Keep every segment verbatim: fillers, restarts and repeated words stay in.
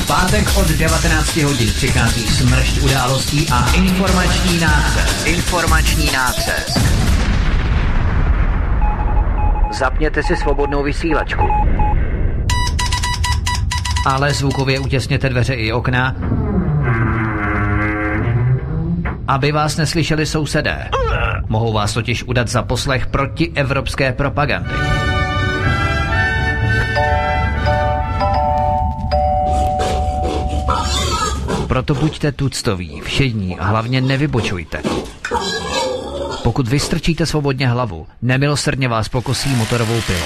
pátek od devatenácti hodin přichází smršť událostí a informační nácest. Informační nácest. Zapněte si svobodnou vysílačku. Ale zvukově utěsněte dveře i okna, aby vás neslyšeli sousedé. Mohou vás totiž udat za poslech protievropské propagandy. Proto buďte tuctoví, všední a hlavně nevybočujte. Pokud vystrčíte svobodně hlavu, nemilosrdně vás pokosí motorovou pilou.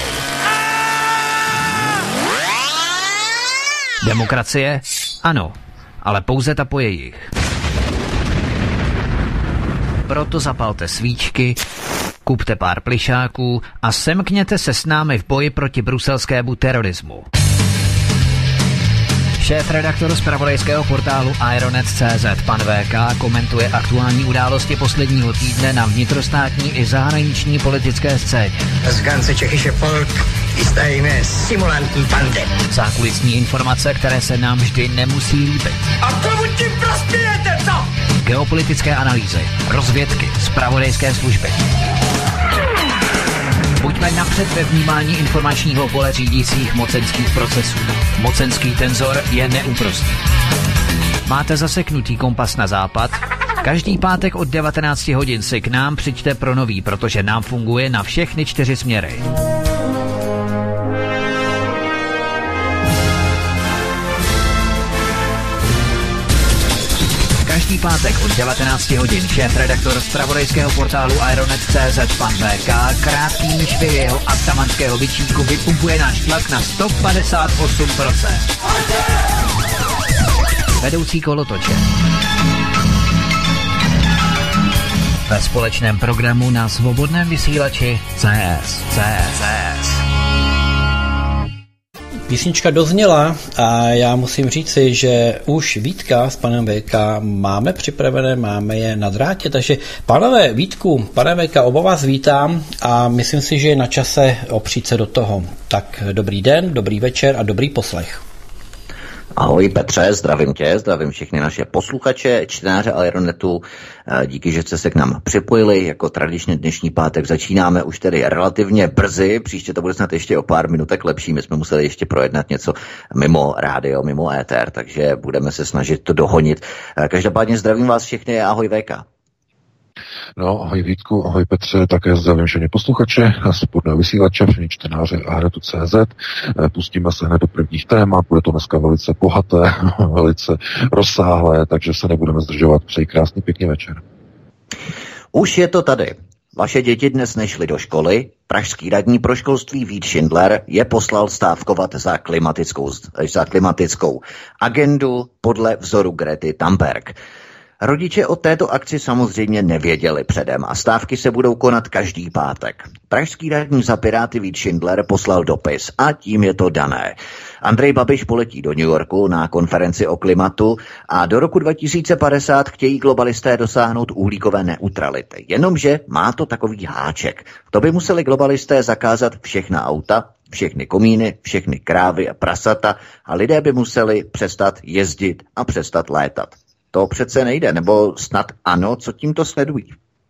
Demokracie? Ano, ale pouze ta po jejich. Proto zapalte svíčky, kupte pár plišáků a semkněte se s námi v boji proti bruselskému terorismu. Šéf-redaktor zpravodajského portálu Ironet tečka cé zet pan vé ká komentuje aktuální události posledního týdne na vnitrostátní i zahraniční politické scéně. Das ganze tschechische Volk ist eine Simulantenbande. Zákulisní informace, které se nám vždy nemusí líbit. A komu tím prospějete, co? Geopolitické analýzy, rozvědky, zpravodajské služby. Buďme napřed ve vnímání informačního pole řídících mocenských procesů. Mocenský tenzor je neúprostný. Máte zaseknutý kompas na západ? Každý pátek od devatenácti hodin si k nám přijďte pro nový, protože nám funguje na všechny čtyři směry. Každý pátek od devatenácti hodin šéf-redaktor zpravodajského portálu Ironet tečka cé zet pan vé ká krátkým švy jeho atamanského vyčínku vypumpuje náš tlak na sto padesát osm procent. Vedoucí kolotoče. Ve společném programu na svobodném vysílači C S. C S. Písnička dozněla a já musím říci, že už Vítka s panem vé ká máme připravené, máme je na drátě, takže pánové Vítku, pane vé ká, oba vás vítám a myslím si, že je na čase opřít se do toho. Tak dobrý den, dobrý večer a dobrý poslech. Ahoj Petře, zdravím tě, zdravím všechny naše posluchače, čtenáře Ironetu. Díky, že jste se k nám připojili. Jako tradičně dnešní pátek začínáme už tedy relativně brzy. Příště to bude snad ještě o pár minutek lepší. My jsme museli ještě projednat něco mimo rádio, mimo éter, takže budeme se snažit to dohonit. Každopádně zdravím vás všechny a ahoj vé ká. No, ahoj Vítku, ahoj Petře, také zdravím všechny posluchače, svobodného vysílače, všechny čtenáře Ironetu tečka cé zet. Pustíme se hned do prvních témat, bude to dneska velice bohaté, velice rozsáhlé, takže se nebudeme zdržovat. Přeji krásný pěkný večer. Už je to tady. Vaše děti dnes nešly do školy, pražský radní pro školství Vít Šindler je poslal stávkovat za klimatickou, za klimatickou agendu podle vzoru Grety Thunberg. Rodiče o této akci samozřejmě nevěděli předem a stávky se budou konat každý pátek. Pražský radní za Piráty Vít Šindler poslal dopis a tím je to dané. Andrej Babiš poletí do New Yorku na konferenci o klimatu a do roku dva tisíce padesát chtějí globalisté dosáhnout uhlíkové neutrality. Jenomže má to takový háček. To by museli globalisté zakázat všechna auta, všechny komíny, všechny krávy a prasata a lidé by museli přestat jezdit a přestat létat. To přece nejde, nebo snad ano, co tímto sledují?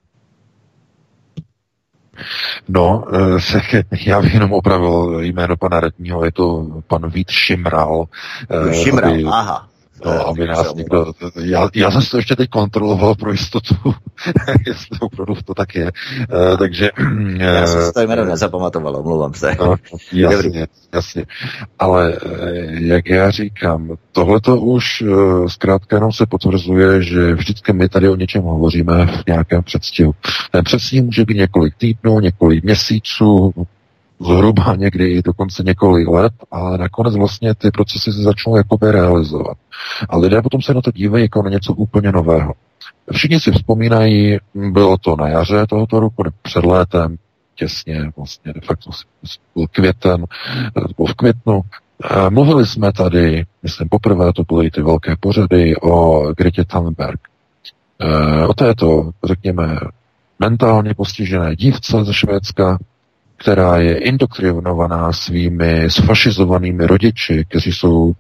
No, já bych jenom opravil jméno pana radního, je to pan Vít Šimral. Šimral, aby, aha. No, aby nás někdo, já, já jsem to ještě teď kontroloval pro jistotu, jestli opravdu to tak je. Uh, takže... Já jsem si to jméno nezapamatoval, omlouvám se. No, jasně, jasně. Ale jak já říkám, tohleto už uh, zkrátka jenom se potvrzuje, že vždycky my tady o něčem hovoříme v nějakém předstihu. Ten předstih může být několik týdnů, několik měsíců, zhruba někdy dokonce několik let, ale nakonec vlastně ty procesy se začnou jakoby realizovat. A lidé potom se na to dívají jako na něco úplně nového. Všichni si vzpomínají, bylo to na jaře tohoto roku, před létem, těsně, vlastně de facto byl květen, byl v květnu. Mluvili jsme tady, myslím poprvé to byly ty velké pořady o Gretě Thunberg. O této, řekněme, mentálně postižené dívce ze Švédska, která je indoktrinovaná svými sfašizovanými rodiči, kteří jsou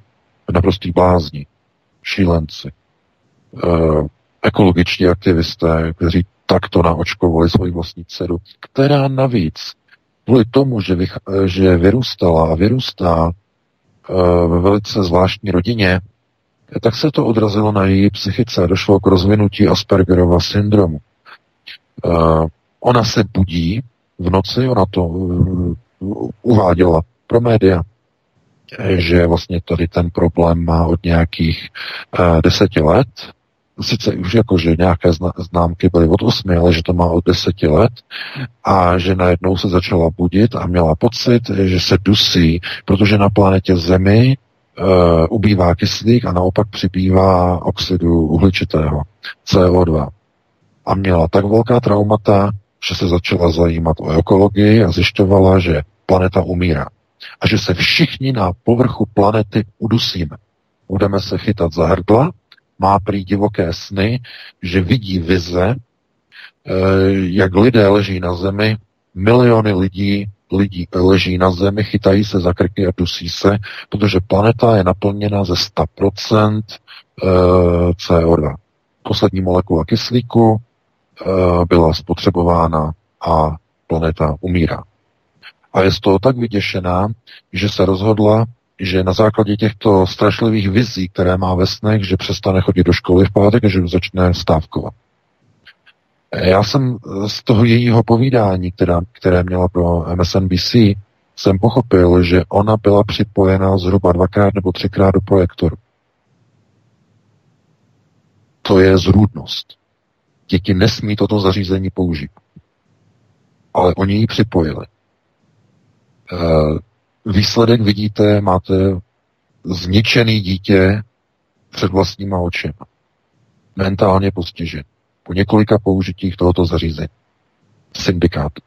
naprostý blázni, šílenci, ekologičtí aktivisté, kteří takto naočkovali svoji vlastní dceru, která navíc kvůli tomu, že, vych, že vyrůstala a vyrůstá ve velice zvláštní rodině, tak se to odrazilo na její psychice. Došlo k rozvinutí Aspergerova syndromu. Ona se budí v noci, ona to uváděla pro média, že vlastně tady ten problém má od nějakých deseti let. Sice už jakože nějaké známky byly od osmi, ale že to má od deseti let a že najednou se začala budit a měla pocit, že se dusí, protože na planetě Zemi uh, ubývá kyslík a naopak přibývá oxidu uhličitého, C O dva. A měla tak velká traumata, že se začala zajímat o ekologii a zjišťovala, že planeta umírá. A že se všichni na povrchu planety udusíme. Budeme se chytat za hrdla, má prý divoké sny, že vidí vize, jak lidé leží na zemi, miliony lidí, lidí leží na zemi, chytají se za krky a dusí se, protože planeta je naplněna ze sto procent C O dva. Poslední molekula kyslíku byla spotřebována a planeta umírá. A je z toho tak vyděšená, že se rozhodla, že na základě těchto strašlivých vizí, které má ve snech, že přestane chodit do školy v pátek a že začne stávkovat. Já jsem z toho jejího povídání, která, které měla pro M S N B C, jsem pochopil, že ona byla připojena zhruba dvakrát nebo třikrát do projektoru. To je zrůdnost. Děti nesmí toto zařízení použít. Ale oni ji připojili. Výsledek vidíte, máte zničený dítě před vlastníma očima. Mentálně postižen. Po několika použitích tohoto zařízení. Syndikátu.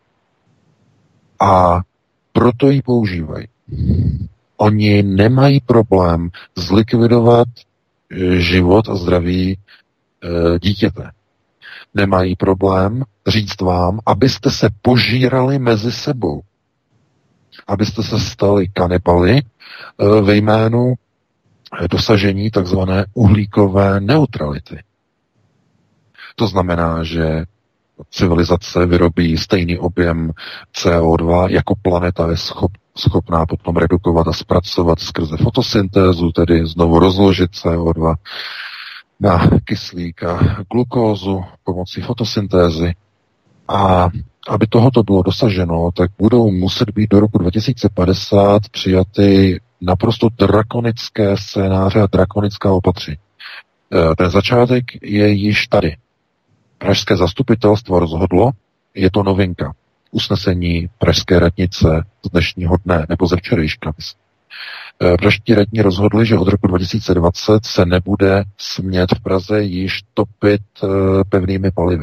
A proto ji používají. Oni nemají problém zlikvidovat život a zdraví e, dítěte. Nemají problém říct vám, abyste se požírali mezi sebou. Abyste se stali kanibaly ve jménu dosažení takzvané uhlíkové neutrality. To znamená, že civilizace vyrobí stejný objem C O dva, jako planeta je schop, schopná potom redukovat a zpracovat skrze fotosyntézu, tedy znovu rozložit C O dva na kyslík a glukózu pomocí fotosyntézy. A aby tohoto bylo dosaženo, tak budou muset být do roku dva tisíce padesát přijaty naprosto drakonické scénáře a drakonická opatření. Ten začátek je již tady. Pražské zastupitelstvo rozhodlo, je to novinka, usnesení pražské radnice z dnešního dne, nebo ze včerejška. Pražští radní rozhodli, že od roku dva tisíce dvacet se nebude smět v Praze již topit pevnými palivy,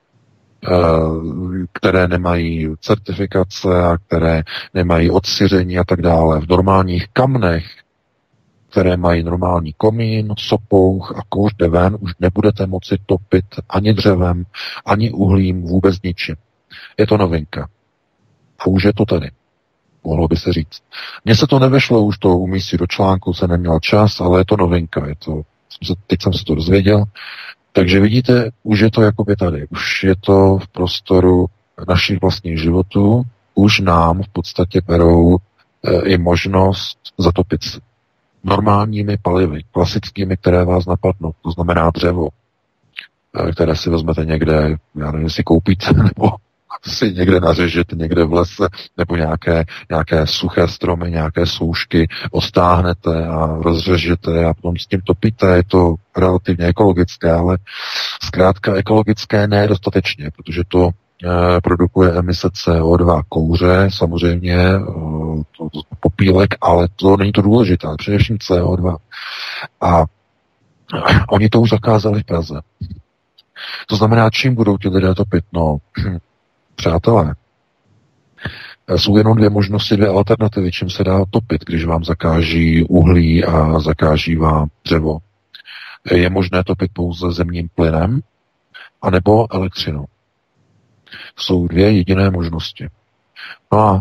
které nemají certifikace a které nemají odsyření a tak dále. V normálních kamnech, které mají normální komín, sopouch a kouř jde ven, už nebudete moci topit ani dřevem, ani uhlím, vůbec ničím. Je to novinka. A už je to tady. Mohlo by se říct. Mně se to nevešlo, už to umístí do článku, se neměl čas, ale je to novinka. Je to, teď jsem se to dozvěděl. Takže vidíte, už je to jakoby tady. Už je to v prostoru našich vlastních životů. Už nám v podstatě berou e, i možnost zatopit se normálními palivy, klasickými, které vás napadnou. To znamená dřevo, e, které si vezmete někde, já nevím, si koupíte, nebo si někde nařežete, někde v lese, nebo nějaké, nějaké suché stromy, nějaké soušky odtáhnete a rozřežete a potom s tím topíte. Je to relativně ekologické, ale zkrátka ekologické ne dostatečně, protože to e, produkuje emise C O dva kouře, samozřejmě e, to, to, popílek, ale to není to důležité, ale především C O dva. A oni to už zakázali v Praze. To znamená, čím budou ti lidé topit? No, přátelé, jsou jenom dvě možnosti, dvě alternativy, čím se dá topit, když vám zakáží uhlí a zakáží vám dřevo. Je možné topit pouze zemním plynem anebo elektřinou. Jsou dvě jediné možnosti. No a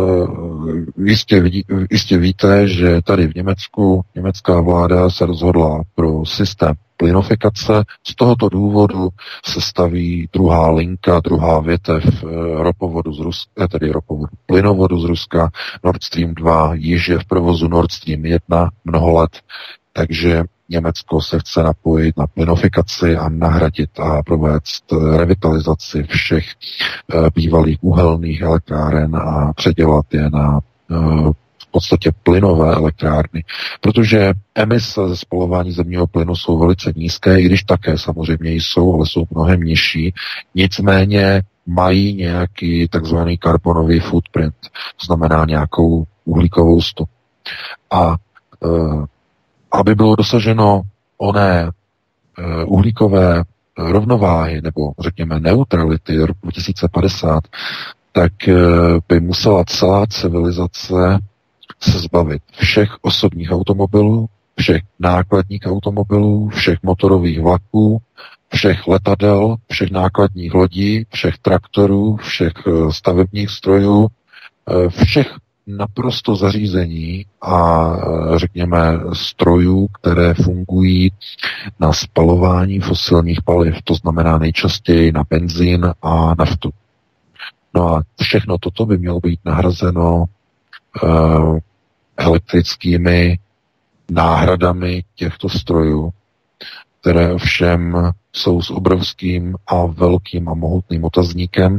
e, jistě, vidí, jistě víte, že tady v Německu německá vláda se rozhodla pro systém plynofikace. Z tohoto důvodu se staví druhá linka, druhá větev e, ropovodu z Ruska, tedy ropovodu plynovodu z Ruska, Nord Stream dva, již je v provozu Nord Stream jedna mnoho let, takže Německo se chce napojit na plynofikaci a nahradit a provést revitalizaci všech e, bývalých uhelných elektráren a předělat je na e, v podstatě plynové elektrárny, protože emise ze spalování zemního plynu jsou velice nízké, i když také samozřejmě jsou, ale jsou mnohem nižší. Nicméně mají nějaký takzvaný karbonový footprint, to znamená nějakou uhlíkovou stopu. A e, aby bylo dosaženo oné e, uhlíkové rovnováhy, nebo řekněme neutrality roku dva tisíce padesát, tak e, by musela celá civilizace se zbavit všech osobních automobilů, všech nákladních automobilů, všech motorových vlaků, všech letadel, všech nákladních lodí, všech traktorů, všech e, stavebních strojů, e, všech naprosto zařízení a řekněme strojů, které fungují na spalování fosilních paliv, to znamená nejčastěji na benzín a naftu. No a všechno toto by mělo být nahrazeno uh, elektrickými náhradami těchto strojů, které ovšem jsou s obrovským a velkým a mohutným otazníkem,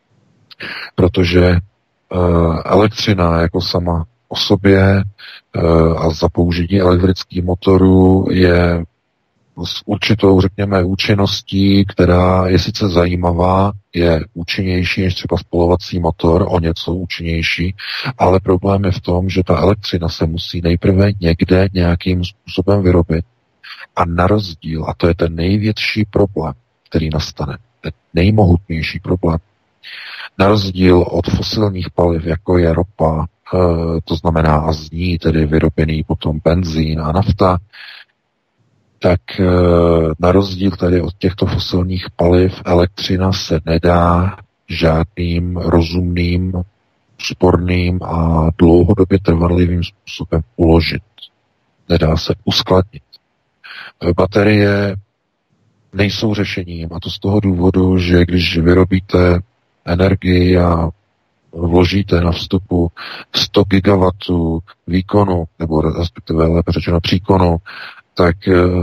protože elektřina jako sama o sobě a za použití elektrických motorů je s určitou, řekněme, účinností, která je sice zajímavá, je účinnější než třeba spalovací motor, o něco účinnější, ale problém je v tom, že ta elektřina se musí nejprve někde nějakým způsobem vyrobit a na rozdíl, a to je ten největší problém, který nastane, ten nejmohutnější problém, na rozdíl od fosilních paliv, jako je ropa, e, to znamená a z ní tedy vyrobený potom benzín a nafta, tak e, na rozdíl tedy od těchto fosilních paliv elektřina se nedá žádným rozumným, sporným a dlouhodobě trvanlivým způsobem uložit. Nedá se uskladnit. E, baterie nejsou řešením, a to z toho důvodu, že když vyrobíte energii a vložíte na vstupu sto gigawattů výkonu, nebo respektive lépe řečeno příkonu, tak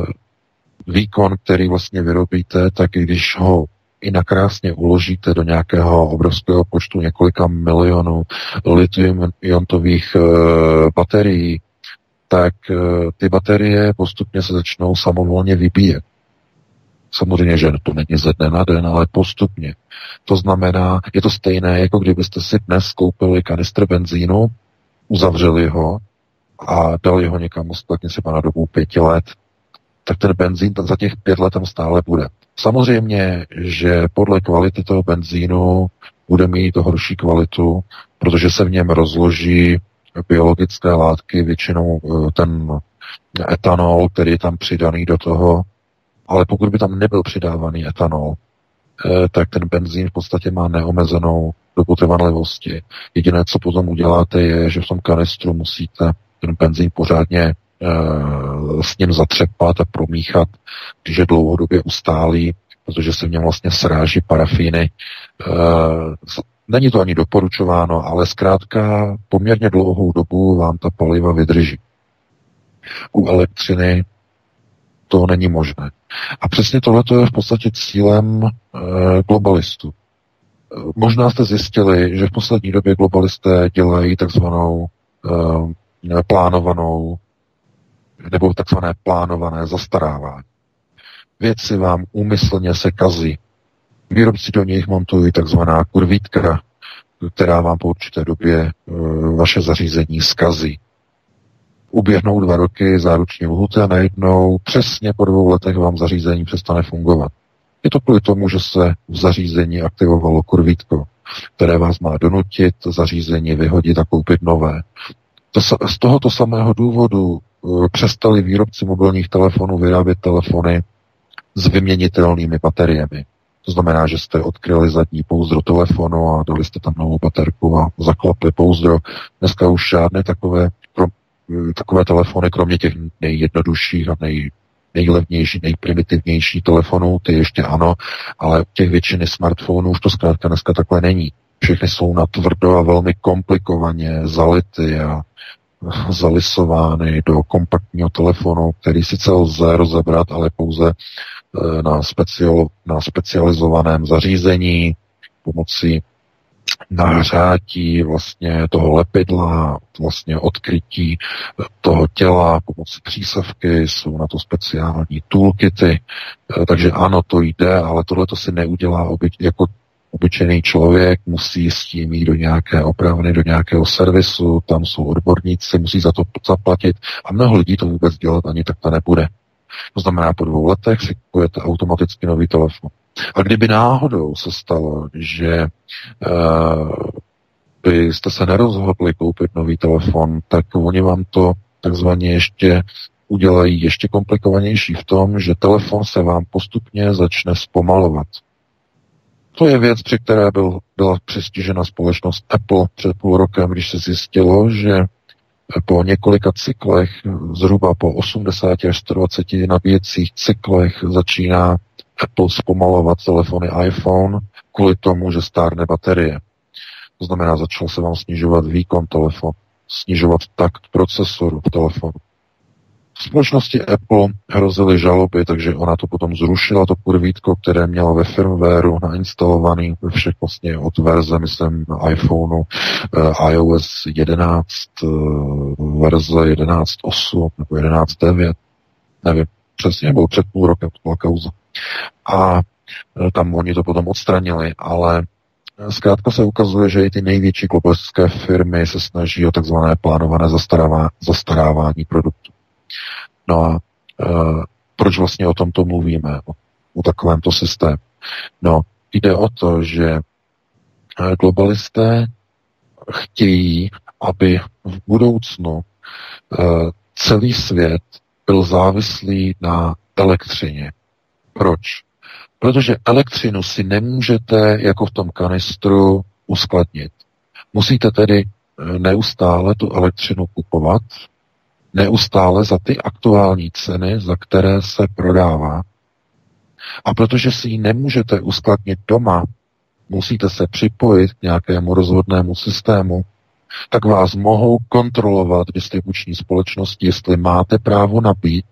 výkon, který vlastně vyrobíte, tak když ho i nakrásně uložíte do nějakého obrovského počtu několika milionů litium-iontových baterií, tak ty baterie postupně se začnou samovolně vybíjet. Samozřejmě, že to není ze dne na den, ale postupně. To znamená, je to stejné, jako kdybyste si dnes koupili kanistr benzínu, uzavřeli ho a dali ho někam uskladnit třeba na dobu pěti let, tak ten benzín za těch pět let tam stále bude. Samozřejmě, že podle kvality toho benzínu bude mít to horší kvalitu, protože se v něm rozloží biologické látky, většinou ten etanol, který je tam přidaný do toho. Ale pokud by tam nebyl přidávaný etanol, tak ten benzín v podstatě má neomezenou dobu trvanlivosti. Jediné, co potom uděláte, je, že v tom kanistru musíte ten benzín pořádně e, s ním zatřepat a promíchat, když je dlouhodobě ustálý, protože se v něm vlastně sráží parafíny. E, není to ani doporučováno, ale zkrátka poměrně dlouhou dobu vám ta paliva vydrží. U elektřiny to není možné. A přesně tohleto je v podstatě cílem e, globalistů. E, možná jste zjistili, že v poslední době globalisté dělají takzvanou e, plánovanou nebo takzvané plánované zastarávání. Věci vám úmyslně se kazí. Výrobci do nich montují takzvaná kurvítka, která vám po určité době e, vaše zařízení zkazí. Uběhnou dva roky záruční lhuty a najednou přesně po dvou letech vám zařízení přestane fungovat. Je to kvůli tomu, že se v zařízení aktivovalo kurvítko, které vás má donutit zařízení vyhodit a koupit nové. To, z tohoto samého důvodu přestali výrobci mobilních telefonů vyrábět telefony s vyměnitelnými bateriemi. To znamená, že jste odkryli zadní pouzdro telefonu a dali jste tam novou baterku a zaklapli pouzdro. Dneska už žádné takové, krom, takové telefony, kromě těch nejjednodušších a nej, nejlevnější, nejprimitivnější telefonů, ty ještě ano, ale těch většiny smartphonů už to zkrátka dneska takhle není. Všechny jsou natvrdo a velmi komplikovaně zality a zalisovány do kompaktního telefonu, který sice lze rozebrat, ale pouze na, speciál, na specializovaném zařízení pomocí nahřátí vlastně toho lepidla, vlastně odkrytí toho těla pomocí přísavky, jsou na to speciální toolkity, takže ano, to jde, ale tohle to si neudělá obyč, jako obyčejný člověk, musí s tím jít do nějaké opravny, do nějakého servisu, tam jsou odborníci, musí za to zaplatit a mnoho lidí to vůbec dělat ani tak to nebude. To znamená, po dvou letech si kupujete automaticky nový telefon. A kdyby náhodou se stalo, že uh, byste se nerozhodli koupit nový telefon, tak oni vám to takzvaně ještě udělají ještě komplikovanější v tom, že telefon se vám postupně začne zpomalovat. To je věc, při které byl, byla přistižena společnost Apple před půl rokem, když se zjistilo, že po několika cyklech, zhruba po osmdesáti až sto dvaceti nabíjecích cyklech začíná Apple zpomalovat telefony iPhone kvůli tomu, že stárne baterie. To znamená, začal se vám snižovat výkon telefonu, snižovat takt procesoru v telefonu. V společnosti Apple hrozily žaloby, takže ona to potom zrušila, to kurvítko, které měla ve firmwareu nainstalovaný ve všech vlastně od verze, myslím, iPhoneu, uh, iOS jedenáct, uh, verze jedenáct osm nebo jedenáct devět, nevím, přesně, byl před půl rokem, to byla kauza. A uh, tam oni to potom odstranili, ale zkrátka se ukazuje, že i ty největší globalistické firmy se snaží o takzvané plánované zastarávání produktů. No a e, proč vlastně o tomto mluvíme, o, o takovémto systému? No, jde o to, že globalisté chtějí, aby v budoucnu e, celý svět byl závislý na elektřině. Proč? Protože elektřinu si nemůžete, jako v tom kanistru, uskladnit. Musíte tedy neustále tu elektřinu kupovat, neustále za ty aktuální ceny, za které se prodává. A protože si ji nemůžete uskladnit doma, musíte se připojit k nějakému rozvodnému systému, tak vás mohou kontrolovat distribuční společnosti, jestli máte právo nabít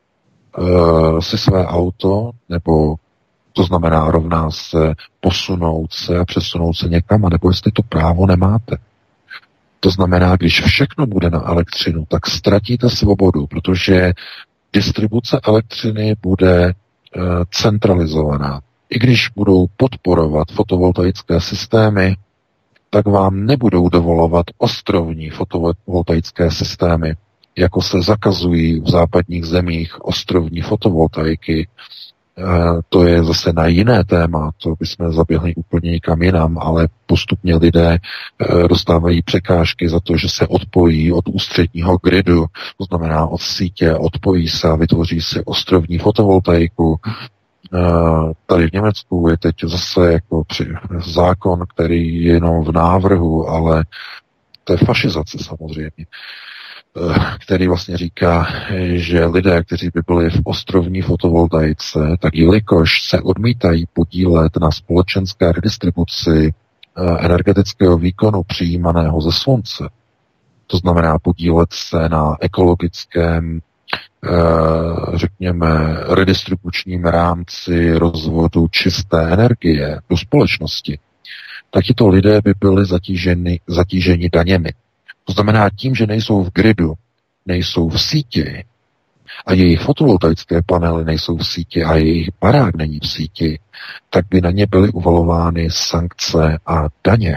uh, si své auto, nebo to znamená rovná se posunout se a přesunout se někam, nebo jestli to právo nemáte. To znamená, když všechno bude na elektřinu, tak ztratíte svobodu, protože distribuce elektřiny bude e, centralizovaná. I když budou podporovat fotovoltaické systémy, tak vám nebudou dovolovat ostrovní fotovoltaické systémy, jako se zakazují v západních zemích ostrovní fotovoltaiky. To je zase na jiné téma, to bychom zaběhli úplně někam jinam, ale postupně lidé dostávají překážky za to, že se odpojí od ústředního gridu, to znamená od sítě, odpojí se a vytvoří si ostrovní fotovoltaiku. Tady v Německu je teď zase jako při zákon, který je jenom v návrhu, ale to je fašizace samozřejmě, který vlastně říká, že lidé, kteří by byli v ostrovní fotovoltaice, tak jelikož se odmítají podílet na společenské redistribuci energetického výkonu přijímaného ze slunce, to znamená podílet se na ekologickém, řekněme, redistribučním rámci rozvodu čisté energie do společnosti, tak tito lidé by byli zatíženi, zatíženi daněmi. To znamená tím, že nejsou v gridu, nejsou v síti a jejich fotovoltaické panely nejsou v síti a jejich barák není v síti, tak by na ně byly uvalovány sankce a daně.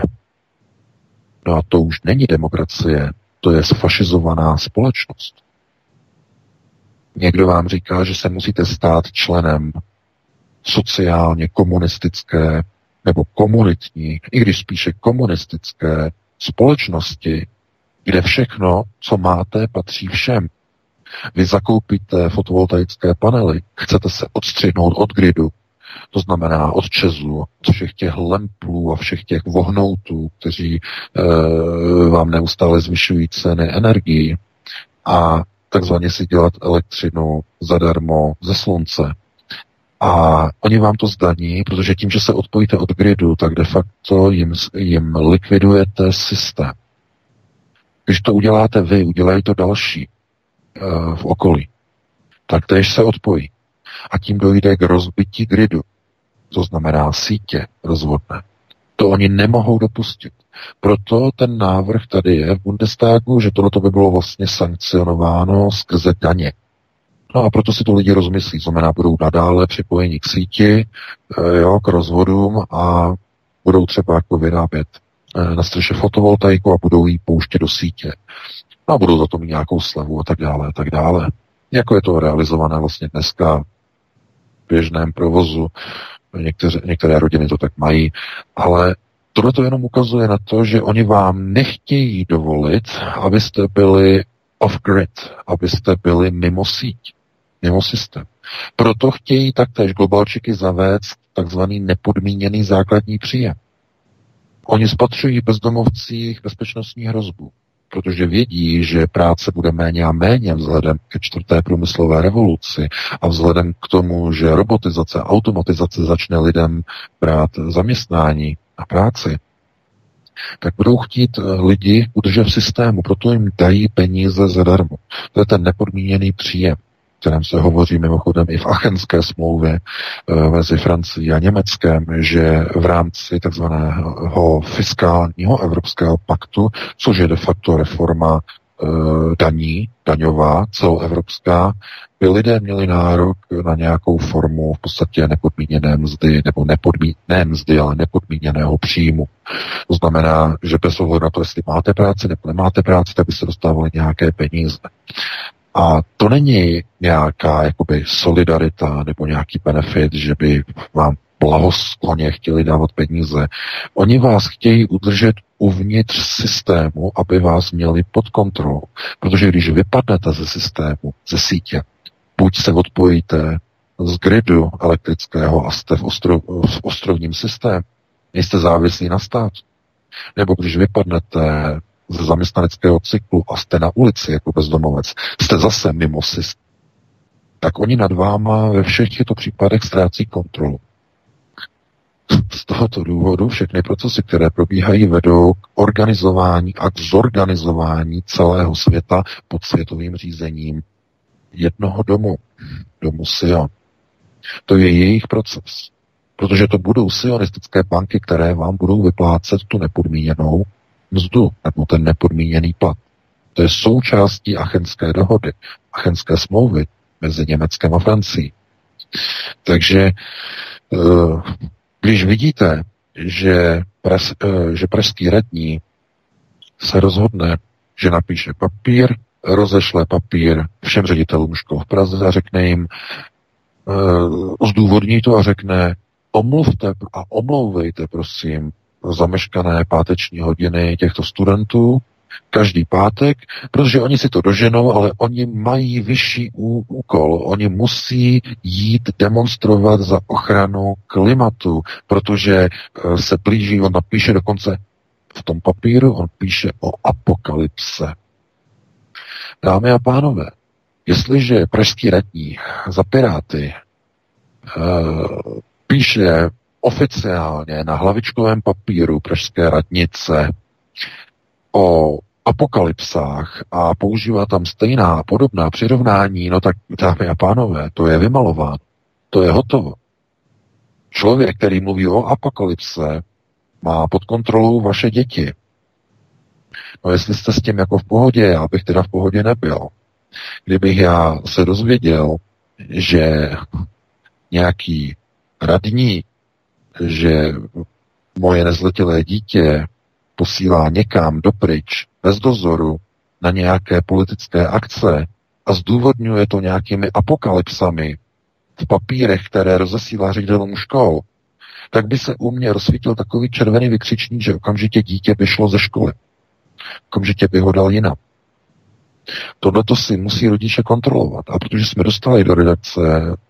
No a to už není demokracie, to je sfašizovaná společnost. Někdo vám říká, že se musíte stát členem sociálně komunistické nebo komunitní, i když spíše komunistické společnosti, kde všechno, co máte, patří všem. Vy zakoupíte fotovoltaické panely, chcete se odstřihnout od gridu, To znamená od ČEZu, od všech těch lemplů a všech těch vohnoutů, kteří e, vám neustále zvyšují ceny energií a takzvaně si dělat elektřinu zadarmo ze slunce. A oni vám to zdaní, protože tím, že se odpojíte od gridu, tak de facto jim, jim likvidujete systém. Když to uděláte vy, udělají to další uh, v okolí, tak též se odpojí. A tím dojde k rozbití gridu. To znamená sítě rozvodné. To oni nemohou dopustit. Proto ten návrh tady je v Bundestagu, že tohleto by bylo vlastně sankcionováno skrze daně. No a proto si to lidi rozmyslí, znamená, budou nadále připojeni k síti, jo, k rozvodům a budou třeba jako vyrábět na střeše fotovoltaiku a budou ji pouštět do sítě. A budou za to mít nějakou slevu a tak dále a tak dále. Jako je to realizované vlastně dneska v běžném provozu. Některé, některé rodiny to tak mají, ale tohle to jenom ukazuje na to, že oni vám nechtějí dovolit, abyste byli off-grid, abyste byli mimo síť, mimo systém. Proto chtějí taktéž globalčiky zavést takzvaný nepodmíněný základní příjem. Oni spatřují v bezdomovcích bezpečnostní hrozbu, protože vědí, že práce bude méně a méně vzhledem ke čtvrté průmyslové revoluci a vzhledem k tomu, že robotizace, automatizace začne lidem brát zaměstnání a práci, tak budou chtít lidi udržet v systému, proto jim dají peníze zadarmo. To je ten nepodmíněný příjem, o kterém se hovoří mimochodem i v Achenské smlouvě e, mezi Francií a Německem, že v rámci takzvaného fiskálního evropského paktu, což je de facto reforma e, daní, daňová, celoevropská, by lidé měli nárok na nějakou formu v podstatě nepodmíněné mzdy, nebo nepodmí, ne mzdy, ale nepodmíněného příjmu. To znamená, že bez ohledu na to, jestli máte práci nebo nemáte práci, tak byste dostávali nějaké peníze. A to není nějaká jakoby solidarita nebo nějaký benefit, že by vám blahoskloně chtěli dávat peníze. Oni vás chtějí udržet uvnitř systému, aby vás měli pod kontrolou. Protože když vypadnete ze systému, ze sítě, buď se odpojíte z gridu elektrického a jste v, ostrov, v ostrovním systému, nejste závislí na státu. Nebo když vypadnete ze zaměstnaneckého cyklu a jste na ulici jako bezdomovec, jste zase mimo systém, tak oni nad váma ve všech těchto případech ztrácí kontrolu. Z tohoto důvodu všechny procesy, které probíhají, vedou k organizování a k zorganizování celého světa pod světovým řízením jednoho domu, domu Sion. To je jejich proces. Protože to budou sionistické banky, které vám budou vyplácet tu nepodmíněnou mzdu, nebo ten nepodmíněný plat. To je součástí Achenské dohody, Achenské smlouvy mezi Německem a Francií. Takže když vidíte, že, pres, že pražský radní se rozhodne, že napíše papír, rozešle papír všem ředitelům škol v Praze a řekne jim, uh, zdůvodní to a řekne, omluvte a omlouvejte, prosím, zameškané páteční hodiny těchto studentů každý pátek, protože oni si to doženou, ale oni mají vyšší úkol. Oni musí jít demonstrovat za ochranu klimatu, protože se blíží, on napíše dokonce v tom papíru, on píše o apokalypse. Dámy a pánové, jestliže pražský radní za Piráty uh, píše oficiálně na hlavičkovém papíru pražské radnice o apokalypsách a používá tam stejná podobná přirovnání, no tak, dámy a pánové, to je vymalováno. To je hotovo. Člověk, který mluví o apokalypse, má pod kontrolou vaše děti. No jestli jste s tím jako v pohodě, já bych teda v pohodě nebyl. Kdybych já se dozvěděl, že nějaký radní, že moje nezletilé dítě posílá někam dopryč, bez dozoru, na nějaké politické akce a zdůvodňuje to nějakými apokalypsami v papírech, které rozesílá ředitelům škol, tak by se u mě rozsvítil takový červený vykřičník, že okamžitě dítě by šlo ze školy. Okamžitě by ho dal jinam. Tohle to si musí rodiče kontrolovat. A protože jsme dostali do redakce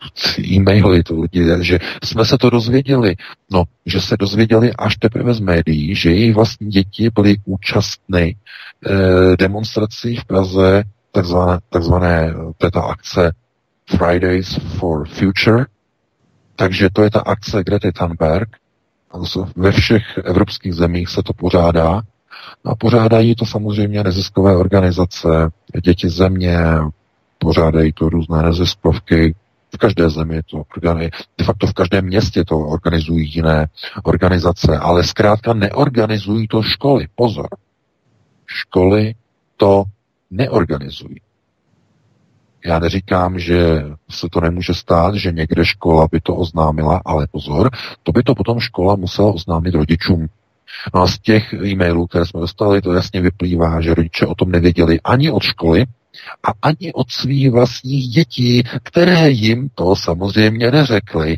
e-maily to lidi, že jsme se to dozvěděli. No, že se dozvěděli až teprve z médií, že jejich vlastní děti byly účastny eh, demonstrací v Praze, takzvané, takzvané této akce Fridays for Future. Takže to je ta akce Grety Thunberg. Ve všech evropských zemích se to pořádá. A pořádají to samozřejmě neziskové organizace, Děti země, pořádají to různé neziskovky. V každé zemi to organizují, de facto v každém městě to organizují jiné organizace, ale zkrátka neorganizují to školy. Pozor. Školy to neorganizují. Já neříkám, že se to nemůže stát, že někde škola by to oznámila, ale pozor, to by to potom škola musela oznámit rodičům. No a z těch e-mailů, které jsme dostali, to jasně vyplývá, že rodiče o tom nevěděli ani od školy a ani od svých vlastních dětí, které jim to samozřejmě neřekli.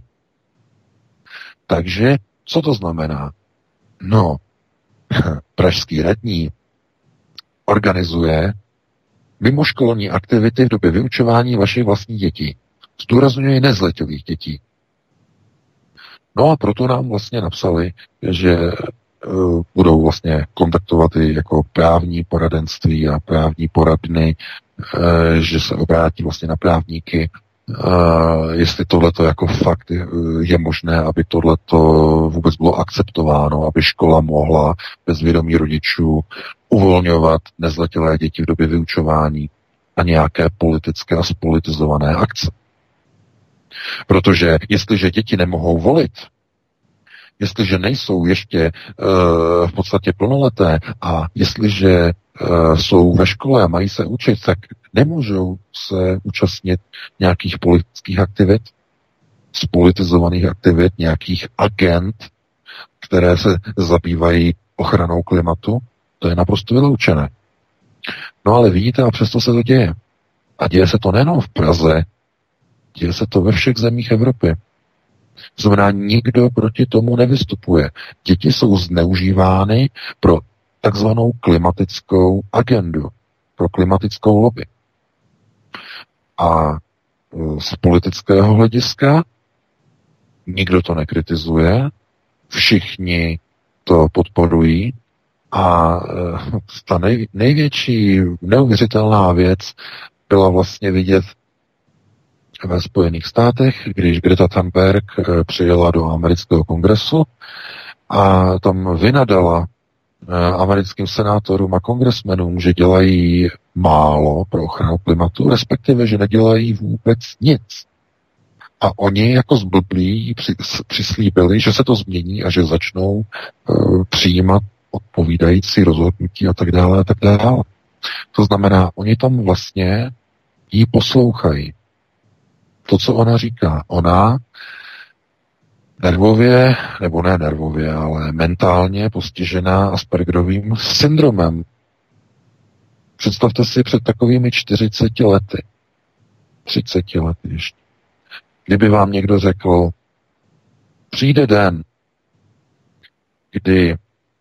Takže co to znamená? No, pražský radní organizuje mimoškolní aktivity v době vyučování vašich vlastních dětí. Zdůrazňuje nezletilých dětí. No a proto nám vlastně napsali, že uh, budou vlastně kontaktovat i jako právní poradenství a právní poradny, uh, že se obrátí vlastně na právníky, uh, jestli tohleto jako fakt je, je možné, aby tohleto vůbec bylo akceptováno, aby škola mohla bez vědomí rodičů uvolňovat nezletilé děti v době vyučování a nějaké politické a spolitizované akce. Protože jestliže děti nemohou volit, jestliže nejsou ještě uh, v podstatě plnoleté a jestliže uh, jsou ve škole a mají se učit, tak nemůžou se účastnit nějakých politických aktivit, spolitizovaných aktivit, nějakých agent, které se zabývají ochranou klimatu. To je naprosto vyloučené. No ale vidíte, a přesto se to děje. A děje se to nejenom v Praze, děje se to ve všech zemích Evropy. To znamená, nikdo proti tomu nevystupuje. Děti jsou zneužívány pro takzvanou klimatickou agendu, pro klimatickou lobby. A z politického hlediska nikdo to nekritizuje, všichni to podporují a ta nej, největší neuvěřitelná věc byla vlastně vidět ve Spojených státech, když Greta Thunberg přijela do amerického kongresu a tam vynadala americkým senátorům a kongresmenům, že dělají málo pro ochranu klimatu, respektive, že nedělají vůbec nic. A oni jako zblblí přislíbili, že se to změní a že začnou uh, přijímat odpovídající rozhodnutí a tak dále a tak dále. To znamená, oni tam vlastně jí poslouchají. To, co ona říká. Ona nervově, nebo ne nervově, ale mentálně postižená Aspergerovým syndromem. Představte si před takovými čtyřiceti lety, třiceti lety ještě, kdyby vám někdo řekl, přijde den, kdy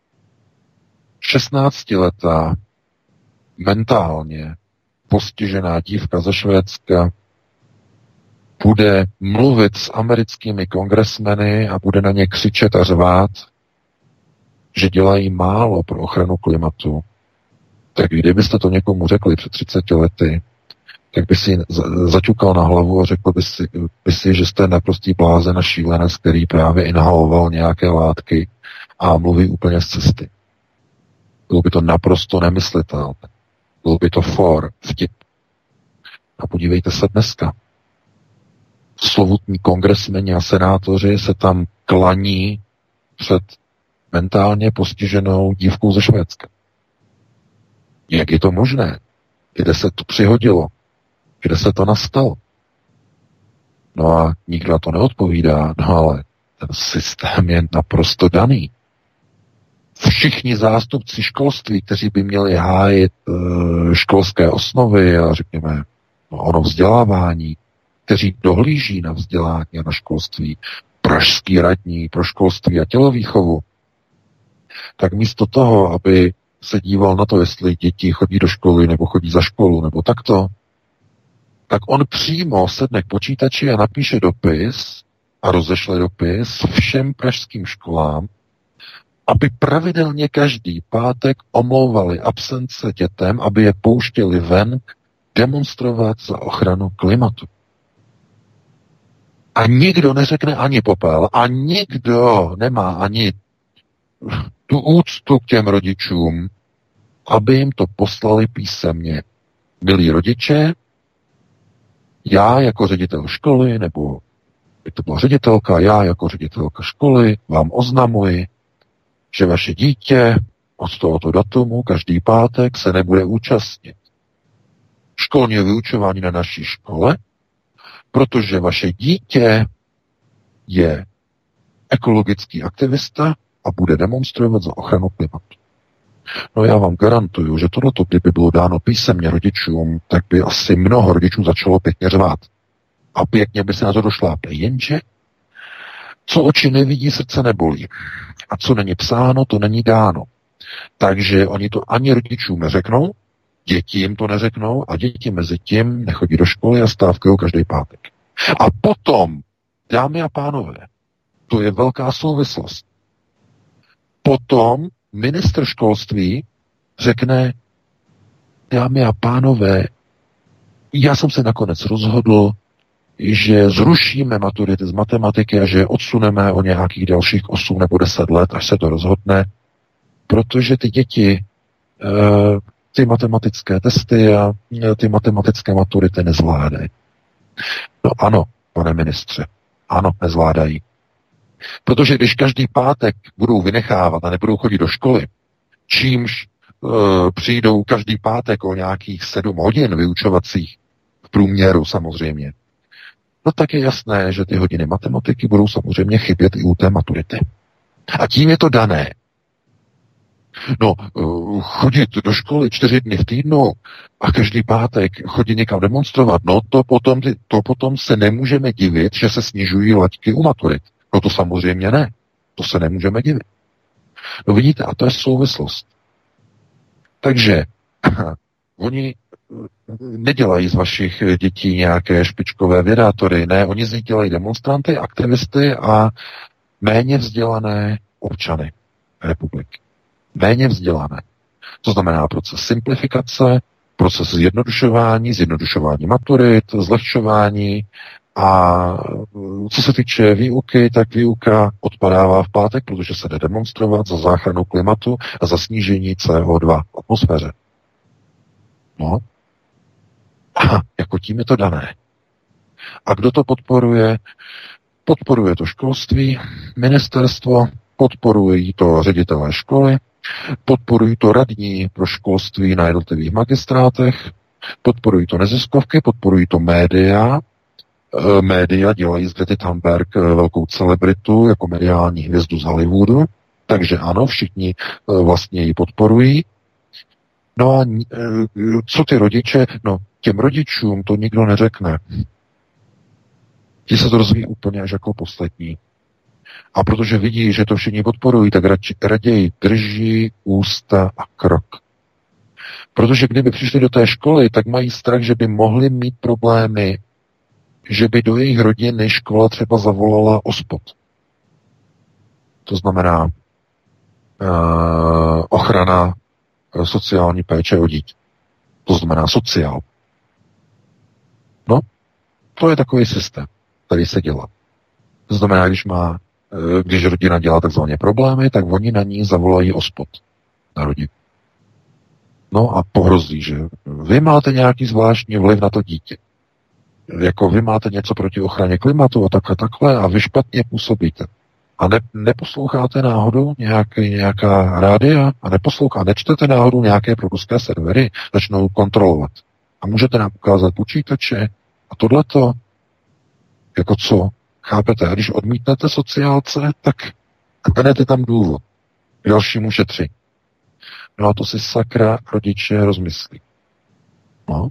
šestnáctiletá mentálně postižená dívka ze Švédska bude mluvit s americkými kongresmeny a bude na ně křičet a řvát, že dělají málo pro ochranu klimatu, tak kdybyste to někomu řekli před třiceti lety, tak by si zaťukal na hlavu a řekl by si, by si že jste naprostý blázen a šílenec, který právě inhaloval nějaké látky a mluví úplně z cesty. Bylo by to naprosto nemyslitelné. Bylo by to for, vtip. A podívejte se dneska. Slovutní kongresmeni a senátoři se tam klaní před mentálně postiženou dívkou ze Švédska. Jak je to možné? Kde se to přihodilo? Kde se to nastalo? No a nikdo na to neodpovídá, no ale ten systém je naprosto daný. Všichni zástupci školství, kteří by měli hájit e, školské osnovy a řekněme no, ono vzdělávání, kteří dohlíží na vzdělání a na školství, pražský radní pro školství a tělovýchovu, tak místo toho, aby se díval na to, jestli děti chodí do školy nebo chodí za školu, nebo takto, tak on přímo sedne k počítači a napíše dopis a rozešle dopis všem pražským školám, aby pravidelně každý pátek omlouvali absence dětem, aby je pouštěli ven demonstrovat za ochranu klimatu. A nikdo neřekne ani popel a nikdo nemá ani tu úctu k těm rodičům, aby jim to poslali písemně. Milí rodiče, já jako ředitel školy, nebo by to byla ředitelka, já jako ředitelka školy vám oznamuji, že vaše dítě od tohoto datumu každý pátek se nebude účastnit školního vyučování na naší škole, protože vaše dítě je ekologický aktivista a bude demonstrovat za ochranu klimatu. No já vám garantuju, že tohleto, kdyby bylo dáno písemně rodičům, tak by asi mnoho rodičů začalo pěkně řvát. A pěkně by se na to došlápli. Jenže, co oči nevidí, srdce nebolí. A co není psáno, to není dáno. Takže oni to ani rodičům neřeknou, děti jim to neřeknou a děti mezi tím nechodí do školy a stávkují každý pátek. A potom, dámy a pánové, to je velká souvislost. Potom ministr školství řekne, dámy a pánové, já jsem se nakonec rozhodl, že zrušíme maturity z matematiky a že je odsuneme o nějakých dalších osm nebo deset let, až se to rozhodne, protože ty děti ty matematické testy a ty matematické maturity nezvládají. No ano, pane ministře, ano, nezvládají. Protože když každý pátek budou vynechávat a nebudou chodit do školy, čímž e, přijdou každý pátek o nějakých sedm hodin vyučovacích v průměru samozřejmě, no tak je jasné, že ty hodiny matematiky budou samozřejmě chybět i u té maturity. A tím je to dané. No, chodit do školy čtyři dny v týdnu a každý pátek chodit někam demonstrovat, no to potom, to potom se nemůžeme divit, že se snižují laťky u maturit. No to samozřejmě ne. To se nemůžeme divit. No vidíte, a to je souvislost. Takže oni nedělají z vašich dětí nějaké špičkové vědátory, ne, oni z nich dělají demonstranty, aktivisty a méně vzdělané občany republiky. Méně vzdělané. To znamená proces simplifikace, proces zjednodušování, zjednodušování maturit, zlehčování a co se týče výuky, tak výuka odpadává v pátek, protože se jde demonstrovat za záchranu klimatu a za snížení C O dva v atmosféře. No. A jako tím je to dané. A kdo to podporuje? Podporuje to školství, ministerstvo, podporují to ředitelé školy, podporují to radní pro školství na jednotlivých magistrátech, podporují to neziskovky, podporují to média. E, média dělají z Grety Thunberg velkou celebritu jako mediální hvězdu z Hollywoodu, takže ano, všichni e, vlastně ji podporují. No a e, co ty rodiče? No, těm rodičům to nikdo neřekne. Ti se to rozvíjí úplně až jako poslední. A protože vidí, že to všichni podporují, tak raději drží ústa a krok. Protože kdyby přišli do té školy, tak mají strach, že by mohli mít problémy, že by do jejich rodiny škola třeba zavolala OSPOD. To znamená uh, ochrana sociální péče o dítě. To znamená sociál. No, to je takový systém, který se dělá. To znamená, když má když rodina dělá takzvané problémy, tak oni na ní zavolají OSPOD na rodinu. No a pohrozí, že vy máte nějaký zvláštní vliv na to dítě. Jako vy máte něco proti ochraně klimatu a takhle, takhle a vy špatně působíte. A ne, neposloucháte náhodou nějaký, nějaká rádia a neposlouchá, nečtete náhodou nějaké produské servery, začnou kontrolovat. A můžete nám ukázat počítače a tohleto, jako co? Chápete? A když odmítnete sociálce, tak hnete tam důvod. K dalšímu šetří. No a to si sakra rodiče rozmyslí. No.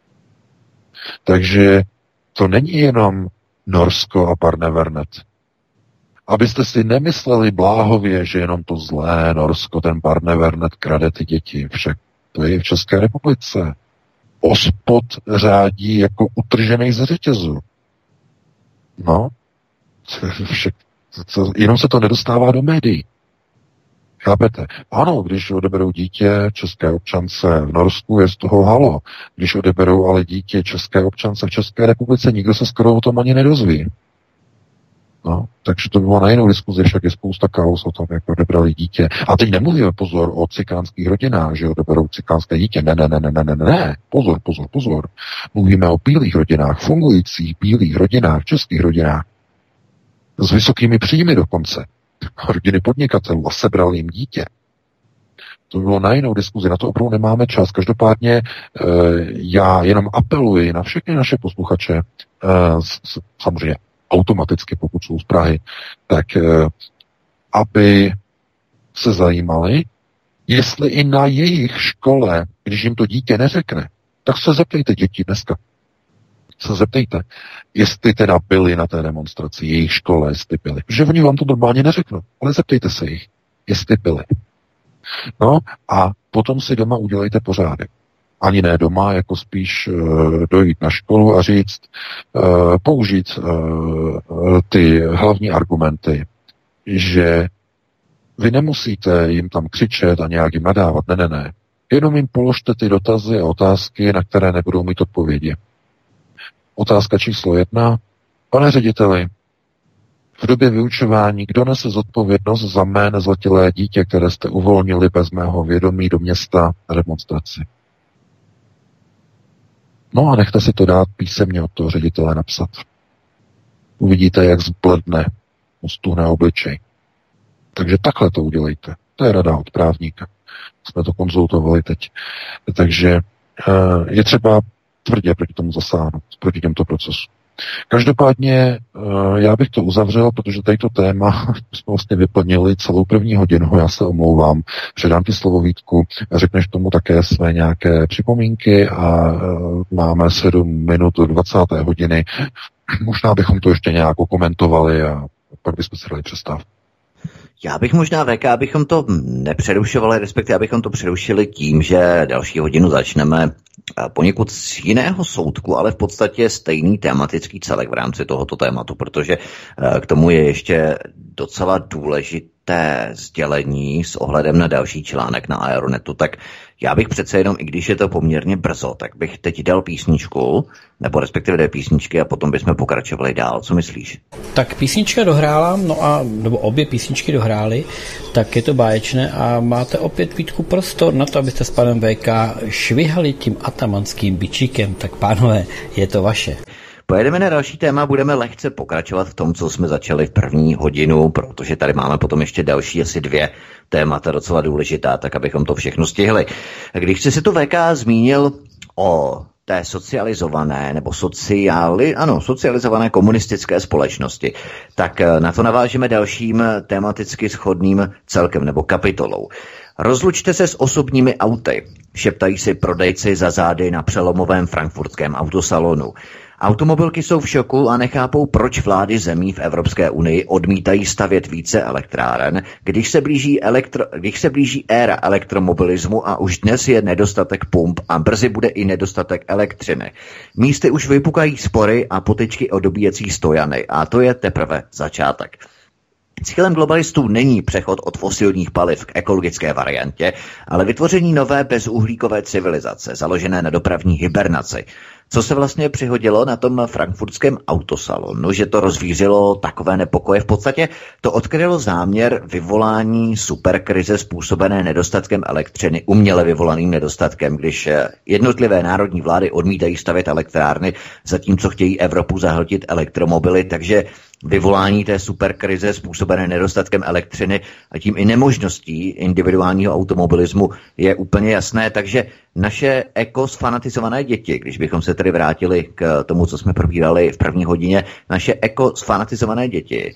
Takže to není jenom Norsko a Barnevernet. Abyste si nemysleli bláhově, že jenom to zlé Norsko, ten Barnevernet krade ty děti. Však to je i v České republice. ospod řádí jako utržený ze řetězu. No, však, jenom se to nedostává do médií. Chápete? Ano, když odeberou dítě české občance v Norsku, je z toho halo. Když odeberou ale dítě české občance v České republice, nikdo se skoro o tom ani nedozví. No, takže to bylo na jinou diskuzi, však je spousta kauz o tom, jak odebrali dítě. A teď nemluvíme, pozor, o cikánských rodinách, že odeberou cikánské dítě. Ne, ne, ne, ne, ne, ne, ne. Pozor, pozor, pozor. Mluvíme o bílých rodinách, fungujících bílých rodinách, českých rodinách. S vysokými příjmy dokonce. Rodiny podnikatelů a sebral jim dítě. To bylo na jinou diskuzi, na to opravdu nemáme čas. Každopádně e, já jenom apeluji na všechny naše posluchače, e, s, samozřejmě automaticky, pokud jsou z Prahy, tak e, aby se zajímali, jestli i na jejich škole, když jim to dítě neřekne, tak se zeptejte děti dneska. Se zeptejte, jestli teda byli na té demonstraci, jejich škole, jestli byli. Protože oni vám to normálně neřeknou, ale zeptejte se jich, jestli byli. No a potom si doma udělejte pořádek. Ani ne doma, jako spíš uh, dojít na školu a říct, uh, použít uh, ty hlavní argumenty, že vy nemusíte jim tam křičet a nějak jim nadávat, ne, ne, ne. Jenom jim položte ty dotazy a otázky, na které nebudou mít odpovědi. Otázka číslo jedna. Pane řediteli, v době vyučování, kdo nese zodpovědnost za mé nezletilé dítě, které jste uvolnili bez mého vědomí do města na demonstraci? No a nechte si to dát písemně od toho ředitele napsat. Uvidíte, jak zbledne, ustuhne obličej. Takže takhle to udělejte. To je rada od právníka. Jsme to konzultovali teď. Takže je třeba tvrdě proti tomu zasáhnout, proti těmto procesům. Každopádně já bych to uzavřel, protože tady to téma jsme vlastně vyplnili celou první hodinu, já se omlouvám, předám ti slovo Vítku, řekneš tomu také své nějaké připomínky a máme sedm minut do dvacáté hodiny, možná bychom to ještě nějak komentovali a pak bychom si dali přestávku. Já bych možná V K, abychom to nepřerušovali, respektive abychom to přerušili tím, že další hodinu začneme poněkud z jiného soudku, ale v podstatě stejný tematický celek v rámci tohoto tématu, protože k tomu je ještě docela důležité sdělení s ohledem na další článek na Aeronetu, tak já bych přece jenom, i když je to poměrně brzo, tak bych teď dal písničku, nebo respektive dvě písničky a potom bychom pokračovali dál. Co myslíš? Tak písnička dohrála, no a nebo obě písničky dohrály, tak je to báječné a máte opět, Vítku, prostor na to, abyste s panem V K švihali tím atamanským bičíkem. Tak pánové, je to vaše. Pojedeme na další téma, budeme lehce pokračovat v tom, co jsme začali v první hodinu, protože tady máme potom ještě další asi dvě témata docela důležitá, tak abychom to všechno stihli. Když jsi si to V K zmínil o té socializované nebo sociály, ano, socializované komunistické společnosti, tak na to navážeme dalším tematicky shodným celkem nebo kapitolou. Rozlučte se s osobními auty, šeptají si prodejci za zády na přelomovém frankfurtském autosalonu. Automobilky jsou v šoku a nechápou, proč vlády zemí v Evropské unii odmítají stavět více elektráren, když se blíží, elektro, když se blíží éra elektromobilismu a už dnes je nedostatek pump a brzy bude i nedostatek elektřiny. Místy už vypukají spory a potyčky o dobíjecí stojany a to je teprve začátek. Cílem globalistů není přechod od fosilních paliv k ekologické variantě, ale vytvoření nové bezuhlíkové civilizace, založené na dopravní hibernaci. Co se vlastně přihodilo na tom frankfurtském autosalonu, že to rozvířilo takové nepokoje? V podstatě to odkrylo záměr vyvolání superkrize způsobené nedostatkem elektřiny, uměle vyvolaným nedostatkem, když jednotlivé národní vlády odmítají stavět elektrárny, zatímco chtějí Evropu zahltit elektromobily, takže vyvolání té superkrize způsobené nedostatkem elektřiny a tím i nemožností individuálního automobilismu je úplně jasné, takže naše ekosfanatizované děti, když bychom se tedy vrátili k tomu, co jsme probírali v první hodině, naše ekosfanatizované děti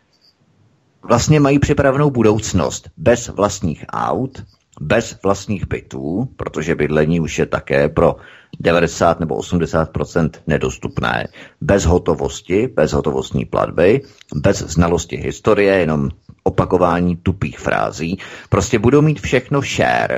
vlastně mají připravenou budoucnost bez vlastních aut, bez vlastních bytů, protože bydlení už je také pro devadesát nebo osmdesát procent nedostupné, bez hotovosti, bez hotovostní platby, bez znalosti historie, jenom opakování tupých frází. Prostě budou mít všechno share,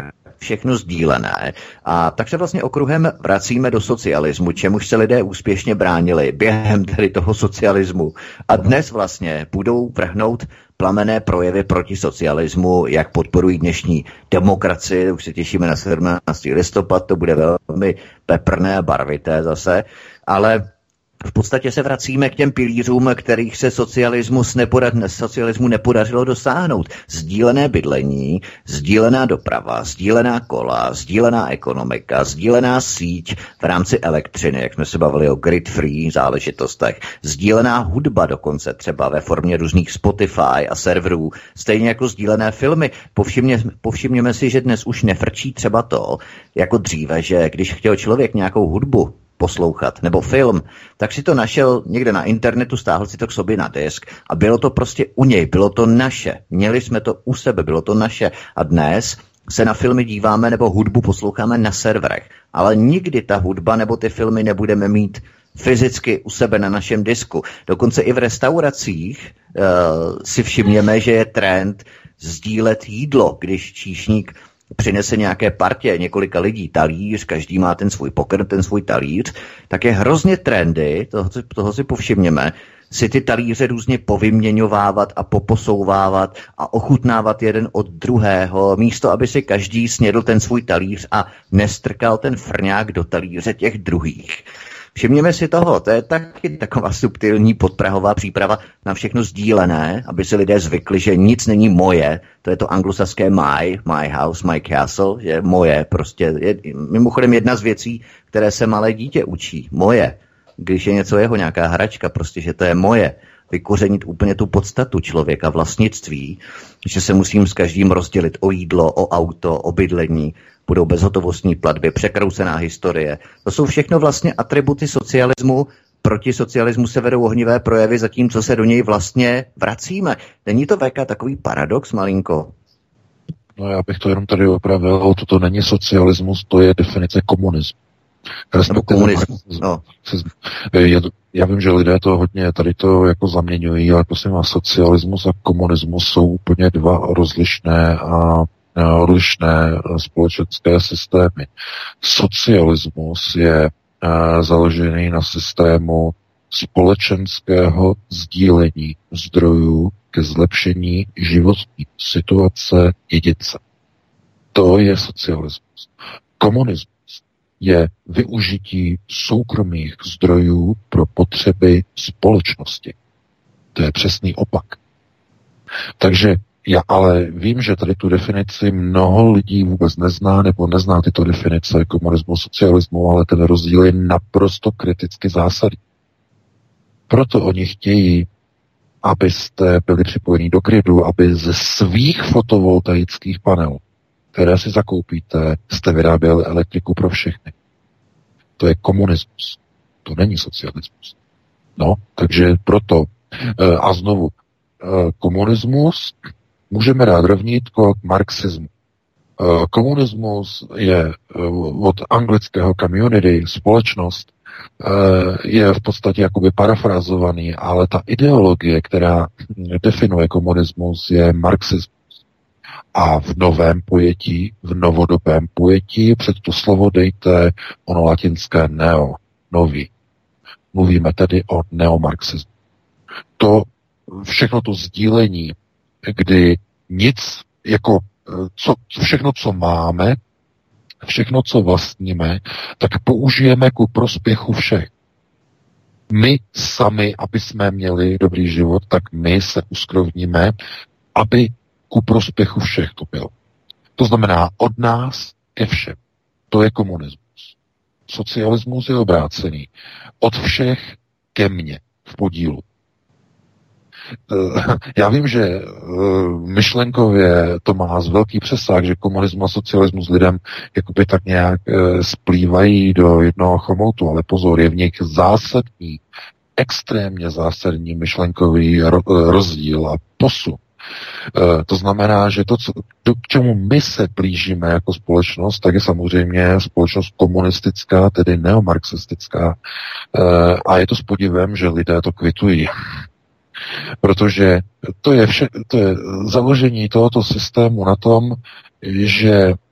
všechno sdílené. A tak se vlastně okruhem vracíme do socialismu, čemuž se lidé úspěšně bránili během tedy toho socialismu. A dnes vlastně budou vrhnout plamenné projevy proti socialismu, jak podporují dnešní demokracii. Už se těšíme na sedmnáctého listopad, to bude velmi peprné a barvité zase, ale v podstatě se vracíme k těm pilířům, kterých se socialismus nepoda- socialismu nepodařilo dosáhnout. Sdílené bydlení, sdílená doprava, sdílená kola, sdílená ekonomika, sdílená síť v rámci elektřiny, jak jsme se bavili o grid-free záležitostech, sdílená hudba dokonce třeba ve formě různých Spotify a serverů, stejně jako sdílené filmy. Povšimně, povšimněme si, že dnes už nefrčí třeba to, jako dříve, že když chtěl člověk nějakou hudbu poslouchat, nebo film, tak si to našel někde na internetu, stáhl si to k sobě na disk a bylo to prostě u něj, bylo to naše. Měli jsme to u sebe, bylo to naše. A dnes se na filmy díváme nebo hudbu posloucháme na serverech. Ale nikdy ta hudba nebo ty filmy nebudeme mít fyzicky u sebe na našem disku. Dokonce i v restauracích uh, si všimněme, že je trend sdílet jídlo, když číšník přinese nějaké partě několika lidí talíř, každý má ten svůj pokrm, ten svůj talíř, tak je hrozně trendy, toho, toho si povšimněme, si ty talíře různě povyměňovávat a poposouvávat a ochutnávat jeden od druhého, místo aby si každý snědl ten svůj talíř a nestrkal ten frňák do talíře těch druhých. Všimněme si toho, to je taky taková subtilní podprahová příprava na všechno sdílené, aby si lidé zvykli, že nic není moje, to je to anglosaské my, my house, my castle, je moje, prostě je mimochodem jedna z věcí, které se malé dítě učí, moje, když je něco jeho, nějaká hračka, prostě, že to je moje, vykořenit úplně tu podstatu člověka, vlastnictví, že se musím s každým rozdělit o jídlo, o auto, o bydlení, budou bezhotovostní platby, překroucená historie. To jsou všechno vlastně atributy socialismu. Proti socialismu se vedou ohnivé projevy, zatímco se do něj vlastně vracíme. Není to V K takový paradox, malinko? No já bych to jenom tady opravil. Toto není socialismus, to je definice komunismu. Nebo komunismus, no. Já vím, že lidé to hodně tady to jako zaměňují, ale prosím vás, socialismus a komunismus jsou úplně dva rozlišné a odlišné společenské systémy. Socialismus je založený na systému společenského sdílení zdrojů ke zlepšení životní situace jedince. To je socialismus. Komunismus je využití soukromých zdrojů pro potřeby společnosti. To je přesný opak. Takže já ale vím, že tady tu definici mnoho lidí vůbec nezná, nebo nezná tyto definice komunismu, socialismu, ale ten rozdíl je naprosto kriticky zásadní. Proto oni chtějí, abyste byli připojení do gridu, aby ze svých fotovoltaických panelů, které si zakoupíte, jste vyráběli elektriku pro všechny. To je komunismus. To není socialismus. No, takže proto. A znovu, komunismus můžeme dát rovnítko k marxismu. Komunismus je od anglického community, společnost, je v podstatě jakoby parafrazovaný, ale ta ideologie, která definuje komunismus, je marxismus. A v novém pojetí, v novodobém pojetí, před to slovo dejte ono latinské neo, nový. Mluvíme tedy o neomarxismu. To všechno to sdílení, kdy nic, jako co, všechno, co máme, všechno, co vlastníme, tak použijeme ku prospěchu všech. My sami, aby jsme měli dobrý život, tak my se uskrovníme, aby ku prospěchu všech to bylo. To znamená od nás ke všem. To je komunismus. Socialismus je obrácený. Od všech ke mně v podílu. Já vím, že myšlenkově to má z velký přesah, že komunismus a socialismus lidem jakoby tak nějak splývají do jednoho chomoutu, ale pozor, je v nich zásadní, extrémně zásadní myšlenkový rozdíl a posun. To znamená, že to, co, to, k čemu my se blížíme jako společnost, tak je samozřejmě společnost komunistická, tedy neomarxistická. A je to s podivem, že lidé to kvitují. Protože to je, vše, to je založení tohoto systému na tom, že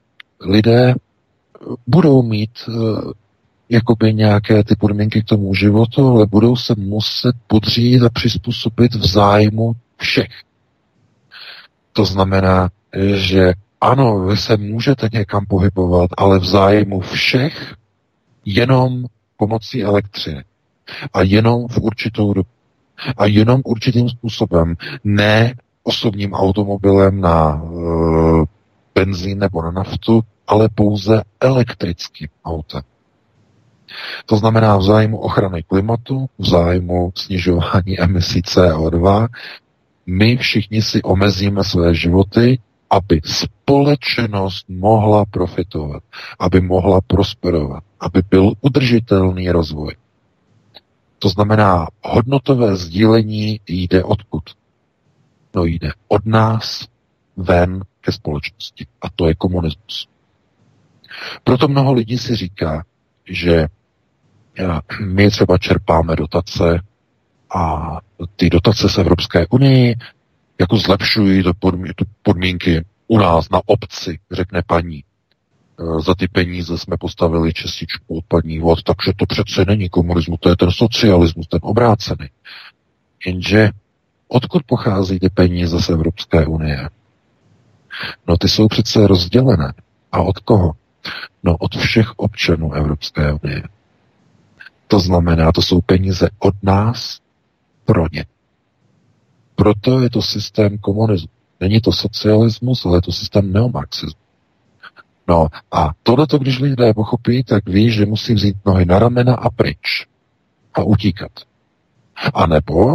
lidé budou mít jakoby nějaké ty podmínky k tomu životu, ale budou se muset podřídit a přizpůsobit v zájmu všech. To znamená, že ano, vy se můžete někam pohybovat, ale v zájmu všech jenom pomocí elektřiny. A jenom v určitou dobu. A jenom určitým způsobem. Ne osobním automobilem na e, benzín nebo na naftu, ale pouze elektrickým autem. To znamená v zájmu ochrany klimatu, v zájmu snižování emisí C O dva, my všichni si omezíme své životy, aby společnost mohla profitovat, aby mohla prosperovat, aby byl udržitelný rozvoj. To znamená, hodnotové sdílení jde odkud? No jde od nás ven ke společnosti. A to je komunismus. Proto mnoho lidí si říká, že my třeba čerpáme dotace a ty dotace z Evropské unii jako zlepšují to podmínky u nás na obci, řekne paní. Za ty peníze jsme postavili čističku odpadních vod, takže to přece není komunismus, to je ten socialismus, ten obrácený. Jenže odkud pochází ty peníze z Evropské unie? No ty jsou přece rozdělené. A od koho? No od všech občanů Evropské unie. To znamená, to jsou peníze od nás pro ně. Proto je to systém komunismu. Není to socialismus, ale je to systém neomarxismu. No a tohleto, když lidé pochopí, tak ví, že musí vzít nohy na ramena a pryč. A utíkat. A nebo,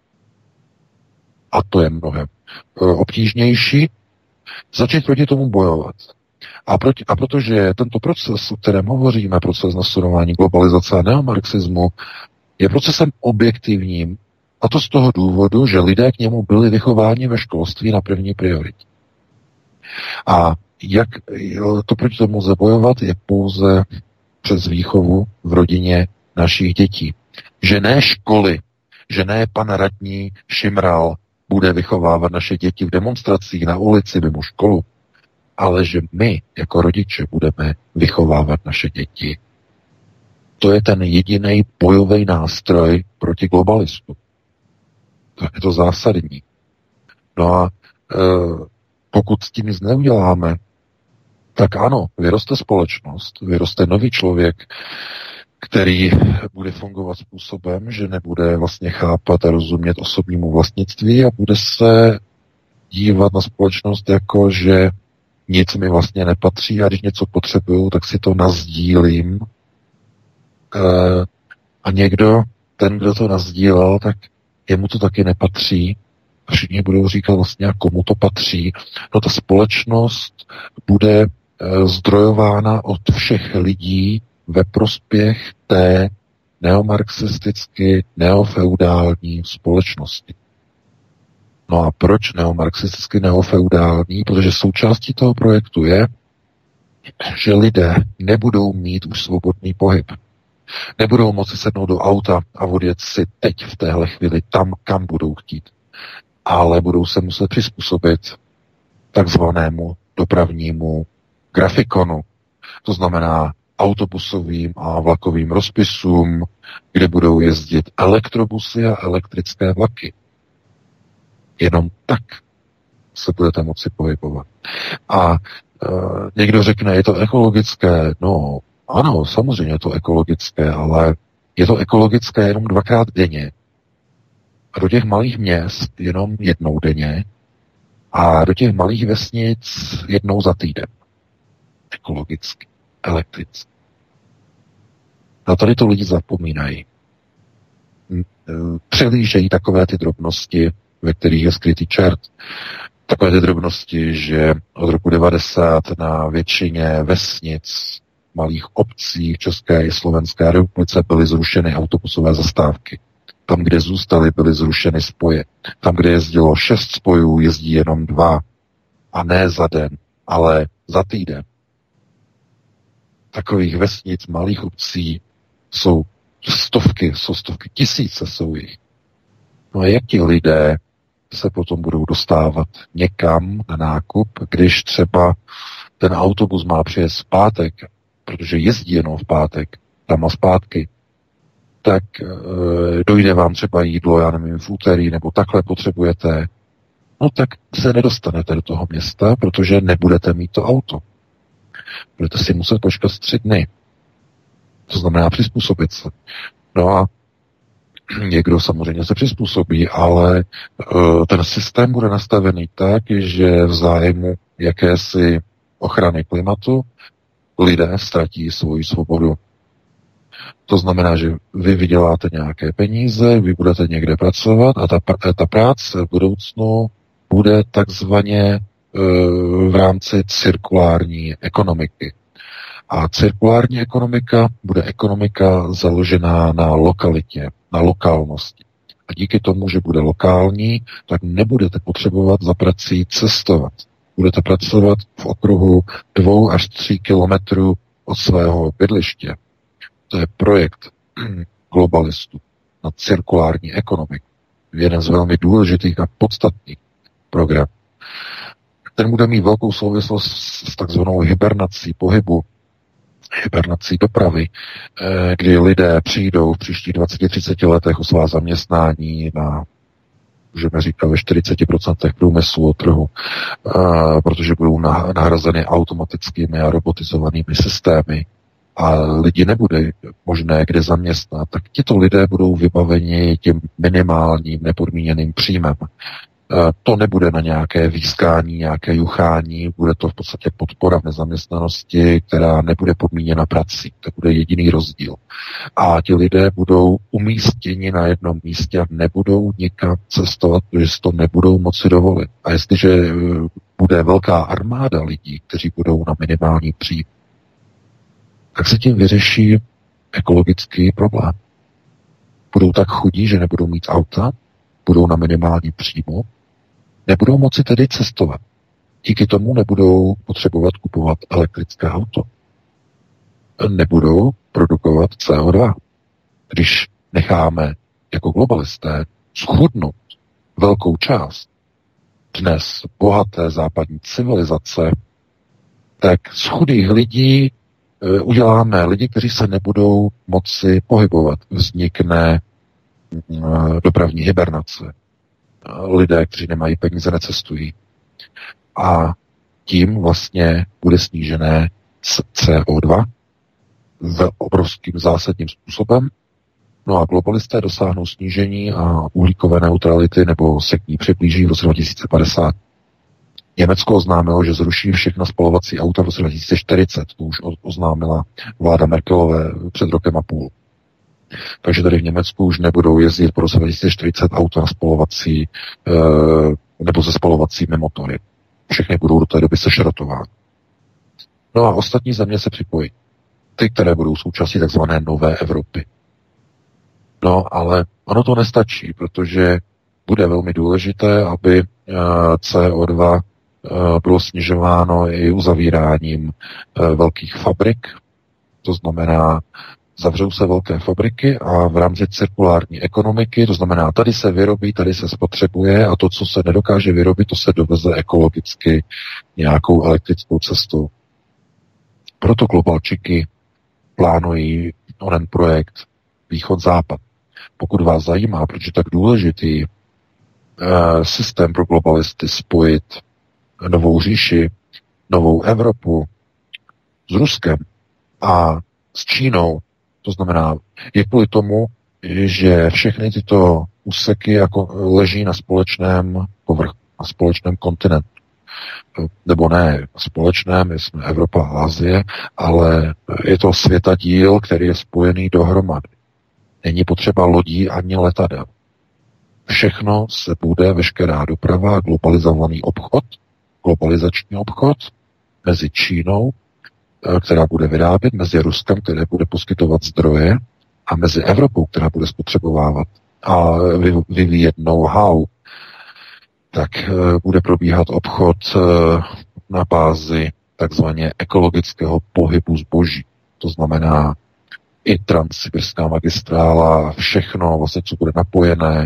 a to je mnohem obtížnější, začít proti tomu bojovat. A, proti, a protože tento proces, o kterém hovoříme, proces nastudování globalizace a neomarxismu, je procesem objektivním, a to z toho důvodu, že lidé k němu byli vychováni ve školství na první prioritě. A jak to proti tomu lze bojovat, je pouze přes výchovu v rodině našich dětí. Že ne školy, že ne pan radní Šimral bude vychovávat naše děti v demonstracích na ulici mimo školu, ale že my jako rodiče budeme vychovávat naše děti. To je ten jediný bojový nástroj proti globalistu. To je to zásadní. No a e, pokud s tím nic neuděláme, tak ano, vyroste společnost, vyroste nový člověk, který bude fungovat způsobem, že nebude vlastně chápat a rozumět osobnímu vlastnictví a bude se dívat na společnost jako, že nic mi vlastně nepatří a když něco potřebuju, tak si to nazdílím. E, a někdo, ten, kdo to nazdílel, tak jemu to taky nepatří. A všichni budou říkat vlastně, a komu to patří. No ta společnost bude e, zdrojována od všech lidí ve prospěch té neomarxisticky neofeudální společnosti. No a proč neomarxisticky neofeudální? Protože součástí toho projektu je, že lidé nebudou mít už svobodný pohyb. Nebudou moci sednout do auta a odjet si teď v téhle chvíli tam, kam budou chtít. Ale budou se muset přizpůsobit takzvanému dopravnímu grafikonu. To znamená autobusovým a vlakovým rozpisům, kde budou jezdit elektrobusy a elektrické vlaky. Jenom tak se budete moci pohybovat. A e, někdo řekne, je to ekologické. No, ano, samozřejmě je to ekologické, ale je to ekologické jenom dvakrát denně. A do těch malých měst jenom jednou denně. A do těch malých vesnic jednou za týden. Ekologicky, elektricky. A tady to lidi zapomínají. Přelížejí takové ty drobnosti, ve kterých je skrytý čert. Takové ty drobnosti, že od roku devadesát na většině vesnic, malých obcí v České i Slovenské republice byly zrušeny autobusové zastávky. Tam, kde zůstaly, byly zrušeny spoje. Tam, kde jezdilo šest spojů, jezdí jenom dva. A ne za den, ale za týden. Takových vesnic, malých obcí jsou stovky, jsou stovky, tisíce jsou jich. No a jak ti lidé se potom budou dostávat někam na nákup, když třeba ten autobus má přijet v pátek, protože jezdí jenom v pátek, tam a zpátky, tak e, dojde vám třeba jídlo, já nevím, v úterý, nebo takhle potřebujete, no tak se nedostanete do toho města, protože nebudete mít to auto. Budete si muset počkat tři dny. To znamená přizpůsobit se. No a někdo samozřejmě se přizpůsobí, ale uh, ten systém bude nastavený tak, že v zájmu jakési ochrany klimatu lidé ztratí svoji svobodu. To znamená, že vy vyděláte nějaké peníze, vy budete někde pracovat a ta, ta práce v budoucnu bude takzvaně uh, v rámci cirkulární ekonomiky. A cirkulární ekonomika bude ekonomika založená na lokalitě, na lokálnosti. A díky tomu, že bude lokální, tak nebudete potřebovat za prací cestovat. Budete pracovat v okruhu dvou až tří kilometrů od svého bydliště. To je projekt globalistů na cirkulární ekonomiku. Jeden z velmi důležitých a podstatných programů. Ten bude mít velkou souvislost s takzvanou hibernací pohybu, hibernací dopravy, kdy lidé přijdou v příštích dvaceti třiceti letech o svá zaměstnání na, můžeme říkat, ve čtyřiceti procentech průmyslu o trhu, protože budou nahrazeny automatickými a robotizovanými systémy a lidi nebude možné kde zaměstnat, tak tito lidé budou vybaveni tím minimálním nepodmíněným příjmem. To nebude na nějaké výskání, nějaké juchání, bude to v podstatě podpora v nezaměstnanosti, která nebude podmíněna prací. To bude jediný rozdíl. A ti lidé budou umístěni na jednom místě a nebudou nikam cestovat, protože si to nebudou moci dovolit. A jestliže bude velká armáda lidí, kteří budou na minimální příjem, tak se tím vyřeší ekologický problém. Budou tak chudí, že nebudou mít auta, budou na minimální příjmu, nebudou moci tedy cestovat. Díky tomu nebudou potřebovat kupovat elektrické auto. Nebudou produkovat C O dva. Když necháme jako globalisté schudnout velkou část dnes bohaté západní civilizace, tak z chudých lidí e, uděláme lidi, kteří se nebudou moci pohybovat. Vznikne dopravní hibernace. Lidé, kteří nemají peníze, necestují. A tím vlastně bude snížené C O dva v obrovským zásadním způsobem. No a globalisté dosáhnou snížení a uhlíkové neutrality nebo se k ní přiblíží v roce dva tisíce padesát. Německo oznámilo, že zruší všechna spalovací auta v roce dva tisíce čtyřicet. To už oznámila vláda Merkelové před rokem a půl. Takže tady v Německu už nebudou jezdit po roce dva tisíce čtyřicet auta na spalovací e, nebo se spalovacími motory. Všechny budou do té doby sešrotovány. No a ostatní země se připojí. Ty, které budou součástí takzvané nové Evropy. No, ale ono to nestačí, protože bude velmi důležité, aby e, C O dva e, bylo snižováno i uzavíráním e, velkých fabrik. To znamená, zavřou se velké fabriky a v rámci cirkulární ekonomiky, to znamená, tady se vyrobí, tady se spotřebuje a to, co se nedokáže vyrobit, to se doveze ekologicky nějakou elektrickou cestou. Proto globalčiky plánují onen projekt Východ-Západ. Pokud vás zajímá, proč je tak důležitý e, systém pro globalisty spojit novou říši, novou Evropu s Ruskem a s Čínou, to znamená, je kvůli tomu, že všechny tyto úseky jako leží na společném povrchu, na společném kontinentu. Nebo ne společném, jsme Evropa a Asie, ale je to světadíl, který je spojený dohromady. Není potřeba lodí ani letadel. Všechno se bude, veškerá doprava, globalizovaný obchod, globalizační obchod mezi Čínou, která bude vyrábět, mezi Ruskem, které bude poskytovat zdroje, a mezi Evropou, která bude spotřebovávat a vyvíjet know-how, tak bude probíhat obchod na bázi takzvaně ekologického pohybu zboží. To znamená i transsibirská magistrála, všechno, vlastně, co bude napojené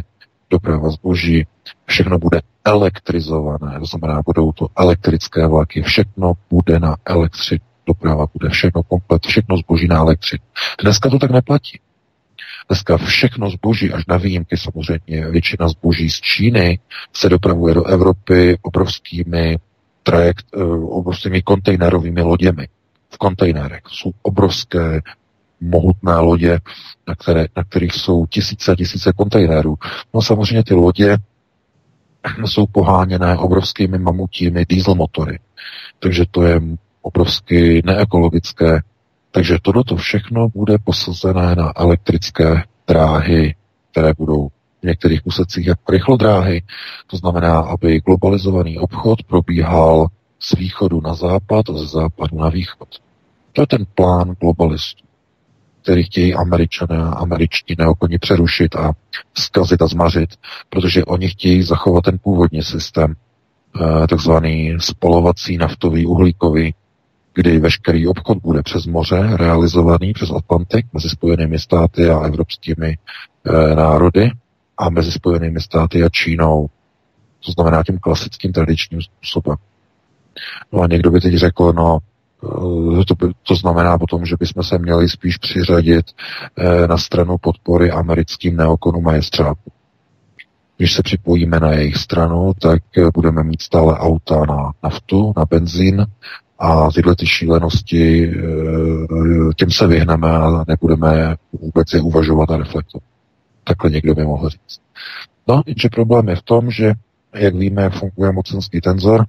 doprava zboží, všechno bude elektrizované, to znamená, budou to elektrické vlaky, všechno bude na elektřinu, doprava bude všechno komplet, všechno zboží na elektřinu. Dneska to tak neplatí. Dneska všechno zboží, až na výjimky samozřejmě, většina zboží z Číny se dopravuje do Evropy obrovskými trajekt, obrovskými kontejnerovými loděmi. V kontejnerech jsou obrovské mohutné lodě, na, které, na kterých jsou tisíce a tisíce kontejnerů. No samozřejmě ty lodě jsou poháněné obrovskými mamutími dieselmotory. Takže to je obrovsky neekologické. Takže toto všechno bude posazené na elektrické dráhy, které budou v některých úsecích jako rychlodráhy. To znamená, aby globalizovaný obchod probíhal z východu na západ a ze západu na východ. To je ten plán globalistů, který chtějí Američané a američtí neokoni přerušit a zkazit a zmařit, protože oni chtějí zachovat ten původní systém, takzvaný spalovací naftový uhlíkový, kdy veškerý obchod bude přes moře realizovaný přes Atlantik mezi Spojenými státy a evropskými e, národy a mezi Spojenými státy a Čínou. To znamená tím klasickým tradičním způsobem. No a někdo by teď řekl, no to, to znamená potom, že bychom se měli spíš přiřadit e, na stranu podpory americkým neokonům a jestřábům. Když se připojíme na jejich stranu, tak budeme mít stále auta na naftu, na benzín a tyhle ty šílenosti, těm se vyhneme a nebudeme vůbec je uvažovat a reflektovat. Takhle někdo by mohl říct. No, jenže problém je v tom, že, jak víme, jak funguje mocenský tenzor,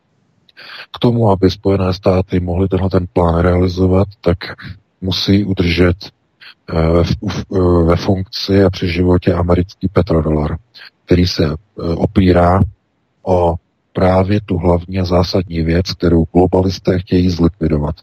k tomu, aby Spojené státy mohly tenhle ten plán realizovat, tak musí udržet ve, ve funkci a při životě americký petrodolar, který se opírá o právě tu hlavní a zásadní věc, kterou globalisté chtějí zlikvidovat.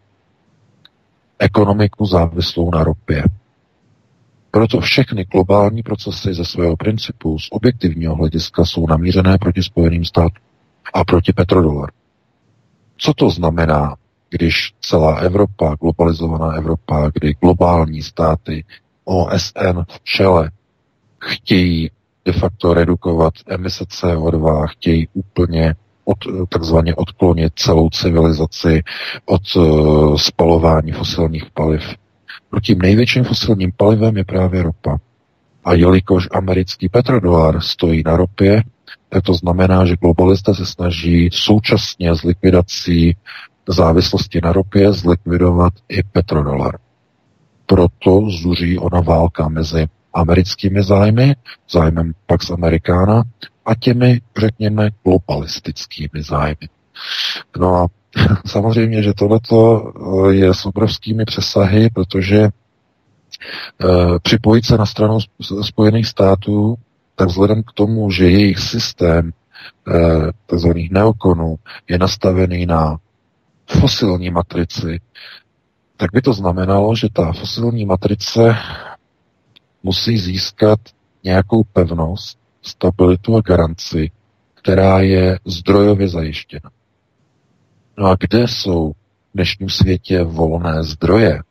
Ekonomiku závislou na ropě. Proto všechny globální procesy ze svého principu z objektivního hlediska jsou namířené proti Spojeným státům a proti petrodolaru. Co to znamená, když celá Evropa, globalizovaná Evropa, kdy globální státy O S N v čele chtějí de facto redukovat emise C O dva, chtějí úplně od, takzvaně odklonit celou civilizaci od uh, spalování fosilních paliv. Tím největším fosilním palivem je právě ropa. A jelikož americký petrodolar stojí na ropě, tak to znamená, že globalisté se snaží současně s likvidací závislosti na ropě zlikvidovat i petrodolar. Proto zuří ona válka mezi americkými zájmy, zájmem Pax Americana a těmi, řekněme, globalistickými zájmy. No a samozřejmě, že tohleto je s obrovskými přesahy, protože e, připojit se na stranu Spojených států, tak vzhledem k tomu, že jejich systém e, takzvaných neokonů je nastavený na fosilní matrici, tak by to znamenalo, že ta fosilní matrice musí získat nějakou pevnost, stabilitu a garanci, která je zdrojově zajištěna. No a kde jsou v dnešním světě volné zdroje?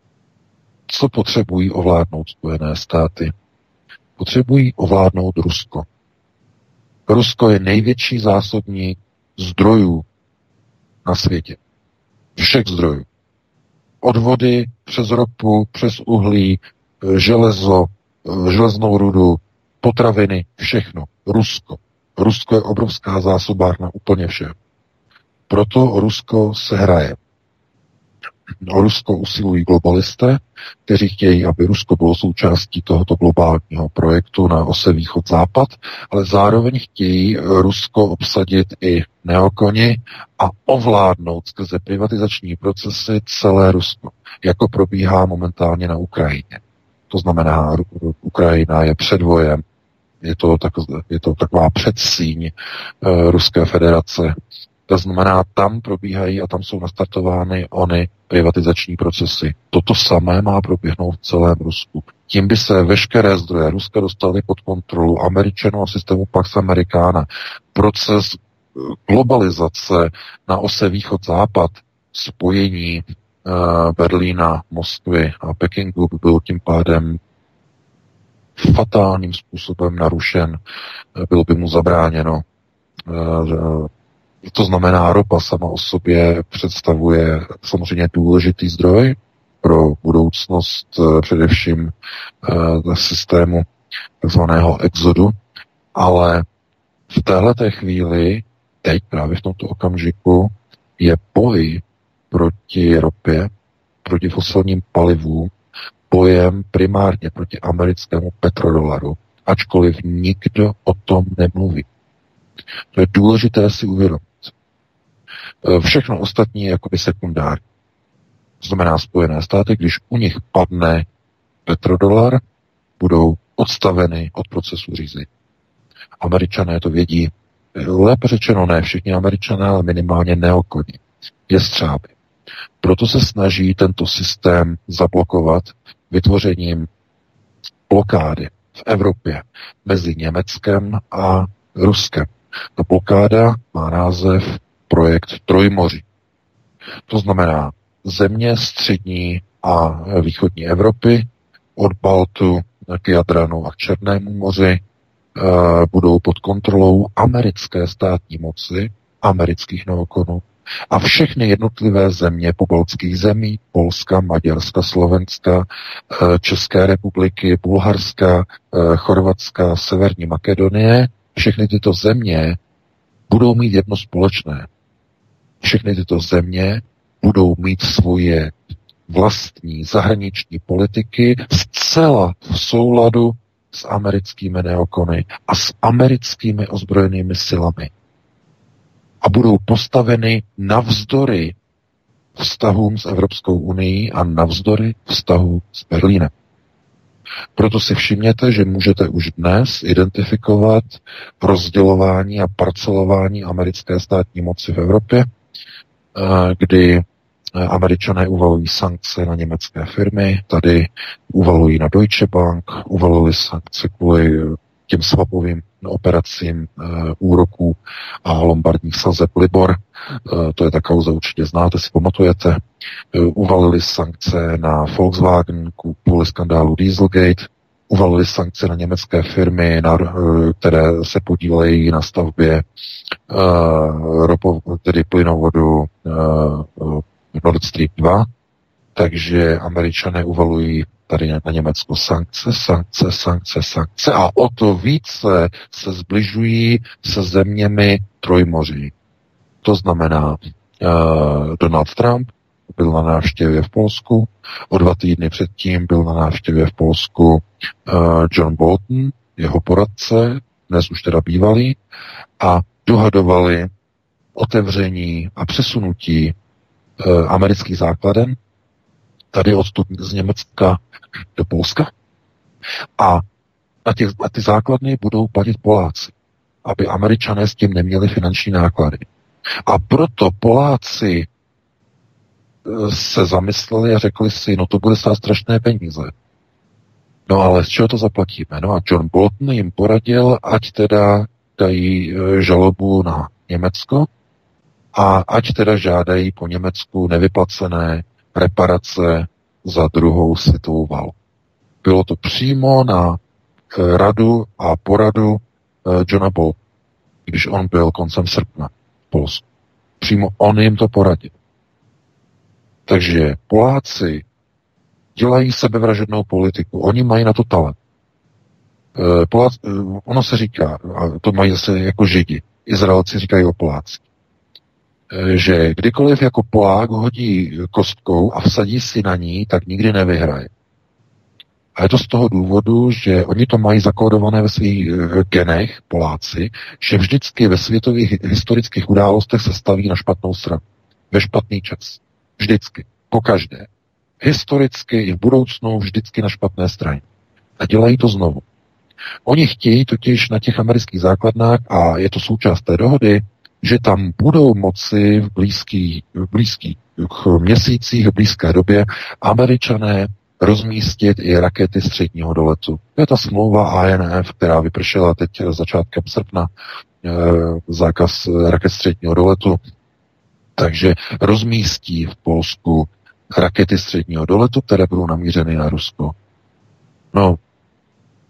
Co potřebují ovládnout Spojené státy? Potřebují ovládnout Rusko. Rusko je největší zásobník zdrojů na světě. Všech zdrojů. Od vody, přes ropu, přes uhlí, železo, železnou rudu, potraviny, všechno. Rusko. Rusko je obrovská zásobárna úplně všeho. Proto Rusko se hraje. O Rusko usilují globalisté, kteří chtějí, aby Rusko bylo součástí tohoto globálního projektu na ose východ-západ, ale zároveň chtějí Rusko obsadit i neokoni a ovládnout skrze privatizační procesy celé Rusko, jako probíhá momentálně na Ukrajině. To znamená, Ukrajina je předvojem, je to, tak, je to taková předsíň uh, Ruské federace. To znamená, tam probíhají a tam jsou nastartovány ony privatizační procesy. Toto samé má proběhnout v celém Rusku. Tím by se veškeré zdroje Ruska dostaly pod kontrolu Američanů a systému Pax Americana. Proces globalizace na ose východ-západ, spojení uh, Berlína, Moskvy a Pekingu by byl tím pádem fatálním způsobem narušen, bylo by mu zabráněno. To znamená, ropa sama o sobě představuje samozřejmě důležitý zdroj pro budoucnost především systému takzvaného exodu, ale v téhleté chvíli, teď právě v tomto okamžiku, je boj proti ropě, proti fosilním palivům, bojem primárně proti americkému petrodolaru, ačkoliv nikdo o tom nemluví. To je důležité si uvědomit. Všechno ostatní je jakoby sekundární. To znamená, Spojené státy, když u nich padne petrodolar, budou odstaveny od procesu řízení. Američané to vědí. Lépe řečeno ne všichni Američané, ale minimálně neokoní. Je střáby. Proto se snaží tento systém zablokovat vytvořením blokády v Evropě mezi Německem a Ruskem. Ta blokáda má název projekt Trojmoří. To znamená země střední a východní Evropy od Baltu k Jadranu a k Černému moři e, budou pod kontrolou americké státní moci, amerických neokonů a všechny jednotlivé země pobaltských zemí, Polska, Maďarska, Slovenska, e, České republiky, Bulharska, e, Chorvatska, Severní Makedonie, všechny tyto země budou mít jedno společné. Všechny tyto země budou mít svoje vlastní zahraniční politiky zcela v souladu s americkými neokony a s americkými ozbrojenými silami. A budou postaveny navzdory vztahům s Evropskou unií a navzdory vztahu s Berlínem. Proto si všimněte, že můžete už dnes identifikovat rozdělování a parcelování americké státní moci v Evropě, kdy Američané uvalují sankce na německé firmy, tady uvalují na Deutsche Bank, uvalili sankce kvůli těm swapovým operacím e, úroků a lombardních sazeb Libor. E, to je ta kauza, určitě znáte, si pamatujete. E, uvalili sankce na Volkswagen kvůli skandálu Dieselgate, uvalili sankce na německé firmy, na, které se podílejí na stavbě uh, ropo, tedy plynovodu uh, Nord Stream dva, takže Američané uvalují tady na Německo sankce, sankce, sankce, sankce a o to více se zbližují se zeměmi Trojmoří. To znamená, uh, Donald Trump byl na návštěvě v Polsku, o dva týdny předtím byl na návštěvě v Polsku uh, John Bolton, jeho poradce, dnes už teda bývalý, a dohadovali otevření a přesunutí uh, amerických základen tady odtud z Německa do Polska. A na, těch, na ty základny budou platit Poláci, aby Američané s tím neměli finanční náklady. A proto Poláci se zamysleli a řekli si, no to bude stát strašné peníze. No ale z čeho to zaplatíme? No a John Bolton jim poradil, ať teda dají žalobu na Německo a ať teda žádají po Německu nevyplacené reparace za druhou světovou válku. Bylo to přímo na radu a poradu Johna Boltona, když on byl koncem srpna v Polsku. Přímo on jim to poradil. Takže Poláci dělají sebevražednou politiku. Oni mají na to talent. Poláci, ono se říká, a to mají zase jako Židi, Izraelci říkají o Poláci, že kdykoliv jako Polák hodí kostkou a vsadí si na ní, tak nikdy nevyhraje. A je to z toho důvodu, že oni to mají zakódované ve svých genech, Poláci, že vždycky ve světových historických událostech se staví na špatnou stranu. Ve špatný čas. Vždycky. Pokaždé. Historicky i v budoucnu vždycky na špatné straně. A dělají to znovu. Oni chtějí totiž na těch amerických základnách, a je to součást té dohody, že tam budou moci v blízkých, v blízkých měsících, v blízké době Američané rozmístit i rakety středního doletu. To je ta smlouva A N F, která vypršela teď začátkem srpna, e, zákaz raket středního doletu. Takže rozmístí v Polsku rakety středního doletu, které budou namířeny na Rusko. No,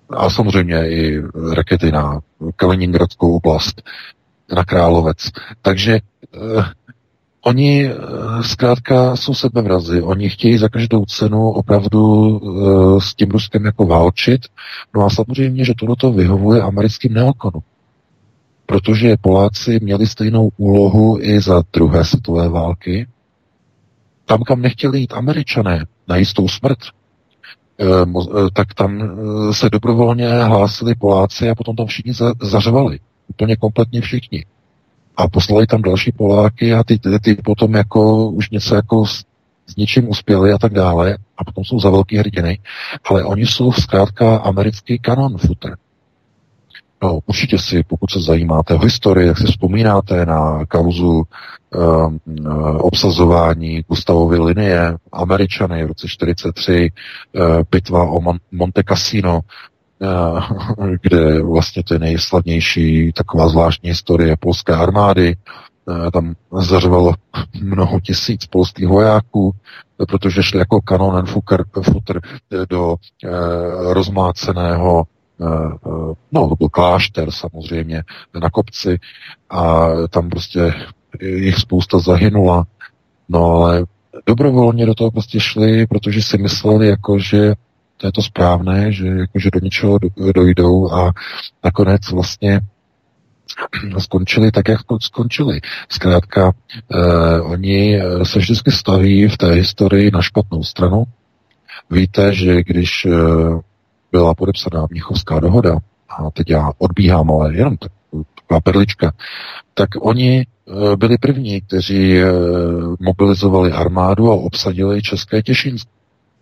a samozřejmě i rakety na Kaliningradskou oblast, na Královec. Takže eh, oni eh, zkrátka jsou sebevrazi, oni chtějí za každou cenu opravdu eh, s tím Ruskem jako válčit, no a samozřejmě, že tohleto vyhovuje americkým neokonům. Protože Poláci měli stejnou úlohu i za druhé světové války. Tam, kam nechtěli jít Američané na jistou smrt, tak tam se dobrovolně hlásili Poláci a potom tam všichni zařvali. Úplně kompletně všichni. A poslali tam další Poláky a ty, ty, ty potom jako už něco jako s, s ničím uspěli a tak dále. A potom jsou za velký hrdiny. Ale oni jsou zkrátka americký kanon footer. No, určitě si, pokud se zajímáte o historii, jak si vzpomínáte na kauzu um, obsazování Gustavovy linie, Američany v roce čtyřicet tři, uh, bitva o Mon- Monte Cassino, uh, kde vlastně to je nejslavnější taková zvláštní historie polské armády. Uh, tam zařvalo mnoho tisíc polských vojáků, protože šli jako kanonen futter do uh, rozmáceného no, to byl klášter samozřejmě na kopci a tam prostě jich spousta zahynula, no ale dobrovolně do toho prostě šli, protože si mysleli, jako, že to je to správné, že, jako, že do něčeho dojdou a nakonec vlastně skončili tak, jak skončili. Zkrátka, eh, oni se vždycky staví v té historii na špatnou stranu. Víte, že když eh, byla podepsaná Mnichovská dohoda, a teď já odbíhám, ale jenom taková perlička, tak oni byli první, kteří mobilizovali armádu a obsadili České Těšínsko.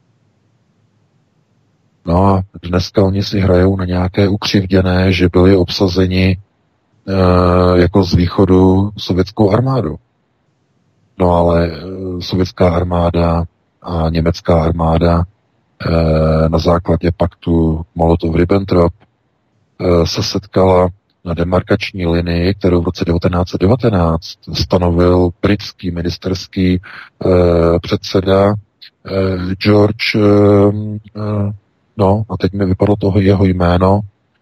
No a dneska oni si hrajou na nějaké ukřivděné, že byli obsazeni jako z východu sovětskou armádu. No ale sovětská armáda a německá armáda na základě paktu Molotov-Ribbentrop se setkala na demarkační linii, kterou v roce devatenáct set devatenáct stanovil britský ministerský předseda George, no a teď mi vypadlo toho jeho jméno,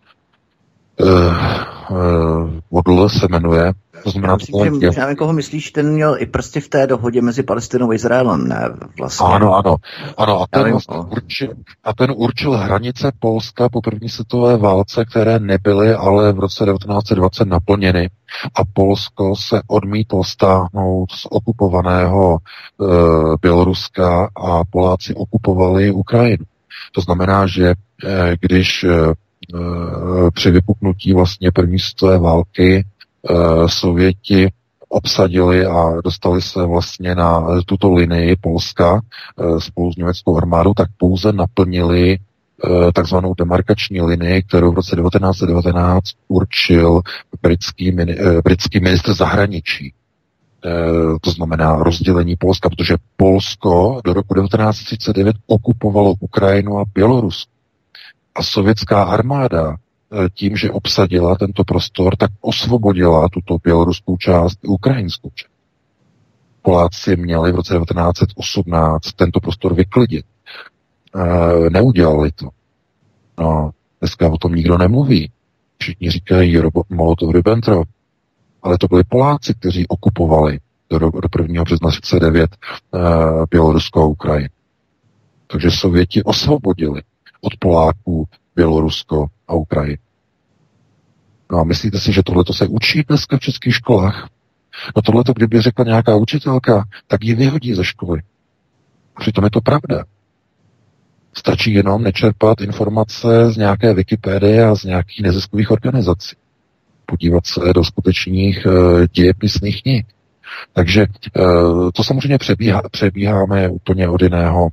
Wadl se jmenuje. To znamená, myslím, že možná koho myslíš, ten měl i prostě v té dohodě mezi Palestinou a Izraelem, ne? Vlastně. Ano, ano. ano a, ten vlastně určil, a ten určil hranice Polska po první světové válce, které nebyly ale v roce devatenáct set dvacet naplněny. A Polsko se odmítlo stáhnout z okupovaného e, Běloruska a Poláci okupovali Ukrajinu. To znamená, že e, když e, při vypuknutí vlastně první světové války Sověti obsadili a dostali se vlastně na tuto linii Polska spolu s německou armádou, tak pouze naplnili takzvanou demarkační linii, kterou v roce devatenáct set devatenáct určil britský, britský ministr zahraničí. To znamená rozdělení Polska, protože Polsko do roku devatenáct set třicet devět okupovalo Ukrajinu a Bělorusko. A sovětská armáda tím, že obsadila tento prostor, tak osvobodila tuto běloruskou část i ukrajinskou část. Poláci měli v roce devatenáct set osmnáct tento prostor vyklidit. E, neudělali to. No, dneska o tom nikdo nemluví. Všichni říkají Molotov-Ribbentrop, ale to byli Poláci, kteří okupovali do, do prvního března třicet devět e, Bělorusko a Ukrajinu. Takže Sověti osvobodili od Poláků Bělorusko a Ukrajinu. No a myslíte si, že tohleto se učí dneska v českých školách? No tohleto, kdyby řekla nějaká učitelka, tak ji vyhodí ze školy. Přitom je to pravda. Stačí jenom nečerpat informace z nějaké Wikipedie a z nějakých neziskových organizací. Podívat se do skutečných uh, dějepisných knih. Takže uh, to samozřejmě přebíhá, přebíháme úplně od jiného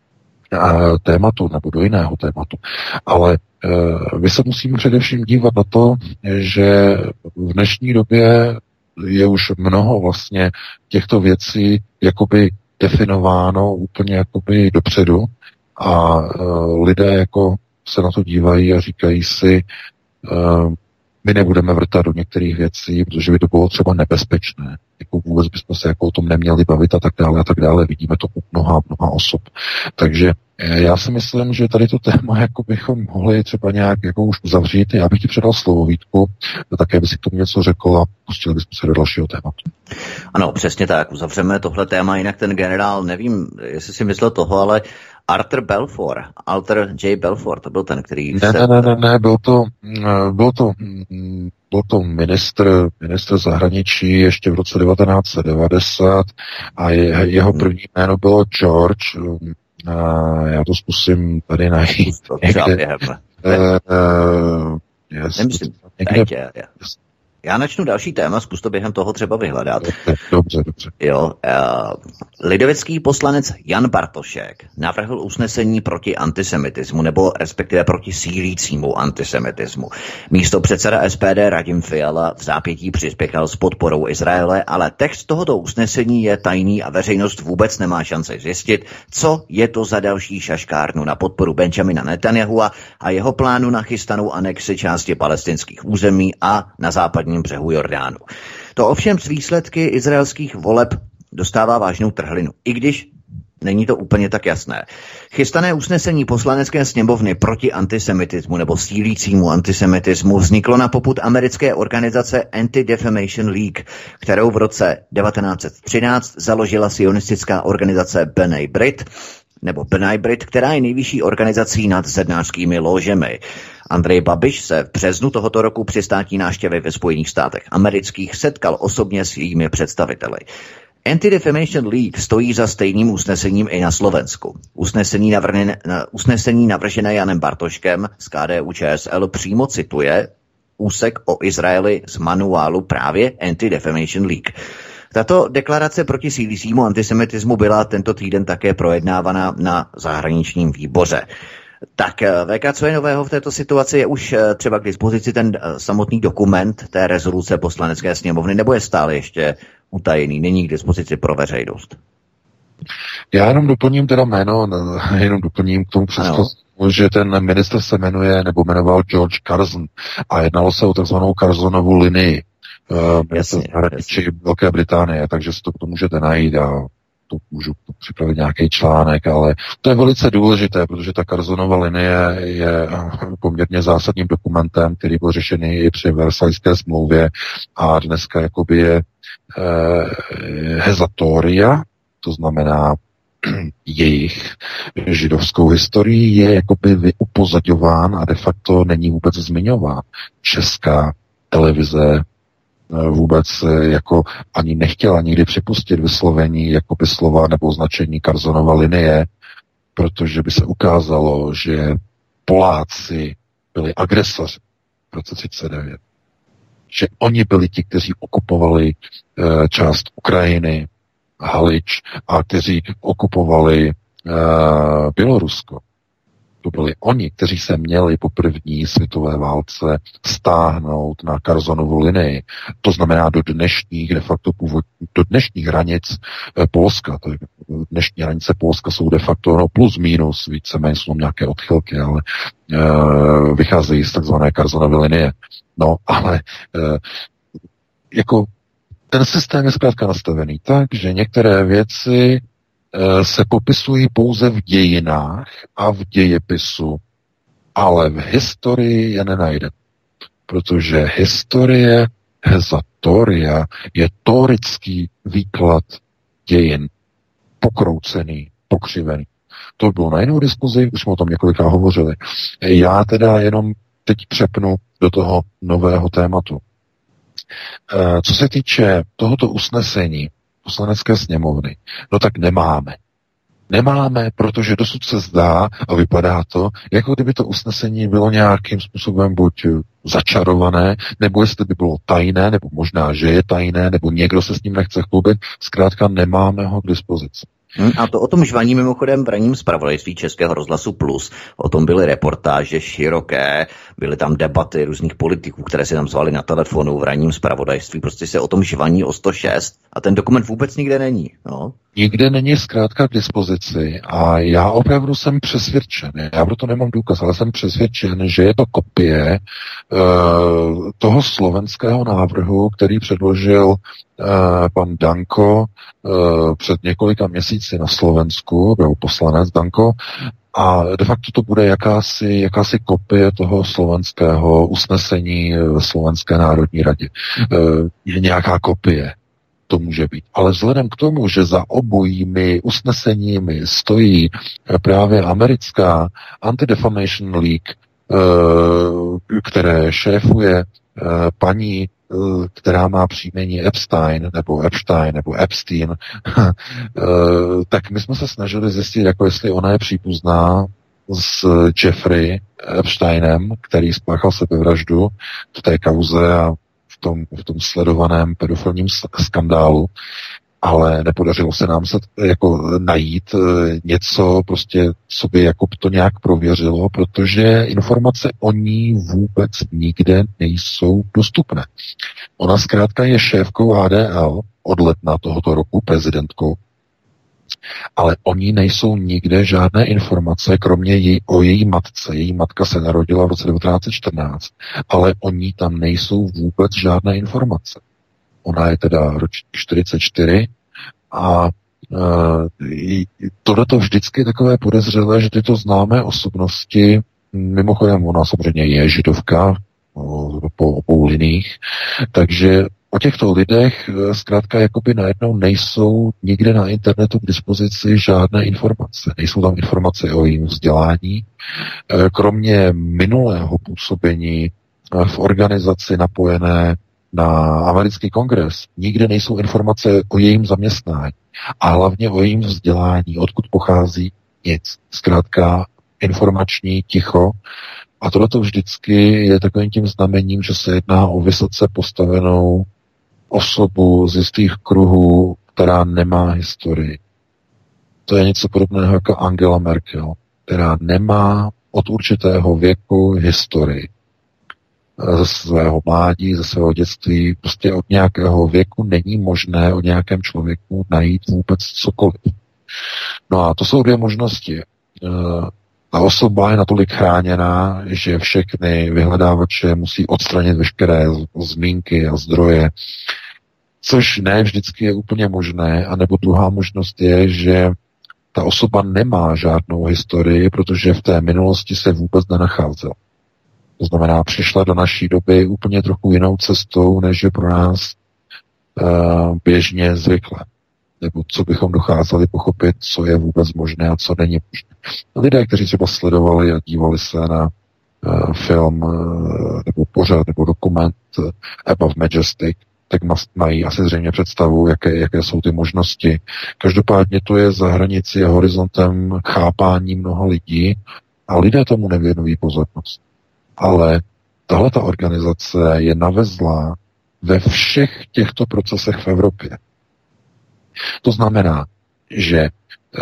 tématu nebo do jiného tématu. Ale e, my se musíme především dívat na to, že v dnešní době je už mnoho vlastně těchto věcí jakoby definováno úplně jakoby dopředu a e, lidé jako se na to dívají a říkají si, e, my nebudeme vrtat do některých věcí, protože by to bylo třeba nebezpečné. Jako vůbec bychom se jako o tom neměli bavit a tak dále a tak dále. Vidíme to u mnoha, mnoha osob. Takže já si myslím, že tady to téma jako bychom mohli třeba nějak jako už uzavřít. Já bych ti předal slovo, Vítku, také by si k tomu něco řekl a pustili bychom se do dalšího tématu. Ano, přesně tak. Uzavřeme tohle téma, jinak ten generál, nevím, jestli si myslel toho, ale Arthur Balfour, Arthur J. Balfour, to byl ten, který... Ne, se... ne, ne, ne, ne, byl to, byl to, byl to ministr, ministr zahraničí ještě v roce devatenáct set devadesát a je, jeho první jméno bylo George, a já to zkusím tady najít. To třeba během. Uh, yes, Nemyslím, někde... dajte, já. Já načnu další téma, zkus to během toho třeba vyhledat. Dobře, dobře. Jo, uh, lidovecký poslanec Jan Bartošek navrhl usnesení proti antisemitismu, nebo respektive proti sílícímu antisemitismu. Místo předseda S P D Radim Fiala v zápětí přispěchal s podporou Izraele, ale text tohoto usnesení je tajný a veřejnost vůbec nemá šanci zjistit, co je to za další šaškárnu na podporu Benjamina Netanyahua a jeho plánu na chystanou anexi části palestinských území a na západní břehu Jordánu. To ovšem z výsledky izraelských voleb dostává vážnou trhlinu, i když není to úplně tak jasné. Chystané usnesení poslanecké sněmovny proti antisemitismu nebo sílícímu antisemitismu vzniklo na popud americké organizace Anti-Defamation League, kterou v roce devatenáct set třináct založila sionistická organizace B'nai Brit, nebo B'nai Brit, která je nejvyšší organizací nad zednářskými lóžemi. Andrej Babiš se v březnu tohoto roku při státní návštěvě ve Spojených státech amerických setkal osobně s jejími představiteli. Anti-Defamation League stojí za stejným usnesením i na Slovensku. Usnesení, navrne, usnesení navržené Janem Bartoškem z K D U Č S L přímo cituje úsek o Izraeli z manuálu právě Anti-Defamation League. Tato deklarace proti sílícímu antisemitismu byla tento týden také projednávána na zahraničním výboře. Tak V K, co je nového v této situaci? Je už třeba k dispozici ten samotný dokument té rezoluce poslanecké sněmovny, nebo je stále ještě utajený, není k dispozici pro veřejnost? Já jenom doplním teda jméno, jenom doplním k tomu přesto, že ten minister se jmenuje, nebo jmenoval George Curzon a jednalo se o takzvanou Curzonovu linii. Minister zahraničí Velké Británie, takže si to potom můžete najít a to můžu připravit nějaký článek, ale to je velice důležité, protože ta Curzonova linie je poměrně zásadním dokumentem, který byl řešený i při Versajské smlouvě a dneska jakoby je eh, hezatoria, to znamená jejich židovskou historii je jakoby vyupozadňován a de facto není vůbec zmiňován. Česká televize vůbec jako ani nechtěla nikdy připustit vyslovení jakoby slova nebo označení Curzonova linie, protože by se ukázalo, že Poláci byli agresoři v roce třicet devět. Že oni byli ti, kteří okupovali e, část Ukrajiny, Halič a kteří okupovali e, Bělorusko. To byli oni, kteří se měli po první světové válce stáhnout na Curzonovu linii. To znamená do dnešních, de facto původ, do dnešních hranic eh, Polska. To je, dnešní hranice Polska jsou de facto no, plus minus, víceméně jsou nějaké odchylky, ale eh, vycházejí z takzvané Curzonovy linie. No, ale eh, jako ten systém je zkrátka nastavený tak, že některé věci se popisují pouze v dějinách a v dějepisu, ale v historii je nenajde. Protože historie, hezatoria, je tórický výklad dějin. Pokroucený, pokřivený. To bylo na jinou diskuzi, už jsme o tom několikrát hovořili. Já teda jenom teď přepnu do toho nového tématu. Co se týče tohoto usnesení Poslanecké sněmovny, no tak nemáme. Nemáme, protože dosud se zdá a vypadá to, jako kdyby to usnesení bylo nějakým způsobem buď začarované, nebo jestli by bylo tajné, nebo možná, že je tajné, nebo někdo se s ním nechce chlubit. Zkrátka nemáme ho k dispozici. A to o tom žvaní mimochodem v ranním zpravodajství Českého rozhlasu Plus. O tom byly reportáže široké, byly tam debaty různých politiků, které si tam zvali na telefonu v ranním zpravodajství. Prostě se o tom žvaní o sto šest a ten dokument vůbec nikde není. No. Nikde není zkrátka k dispozici a já opravdu jsem přesvědčen, já proto nemám důkaz, ale jsem přesvědčen, že je to kopie uh, toho slovenského návrhu, který předložil uh, pan Danko uh, před několika měsíci na Slovensku, byl poslanec Danko, a de facto to bude jakási, jakási kopie toho slovenského usnesení v Slovenské národní radě. Uh, je nějaká kopie. To může být. Ale vzhledem k tomu, že za obojími usneseními stojí právě americká Anti-Defamation League, které šéfuje paní, která má příjmení Epstein, nebo Epstein, nebo Epstein, tak my jsme se snažili zjistit, jako jestli ona je příbuzná s Jeffrey Epsteinem, který spáchal sebevraždu v té kauze a v tom, v tom sledovaném pedofilním skandálu, ale nepodařilo se nám se jako najít něco prostě, co by jako to nějak prověřilo, protože informace o ní vůbec nikde nejsou dostupné. Ona zkrátka je šéfkou H D L od ledna tohoto roku, prezidentkou, ale o ní nejsou nikde žádné informace, kromě jej, o její matce. Její matka se narodila v roce devatenáct set čtrnáct, ale o ní tam nejsou vůbec žádné informace. Ona je teda ročník čtyřicet čtyři a e, tohleto vždycky je takové podezřelé, že tyto známé osobnosti, mimochodem ona samozřejmě je židovka po obou liních, takže o těchto lidech zkrátka jakoby najednou nejsou nikde na internetu k dispozici žádné informace. Nejsou tam informace o jejím vzdělání. Kromě minulého působení v organizaci napojené na americký kongres, nikde nejsou informace o jejím zaměstnání a hlavně o jejím vzdělání, odkud pochází, nic. Zkrátka informační ticho. A tohleto vždycky je takovým tím znamením, že se jedná o vysoce postavenou osobu z jistých kruhů, která nemá historii. To je něco podobného jako Angela Merkel, která nemá od určitého věku historii. Ze svého mládí, ze svého dětství, prostě od nějakého věku není možné o nějakém člověku najít vůbec cokoliv. No a to jsou dvě možnosti. Ta osoba je natolik chráněná, že všechny vyhledávače musí odstranit veškeré zmínky a zdroje, což ne vždycky je úplně možné, anebo druhá možnost je, že ta osoba nemá žádnou historii, protože v té minulosti se vůbec nenacházela. To znamená, přišla do naší doby úplně trochu jinou cestou, než je pro nás uh, běžně zvyklé. Nebo co bychom dokázali pochopit, co je vůbec možné a co není možné. Lidé, kteří třeba sledovali a dívali se na uh, film uh, nebo pořad nebo dokument uh, Above Majestic, tak mají asi zřejmě představu, jaké, jaké jsou ty možnosti. Každopádně to je za hranici a horizontem chápání mnoha lidí a lidé tomu nevěnují pozornost. Ale tahleta organizace je navezlá ve všech těchto procesech v Evropě. To znamená, že e,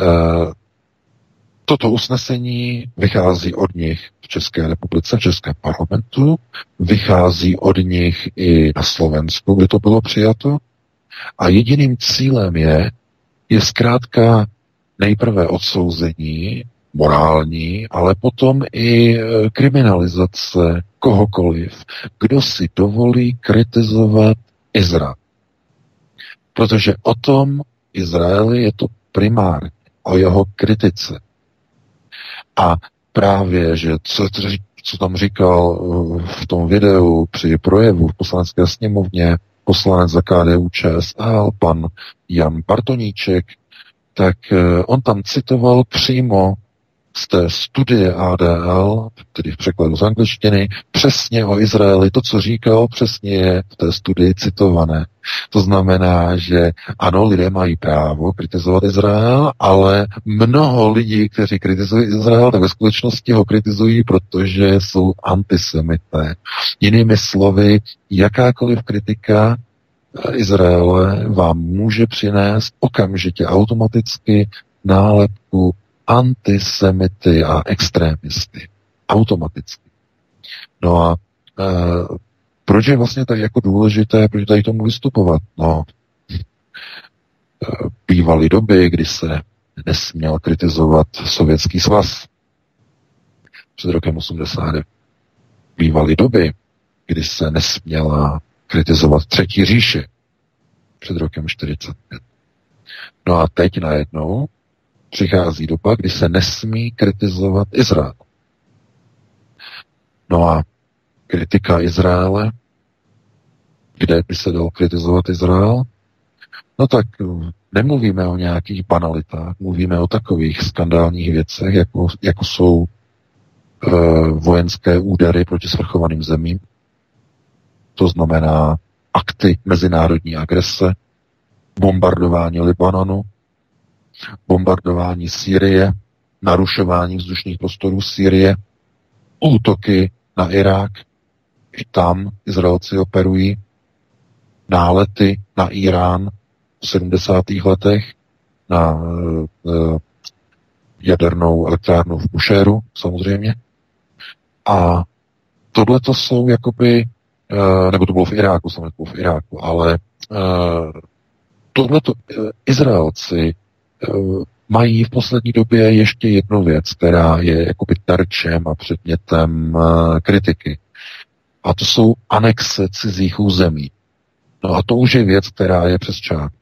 toto usnesení vychází od nich v České republice, v Českém parlamentu, vychází od nich i na Slovensku, kde to bylo přijato. A jediným cílem je, je zkrátka nejprve odsouzení morální, ale potom i kriminalizace kohokoliv, kdo si dovolí kritizovat Izrael. Protože o tom Izraeli je to primárně, o jeho kritice. A právě, že co, co tam říkal v tom videu při projevu v poslanecké sněmovně poslanec za K D U Č S L, pan Jan Bartoníček, tak on tam citoval přímo z té studie A D L, tedy v překladu z angličtiny, přesně o Izraeli. To, co říkal, přesně je v té studii citované. To znamená, že ano, lidé mají právo kritizovat Izrael, ale mnoho lidí, kteří kritizují Izrael, tak ve skutečnosti ho kritizují, protože jsou antisemité. Jinými slovy, jakákoliv kritika Izraele vám může přinést okamžitě automaticky nálepku antisemity a extrémisty. Automaticky. No a e, proč je vlastně tak jako důležité, proč tady tomu vystupovat? No, e, bývaly doby, kdy se nesměl kritizovat Sovětský svaz před rokem osmdesát devět. Bývaly doby, kdy se nesměla kritizovat Třetí říši před rokem čtyřicet pět. No a teď najednou přichází doba, kdy se nesmí kritizovat Izrael. No a kritika Izraele, kde by se dal kritizovat Izrael? No tak nemluvíme o nějakých banalitách, mluvíme o takových skandálních věcech, jako, jako jsou e, vojenské údery proti svrchovaným zemím, to znamená akty mezinárodní agrese, bombardování Libanonu, bombardování Sýrie, narušování vzdušných prostorů Sýrie, útoky na Irák, i tam Izraelci operují, nálety na Irán v sedmdesátých letech, na uh, jadernou elektrárnu v Bushéru, samozřejmě. A tohle to jsou jakoby, uh, nebo to bylo v Iráku, samozřejmě to bylo v Iráku, ale uh, tohle to uh, Izraelci uh, mají v poslední době ještě jednu věc, která je jakoby terčem a předmětem uh, kritiky. A to jsou anexe cizích území. No a to už je věc, která je přes čáru.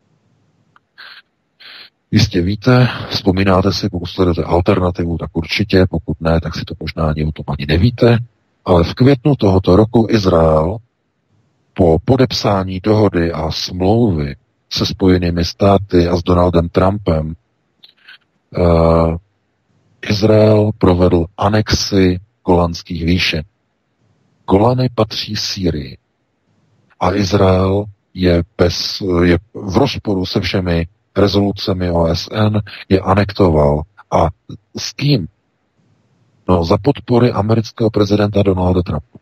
Jistě víte, vzpomínáte si, pokud sledujete alternativu, tak určitě, pokud ne, tak si to možná ani o tom ani nevíte, ale v květnu tohoto roku Izrael po podepsání dohody a smlouvy se Spojenými státy a s Donaldem Trumpem uh, Izrael provedl anexi Golanských výšin. Golany patří Sýrii a Izrael je, bez, je v rozporu se všemi rezolucemi O S N, je anektoval. A s kým? No, za podpory amerického prezidenta Donalda Trumpa,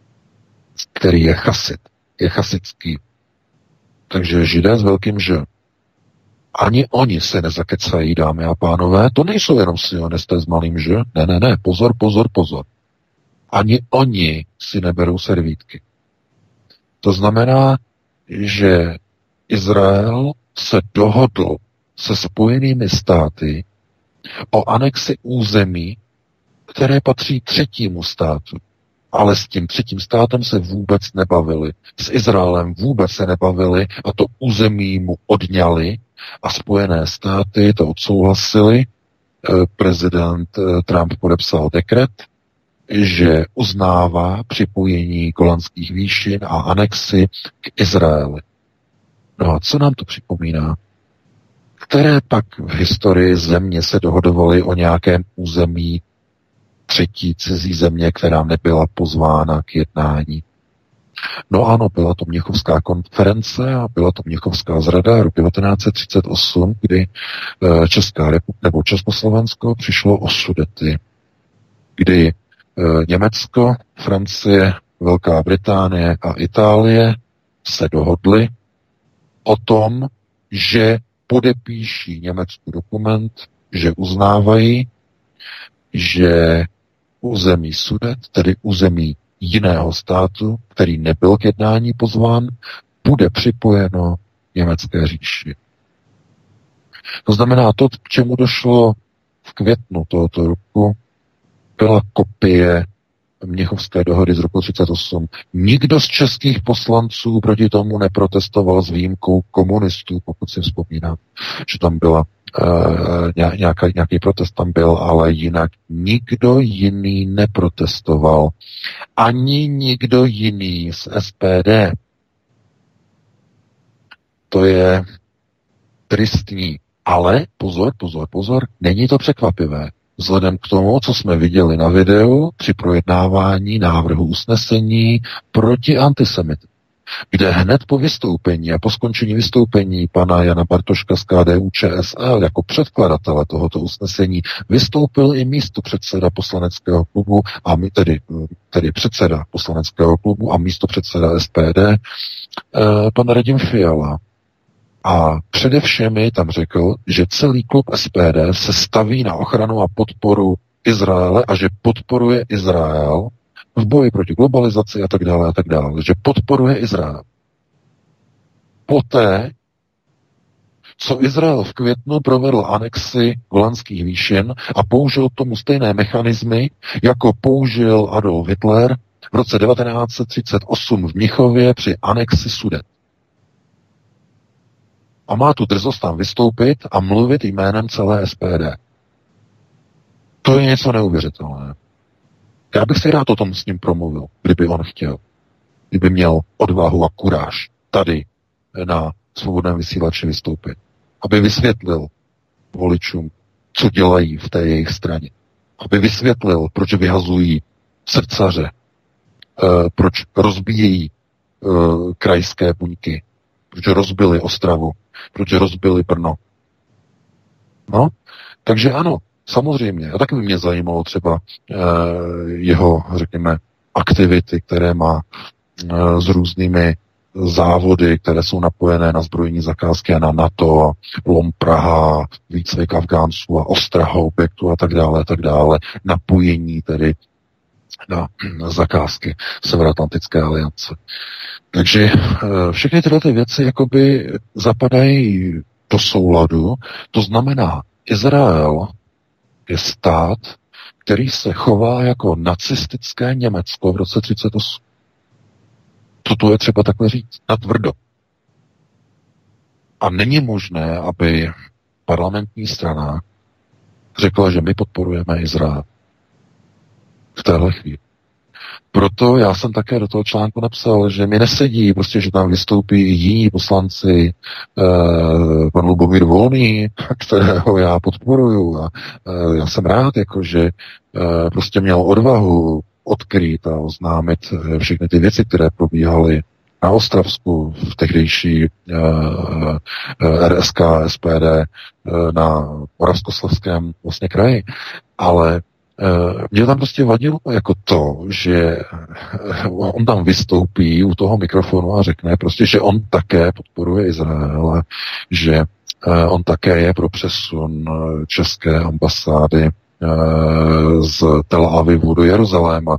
který je chasid, je chasidský. Takže Židé s velkým Ž. Ani oni se nezakecají, dámy a pánové, to nejsou jenom sionisté s malým Ž. Ne, ne, ne, pozor, pozor, pozor. Ani oni si neberou servítky. To znamená, že Izrael se dohodl se Spojenými státy o anexi území, které patří třetímu státu. Ale s tím třetím státem se vůbec nebavili. S Izraelem vůbec se nebavili a to území mu odňali a Spojené státy to odsouhlasili. Prezident Trump podepsal dekret, že uznává připojení Golanských výšin a anexi k Izraeli. No a co nám to připomíná? Které pak v historii země se dohodovaly o nějakém území třetí cizí země, která nebyla pozvána k jednání? No ano, byla to Mnichovská konference a byla to Mnichovská zrada roku devatenáct set třicet osm, kdy Česká republika nebo Československo přišlo o Sudety, kdy Německo, Francie, Velká Británie a Itálie se dohodly o tom, že podepíší Německu dokument, že uznávají, že území Sudet, tedy území jiného státu, který nebyl k jednání pozván, bude připojeno německé říši. To znamená, to, k čemu došlo v květnu tohoto roku, byla kopie Mnichovské dohody z roku třicet osm. Nikdo z českých poslanců proti tomu neprotestoval s výjimkou komunistů, pokud si vzpomínám, že tam byla uh, nějaká, nějaký protest tam byl, ale jinak nikdo jiný neprotestoval. Ani nikdo jiný z S P D. To je tristní. Ale pozor, pozor, pozor, není to překvapivé. Vzhledem k tomu, co jsme viděli na videu při projednávání návrhu usnesení proti antisemitismu. kde hned po vystoupení a po skončení vystoupení pana Jana Bartoška z K D U Č S L jako předkladatele tohoto usnesení vystoupil i místopředseda poslaneckého klubu a my tedy, tedy předseda poslaneckého klubu a místopředseda S P D, eh, pan Radim Fiala. A především mi tam řekl, že celý klub S P D se staví na ochranu a podporu Izraele a že podporuje Izrael v boji proti globalizaci a tak dále a tak dále, že podporuje Izrael. Poté, co Izrael v květnu provedl anexi Golanských výšin a použil tomu stejné mechanismy, jako použil Adolf Hitler v roce devatenáct set třicet osm v Mnichově při anexi Sudet. A má tu drzost tam vystoupit a mluvit jménem celé S P D. To je něco neuvěřitelné. Já bych si rád o tom s ním promluvil, kdyby on chtěl. Kdyby měl odvahu a kuráž tady na svobodném vysílači vystoupit. Aby vysvětlil voličům, co dělají v té jejich straně. Aby vysvětlil, proč vyhazují srdcaře, proč rozbíjejí krajské buňky, proč rozbili Ostravu, proč rozbili Brno. No, takže ano, samozřejmě. A taky by mě zajímalo třeba eh, jeho, řekněme, aktivity, které má eh, s různými závody, které jsou napojené na zbrojní zakázky a na NATO, Lom Praha, výcvik Afgánců a ostraha objektu a tak dále, a tak dále. Napojení tedy na, na zakázky Severoatlantické aliance. Takže eh, všechny tyhle ty věci jakoby zapadají do souladu. To znamená, Izrael je stát, který se chová jako nacistické Německo v roce třicet osm. Toto je třeba takhle říct, natvrdo. A není možné, aby parlamentní strana řekla, že my podporujeme Izrael v téhle chvíli. Proto já jsem také do toho článku napsal, že mi nesedí, prostě, že tam vystoupí jiní poslanci, eh, pan Lubomír Volný, kterého já podporuju a eh, já jsem rád, jako, že eh, prostě měl odvahu odkrýt a oznámit eh, všechny ty věci, které probíhaly na Ostravsku, v tehdejší eh, eh, R S K, S P D, eh, na Moravskoslezském vlastně kraji, ale mě tam prostě vadilo jako to, že on tam vystoupí u toho mikrofonu a řekne prostě, že on také podporuje Izrael a že on také je pro přesun české ambasády z Tel Avivu do Jeruzaléma.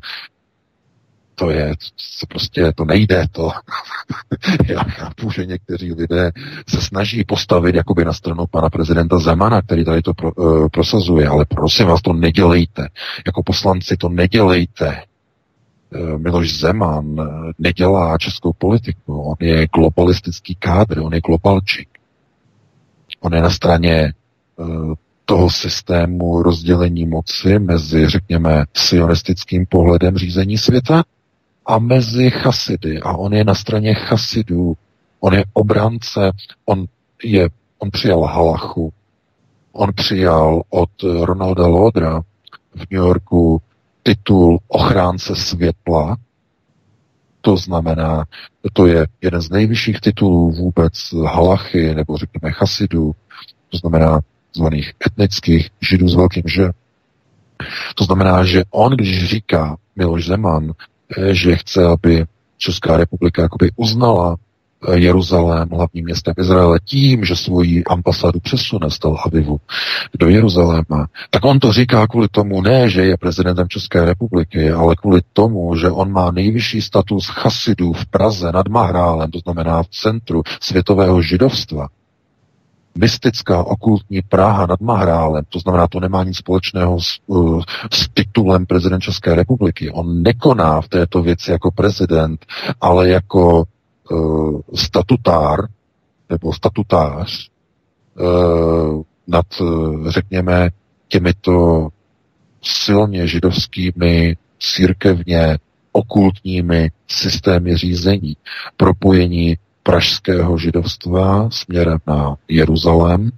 To je, to prostě, to nejde, to. Já chápu, že někteří lidé se snaží postavit jakoby na stranu pana prezidenta Zemana, který tady to pro, uh, prosazuje, ale prosím vás, to nedělejte. Jako poslanci to nedělejte. Uh, Miloš Zeman nedělá českou politiku, on je globalistický kádr, on je globalčik. On je na straně uh, toho systému rozdělení moci mezi, řekněme, sionistickým pohledem řízení světa a mezi chasidy. A on je na straně chasidů. On je obránce, on, je, on přijal halachu. On přijal od Ronalda Lodra v New Yorku titul ochránce světla. To znamená, to je jeden z nejvyšších titulů vůbec halachy, nebo řekněme chasidů. To znamená zvaných etnických židů s velkým Ž. To znamená, že on, když říká Miloš Zeman, že chce, aby Česká republika jakoby uznala Jeruzalém hlavním městem Izraele tím, že svoji ambasádu přesune z Tel Avivu do Jeruzaléma, tak on to říká kvůli tomu ne, že je prezidentem České republiky, ale kvůli tomu, že on má nejvyšší status chasidů v Praze nad Mahrálem, to znamená v centru světového židovstva. Mystická okultní Praha nad Mahrálem, to znamená, to nemá nic společného s, uh, s titulem prezident České republiky. On nekoná v této věci jako prezident, ale jako uh, statutár nebo statutář uh, nad, uh, řekněme, těmito silně židovskými, církevně okultními systémy řízení, propojení pražského židovstva směrem na Jeruzalém,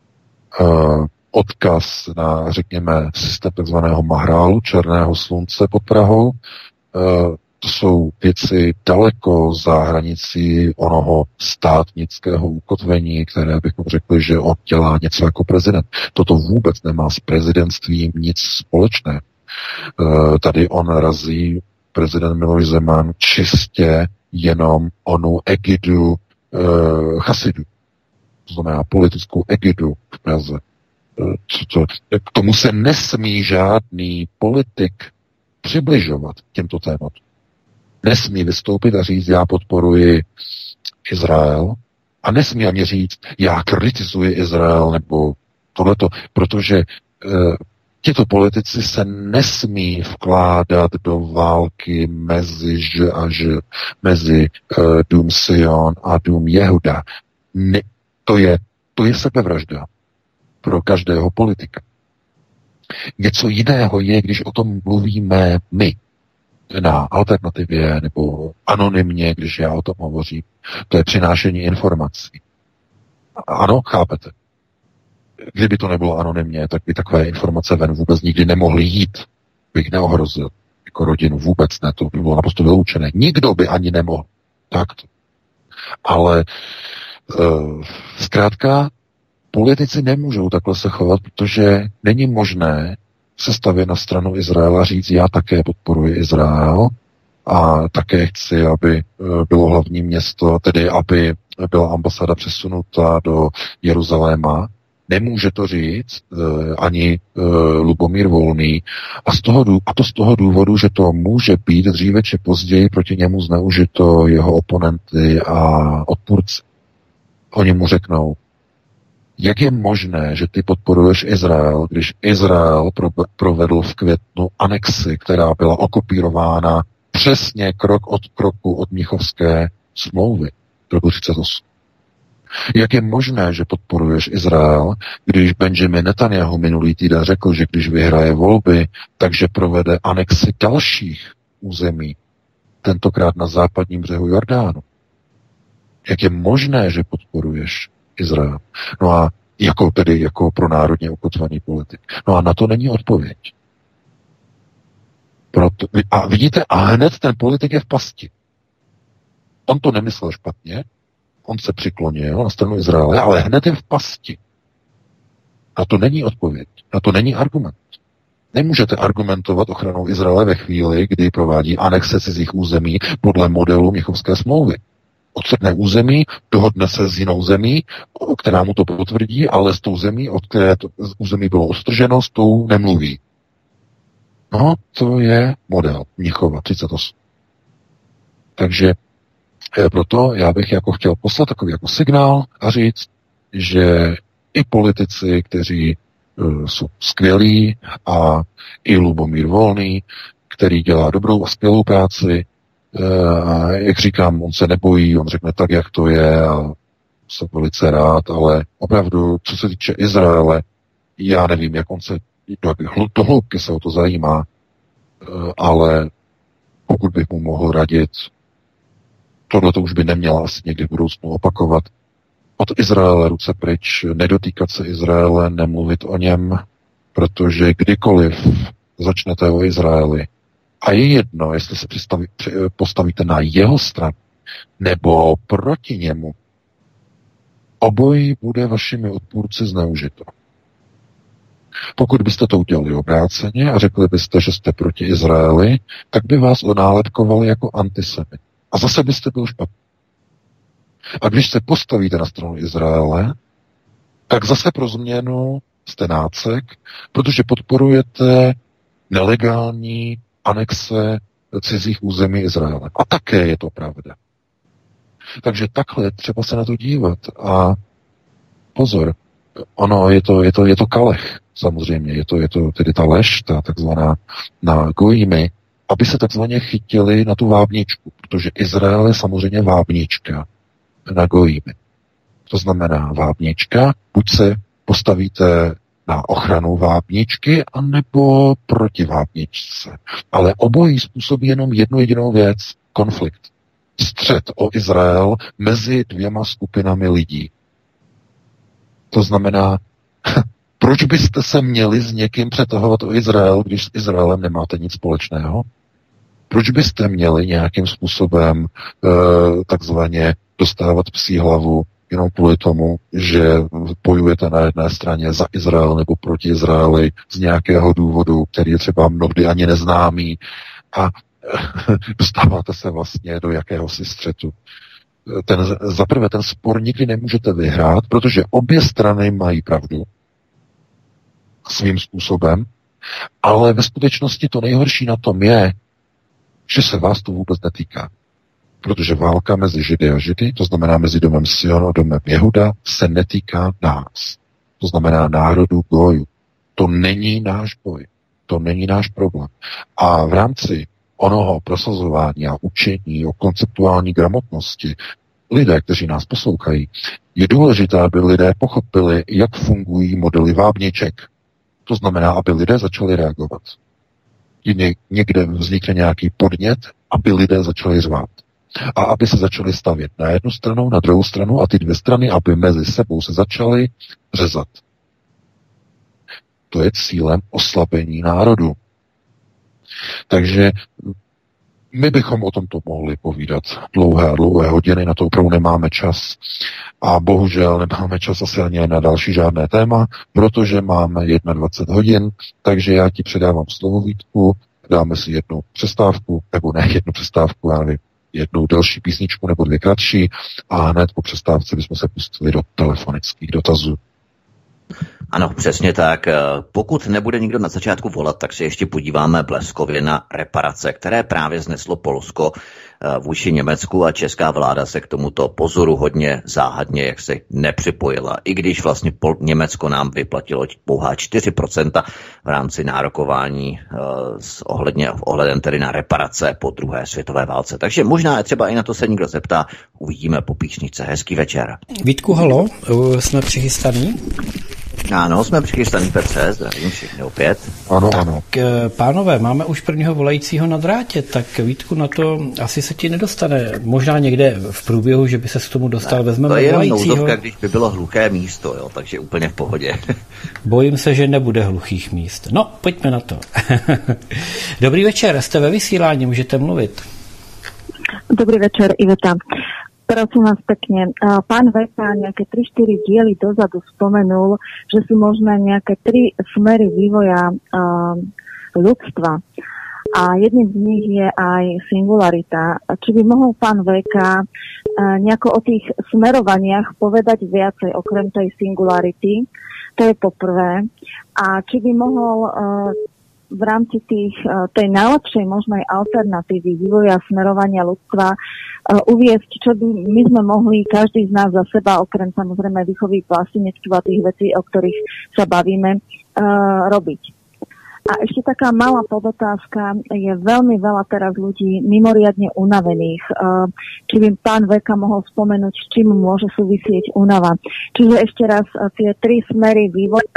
odkaz na, řekněme, systém takzvaného Mahrálu, černého slunce pod Prahou, To jsou věci daleko za hranicí onoho státnického ukotvení, které bychom řekli, že on dělá něco jako prezident. Toto vůbec nemá s prezidentstvím nic společného. Tady on razí prezident Miloš Zeman čistě jenom onu egidu uh, Chasidu. To znamená politickou egidu v Praze. Co to, k tomu se nesmí žádný politik přibližovat těmto tématům. Nesmí vystoupit a říct, já podporuji Izrael, a nesmí ani říct, já kritizuji Izrael nebo tohleto, protože e, tito politici se nesmí vkládat do války mezi Ž a Ž, mezi e, dům Sion a dům Jehuda. Ne, to je, to je sebevražda pro každého politika. Něco jiného je, když o tom mluvíme my na alternativě nebo anonymně, když já o tom hovořím. To je přinášení informací. Ano, chápete? Kdyby to nebylo anonymně, tak by takové informace ven vůbec nikdy nemohly jít. Bych neohrozil jako rodinu, vůbec ne, to by bylo naprosto vyloučené. Nikdo by ani nemohl. Takto. Ale uh, zkrátka politici nemůžou takhle se chovat, protože není možné se stavět na stranu Izraela a říct, já také podporuji Izrael a také chci, aby bylo hlavní město, tedy aby byla ambasáda přesunuta do Jeruzaléma. Nemůže to říct eh, ani eh, Lubomír Volný. A, z toho, a to z toho důvodu, že to může být dříve či později proti němu zneužito jeho oponenty a odpůrci. Oni mu řeknou, jak je možné, že ty podporuješ Izrael, když Izrael provedl v květnu anexi, která byla okopírována přesně krok od kroku od Mnichovské smlouvy roku třicet osm. Jak je možné, že podporuješ Izrael, když Benjamin Netanyahu minulý týden řekl, že když vyhraje volby, takže provede anexi dalších území, tentokrát na západním břehu Jordánu. Jak je možné, že podporuješ Izrael? No a jako tedy jako pro národně ukotvený politik. No a na to není odpověď. Proto, a vidíte, a hned ten politik je v pasti. On to nemyslel špatně, on se přiklonil na stranu Izraele, ale hned je v pasti. A to není odpověď. A to není argument. Nemůžete argumentovat ochranou Izraele ve chvíli, kdy provádí anexe cizích území podle modelu Mnichovské smlouvy. Odsedne území, dohodne se s jinou zemí, která mu to potvrdí, ale s tou zemí, od které to území bylo odstrženo, s tou nemluví. No, to je model Mnichova třicet osm. Takže proto já bych jako chtěl poslat takový jako signál a říct, že i politici, kteří uh, jsou skvělí, a i Lubomír Volný, který dělá dobrou a skvělou práci, uh, jak říkám, on se nebojí, on řekne tak, jak to je, a jsem velice rád, ale opravdu, co se týče Izraele, já nevím, jak on se do hloubky se o to zajímá, uh, ale pokud bych mu mohl radit, tohle to už by neměla asi někdy v budoucnu opakovat. Od Izraele ruce pryč, nedotýkat se Izraele, nemluvit o něm, protože kdykoliv začnete o Izraeli, a je jedno, jestli se přistaví, postavíte na jeho stranu, nebo proti němu, obojí bude vašimi odpůrci zneužito. Pokud byste to udělali obráceně a řekli byste, že jste proti Izraeli, tak by vás onálepkovali jako antisemit. A zase byste byl špatný. A když se postavíte na stranu Izraele, tak zase pro změnu jste nácek, protože podporujete nelegální anexe cizích území Izraele. A také je to pravda. Takže takhle třeba se na to dívat. A pozor, ono je to, je to, je to kalech, samozřejmě. Je to, je to tedy ta lež, ta takzvaná na gojimy, aby se takzvaně chytili na tu vábničku, protože Izrael je samozřejmě vábnička na gojimy. To znamená vábnička, buď se postavíte na ochranu vábničky, anebo proti vábničce. Ale obojí způsobí jenom jednu jedinou věc, konflikt. Střet o Izrael mezi dvěma skupinami lidí. To znamená, proč byste se měli s někým přetahovat o Izrael, když s Izraelem nemáte nic společného? Proč byste měli nějakým způsobem e, takzvaně dostávat psí hlavu jenom kvůli tomu, že bojujete na jedné straně za Izrael nebo proti Izraeli z nějakého důvodu, který je třeba mnohdy ani neznámý a dostáváte se vlastně do jakéhosi střetu. Ten, zaprvé ten spor nikdy nemůžete vyhrát, protože obě strany mají pravdu svým způsobem, ale ve skutečnosti to nejhorší na tom je, že se vás to vůbec netýká. Protože válka mezi Židy a Židy, to znamená mezi domem Sion a domem Jehuda, se netýká nás. To znamená národu Goju. To není náš boj. To není náš problém. A v rámci onoho prosazování a učení o konceptuální gramotnosti lidé, kteří nás poslouchají, je důležité, aby lidé pochopili, jak fungují modely vábniček. To znamená, aby lidé začali reagovat. Někde vznikne nějaký podnět, aby lidé začali řvát. A aby se začali stavět na jednu stranu, na druhou stranu a ty dvě strany, aby mezi sebou se začaly řezat. To je cílem oslabení národu. Takže my bychom o tomto mohli povídat dlouhé a dlouhé hodiny, na to opravdu nemáme čas. A bohužel nemáme čas asi ani na další žádné téma, protože máme dvacet jedna hodin, takže já ti předávám slovo, Vítku, dáme si jednu přestávku, nebo ne jednu přestávku, já nevím, jednu delší písničku nebo dvě kratší a hned po přestávce bychom se pustili do telefonických dotazů. Ano, přesně tak. Pokud nebude nikdo na začátku volat, tak se ještě podíváme bleskově na reparace, které právě zneslo Polsko vůči Německu a česká vláda se k tomuto pozoru hodně záhadně jak se nepřipojila. I když vlastně Pol- Německo nám vyplatilo pouhá čtyři procenta v rámci nárokování uh, s ohledně, ohledem tedy na reparace po druhé světové válce. Takže možná třeba i na to se někdo zeptá. Uvidíme po písničce. Hezký večer. Vítku, halo, jsme přichystaný? Ano, jsme přichystaný, Petře, zdravím všechny opět. Ano, ano. Tak, pánové, máme už prvního volajícího na drátě, tak Vítku, na to asi se ti nedostane. Možná někde v průběhu, že by se k tomu dostal, vezmeme volajícího. To je jenom nouzovka, když by bylo hluché místo, jo, takže úplně v pohodě. Bojím se, že nebude hluchých míst. No, pojďme na to. Dobrý večer, jste ve vysílání, můžete mluvit. Dobrý večer, Iveta. Prosím vás pekne, pán Veka nejaké tri štyri diely dozadu spomenul, že sú možné nejaké tri smery vývoja uh, ľudstva. A jedným z nich je aj singularita. Či by mohol pán Veka uh, nejako o tých smerovaniach povedať viacej okrem tej singularity? To je poprvé. A či by mohol uh, v rámci tých, tej najlepšej možnej alternatívy vývoja smerovania ľudstva uh, uviesť, čo by my sme mohli každý z nás za seba, okrem samozrejme výchovy vlastníctva a tých vecí, o ktorých sa bavíme, uh, robiť. A ešte taká malá podotázka, je veľmi veľa teraz ľudí mimoriadne unavených. Uh, či by pán Veka mohol spomenúť, s čím môže súvisieť únava. Čiže ešte raz uh, tie tri smery vývoja,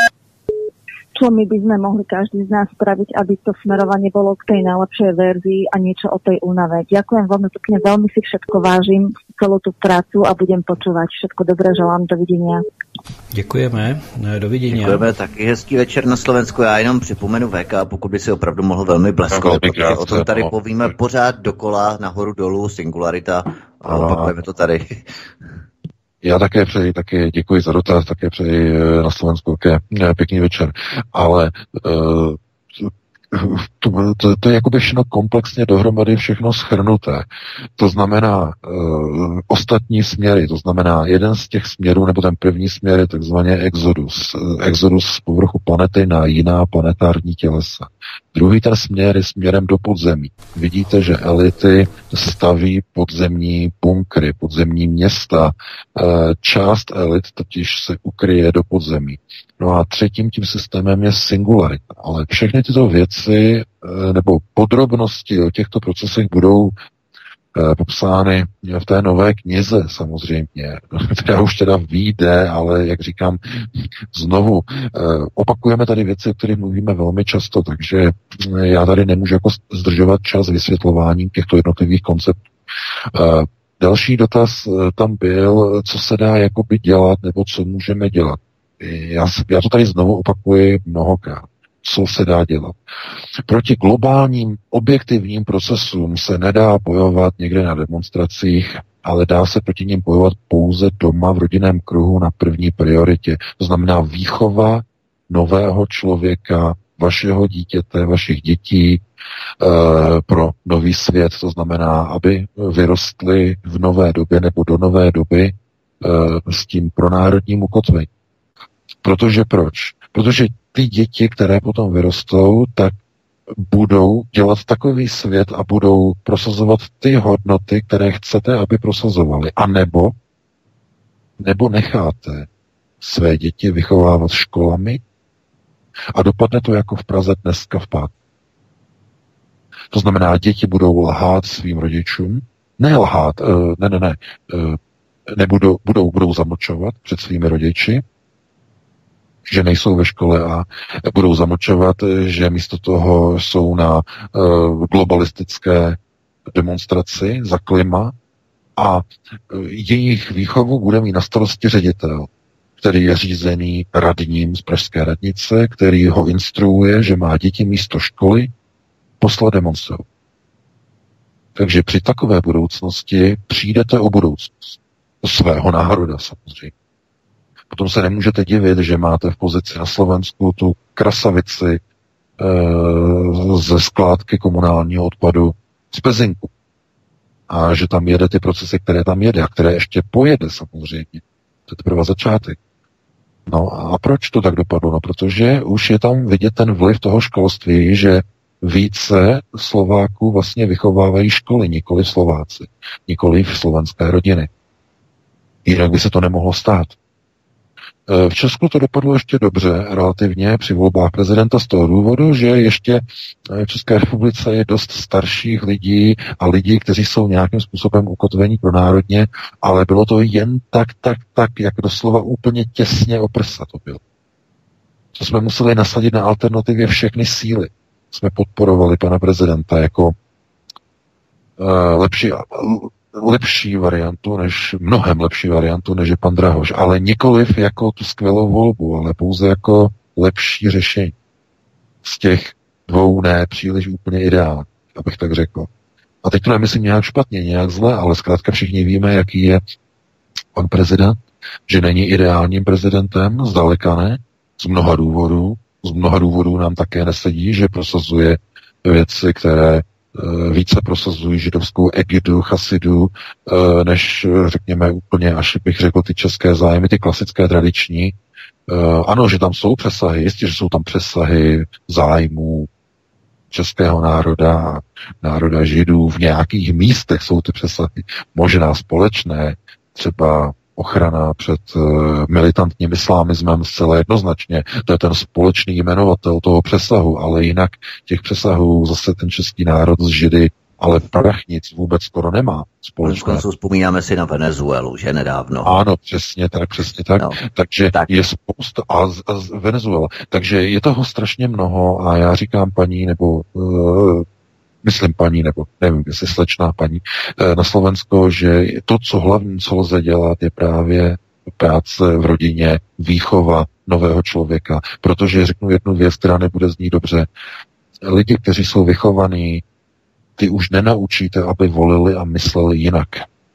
čo my by sme mohli každý z nás spraviť, aby to smerovanie bolo k tej najlepšej verzii a niečo o tej únave. Ďakujem veľmi pekne, veľmi si všetko vážim, celú tú prácu a budem počúvať. Všetko dobré želám, dovidenia. Děkujeme, dovidění. Děkujeme, taky hezký večer na Slovensku. Já jenom připomenu Veka, pokud by si opravdu mohl velmi bleskovat, protože o tom tady povíme pořád dokola, nahoru dolů, singularita a opakujeme to tady. Já také přeji, také děkuji za dotaz, také přeji na Slovensku také pěkný večer, ale uh, to, to, to je jakoby všechno komplexně dohromady, všechno shrnuté. To znamená uh, ostatní směry, to znamená jeden z těch směrů, nebo ten první směr je takzvaně exodus. Exodus z povrchu planety na jiná planetární tělesa. Druhý ten směr je směrem do podzemí. Vidíte, že elity staví podzemní bunkry, podzemní města. Část elit totiž se ukryje do podzemí. No a třetím tím systémem je singularita. Ale všechny tyto věci nebo podrobnosti o těchto procesech budou popsány v té nové knize samozřejmě, která už teda vyjde, ale jak říkám, znovu opakujeme tady věci, o kterých mluvíme velmi často, takže já tady nemůžu jako zdržovat čas vysvětlováním těchto jednotlivých konceptů. Další dotaz tam byl, co se dá jakoby dělat, nebo co můžeme dělat. Já, já to tady znovu opakuji mnohokrát. co se dá dělat. Proti globálním objektivním procesům se nedá bojovat někde na demonstracích, ale dá se proti nim bojovat pouze doma v rodinném kruhu na první prioritě. To znamená výchova nového člověka, vašeho dítěte, vašich dětí e, pro nový svět. To znamená, aby vyrostli v nové době nebo do nové doby e, s tím pronárodním ukotvením. Protože proč? Protože ty děti, které potom vyrostou, tak budou dělat takový svět a budou prosazovat ty hodnoty, které chcete, aby prosazovali. A nebo, nebo necháte své děti vychovávat školami a dopadne to jako v Praze dneska v pátek. To znamená, děti budou lhát svým rodičům, ne lhát, ne, ne, ne, nebudou, budou, budou zamlčovat před svými rodiči, že nejsou ve škole a budou zamlčovat, že místo toho jsou na uh, globalistické demonstraci za klima a jejich výchovu bude mít na starosti ředitel, který je řízený radním z pražské radnice, který ho instruuje, že má děti místo školy poslat demonstrovat. Takže při takové budoucnosti přijdete o budoucnost. Svého národa samozřejmě. Potom se nemůžete divit, že máte v pozici na Slovensku tu krasavici e, ze skládky komunálního odpadu z Pezinku. A že tam jede ty procesy, které tam jede a které ještě pojede samozřejmě. To je teprve začátek. No a proč to tak dopadlo? No protože už je tam vidět ten vliv toho školství, že více Slováků vlastně vychovávají školy, nikoli Slováci, nikoli slovenské rodiny. Jinak by se to nemohlo stát. V Česku to dopadlo ještě dobře relativně při volbách prezidenta z toho důvodu, že ještě v České republice je dost starších lidí a lidí, kteří jsou nějakým způsobem ukotvení pronárodně, ale bylo to jen tak, tak, tak, jak doslova úplně těsně o prsa to bylo. To jsme museli nasadit na alternativě všechny síly. Jsme podporovali pana prezidenta jako uh, lepší lepší variantu, než mnohem lepší variantu, než je pan Drahoš, ale nikoliv jako tu skvělou volbu, ale pouze jako lepší řešení. Z těch dvou ne příliš úplně ideální, abych tak řekl. A teď to nemyslím nějak špatně, nějak zle, ale zkrátka všichni víme, jaký je pan prezident, že není ideálním prezidentem, zdaleka ne, z mnoha důvodů. Z mnoha důvodů nám také nesedí, že prosazuje věci, které více prosazují židovskou egidu, chasidu, než, řekněme, úplně, až bych řekl, ty české zájmy, ty klasické, tradiční. Ano, že tam jsou přesahy, jistě, že jsou tam přesahy zájmů českého národa, národa židů, v nějakých místech jsou ty přesahy možná společné, třeba ochrana před uh, militantním islámismem zcela jednoznačně. To je ten společný jmenovatel toho přesahu, ale jinak těch přesahů zase ten český národ z Židy, ale prach nic vůbec skoro nemá společné. Vzpomínáme si na Venezuelu, že nedávno. Ano, přesně tak, přesně tak. No, Takže tak. je spousta, a, a Venezuela. Takže je toho strašně mnoho a já říkám paní, nebo uh, myslím paní, nebo nevím, jestli slečná paní, na Slovensko, že to, co hlavní, co lze dělat, je právě práce v rodině, výchova nového člověka. Protože řeknu jednu věc, která nebude znít dobře. Lidi, kteří jsou vychovaní, ty už nenaučíte, aby volili a mysleli jinak.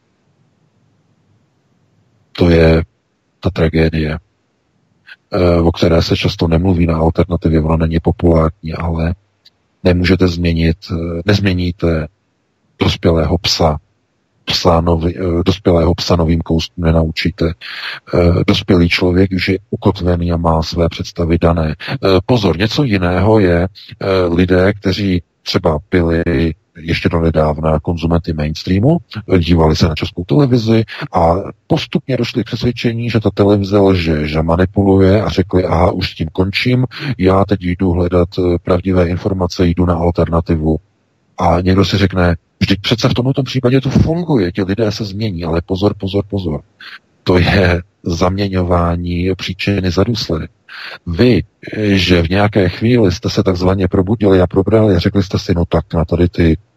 To je ta tragédie, o které se často nemluví na alternativě, ona není populární, ale nemůžete změnit, nezměníte dospělého psa, psa nový, dospělého psa novým kouskům nenaučíte. Dospělý člověk už je ukotvený a má své představy dané. Pozor, něco jiného je lidé, kteří třeba byli ještě do nedávna konzumenty mainstreamu, dívali se na Českou televizi a postupně došli k přesvědčení, že ta televize lže, že manipuluje a řekli, aha, už s tím končím, já teď jdu hledat pravdivé informace, jdu na alternativu. A někdo si řekne, vždyť přece v tomto případě to funguje, ti lidé se změní, ale pozor, pozor, pozor. To je zaměňování příčiny za důsledek. Vy, že v nějaké chvíli jste se takzvaně probudili a probrali a řekli jste si, no tak na tady ty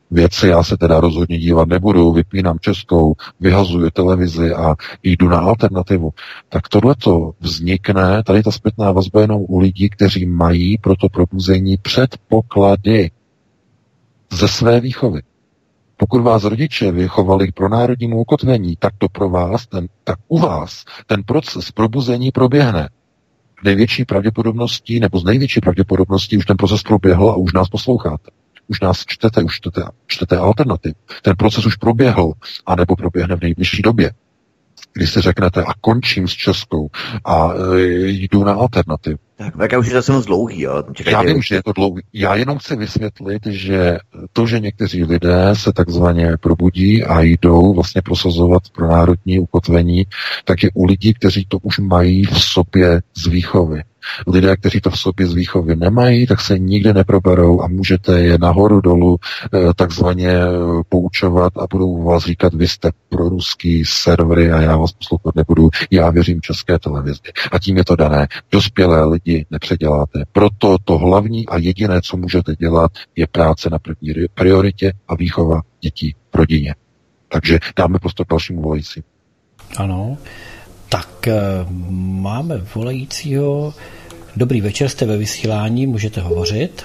věci já se teda rozhodně dívat nebudu, vypínám českou, vyhazuju televizi a jdu na alternativu, tak tohleto vznikne, tady ta zpětná vazba jenom u lidí, kteří mají pro to probuzení předpoklady ze své výchovy. Pokud vás rodiče vychovali pro národnímu ukotvení, tak to pro vás, ten, tak u vás ten proces probuzení proběhne. Největší pravděpodobností, nebo z největší pravděpodobností už ten proces proběhl a už nás posloucháte. Už nás čtete, už čtete, čtete alternativ. Ten proces už proběhl, anebo proběhne v nejbližší době. Když si řeknete a končím s českou a e, jdu na alternativu. Tak, tak už je zase moc dlouhý, jo. Čekajte. Já vím, že je to dlouhý. Já jenom chci vysvětlit, že to, že někteří lidé se takzvaně probudí a jdou vlastně prosazovat pro národní ukotvení, tak je u lidí, kteří to už mají v sobě z výchovy. Lidé, kteří to v sobě z výchovy nemají, tak se nikde neproberou a můžete je nahoru dolů takzvaně poučovat a budou vás říkat, vy jste pro ruský servery a já vás poslouchat nebudu, já věřím české televizi. A tím je to dané. Dospělé lidi nepředěláte. Proto to hlavní a jediné, co můžete dělat, je práce na první prioritě a výchova dětí v rodině. Takže dáme prostor dalšímu volající. Ano. Tak máme volajícího. Dobrý večer, jste ve vysílání, můžete hovořit.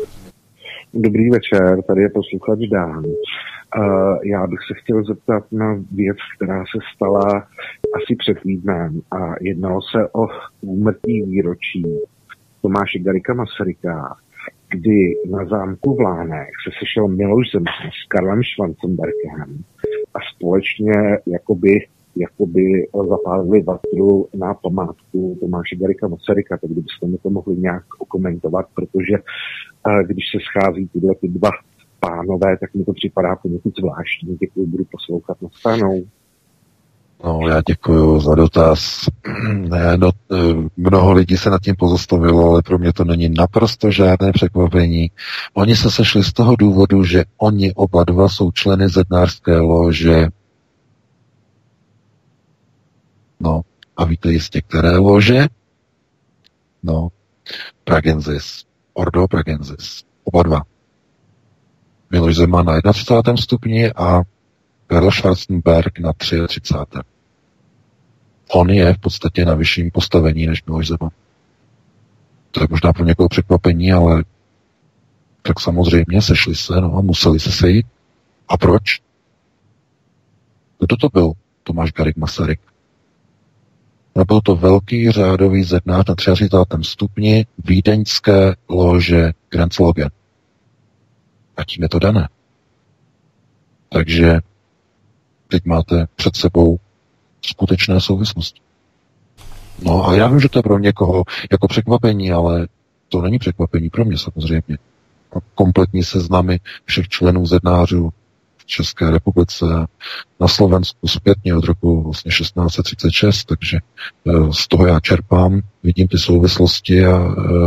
Dobrý večer, tady je posluchač Dan. Uh, já bych se chtěl zeptat na věc, která se stala asi před týdnem a jednalo se o úmrtí výročí Tomáše Garrigua Masaryka, kdy na zámku v Lánech se sešel Miloš Zeman s Karlem Schwarzenbergem a společně jakoby jakoby zapálili vatru na památku Tomáše Garrigua Masaryka, tak kdybyste mi to mohli nějak okomentovat, protože uh, když se schází tyhle ty dva pánové, tak mi to připadá poněkud zvláštní. Děkuji, budu poslouchat na stranou. No, já děkuji za dotaz. Ne, no, mnoho lidí se nad tím pozastavilo, ale pro mě to není naprosto žádné překvapení. Oni se sešli z toho důvodu, že oni oba dva jsou členy zednářské lože. No, a víte jistě, které lože? No, Pragensis, Ordo Pragensis, oba dva. Miloš Zeman na třicátém prvním stupni a Karl Schwarzenberg na třicátém třetím On je v podstatě na vyšším postavení než Miloš Zeman. To je možná pro někoho překvapení, ale tak samozřejmě sešli se, no a museli se sejít. A proč? Kdo to byl Tomáš Garrigue Masaryk? No, byl to velký řádový zednář na třicátém třetím stupni vídeňské lože Grenzlogen. A tím je to dané. Takže teď máte před sebou skutečné souvislosti. No a já vím, že to je pro někoho jako překvapení, ale to není překvapení pro mě samozřejmě. Kompletní seznamy všech členů zednářů v České republice, na Slovensku zpětně od roku vlastně šestnáct set třicet šest, takže z toho já čerpám, vidím ty souvislosti a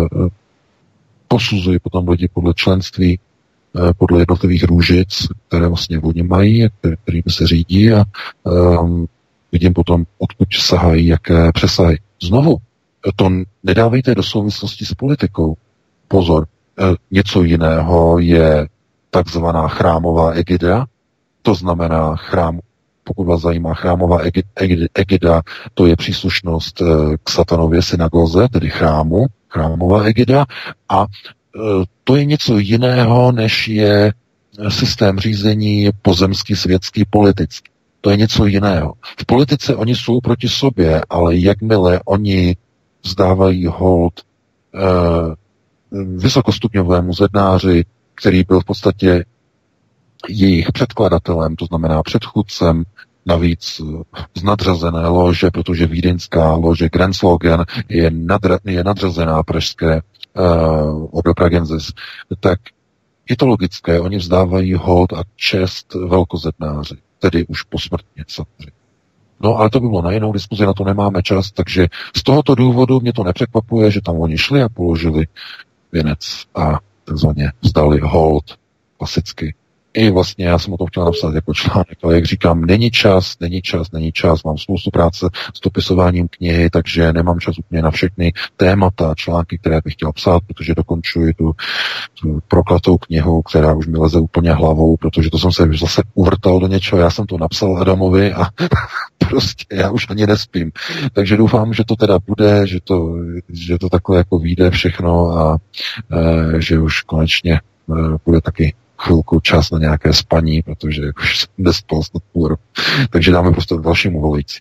posuzuji potom lidi podle členství, podle jednotlivých růžic, které vlastně oni mají, kterými se řídí a um, vidím potom, odkud sahají, jaké přesahy. Znovu, to nedávejte do souvislosti s politikou. Pozor, něco jiného je takzvaná chrámová egida, to znamená chrám, pokud vás zajímá chrámová egida, to je příslušnost k satanově synagoze, tedy chrámu, chrámová egida a to je něco jiného, než je systém řízení pozemský, světský, politický. To je něco jiného. V politice oni jsou proti sobě, ale jakmile oni vzdávají hold eh, vysokostupňovému zednáři, který byl v podstatě jejich předkladatelem, to znamená předchůdcem, navíc z nadřazené lože, protože vídeňská lože Grenzlogen je, nadra, je nadřazená pražské uh, Ordo Pragensis, tak je to logické, oni vzdávají hold a čest velkozednáři, tedy už posmrtně samozřejmě. No ale to by bylo na jinou diskuzi, na to nemáme čas, takže z tohoto důvodu mě to nepřekvapuje, že tam oni šli a položili věnec a takzvaně vzdali hold klasicky I vlastně já jsem o tom chtěl napsat jako článek, ale jak říkám, není čas, není čas, není čas, mám spoustu práce s dopisováním knihy, takže nemám čas úplně na všechny témata, články, které bych chtěl psát, protože dokončuji tu, tu proklatou knihu, která už mi leze úplně hlavou, protože to jsem se zase uvrtal do něčeho, já jsem to napsal Adamovi a prostě já už ani nespím. Takže doufám, že to teda bude, že to, že to takhle jako vyjde všechno a e, že už konečně e, bude taky chvilku čas na nějaké spaní, protože už jsem nespal snad půl roku. Takže dáme prostě dalšímu volající.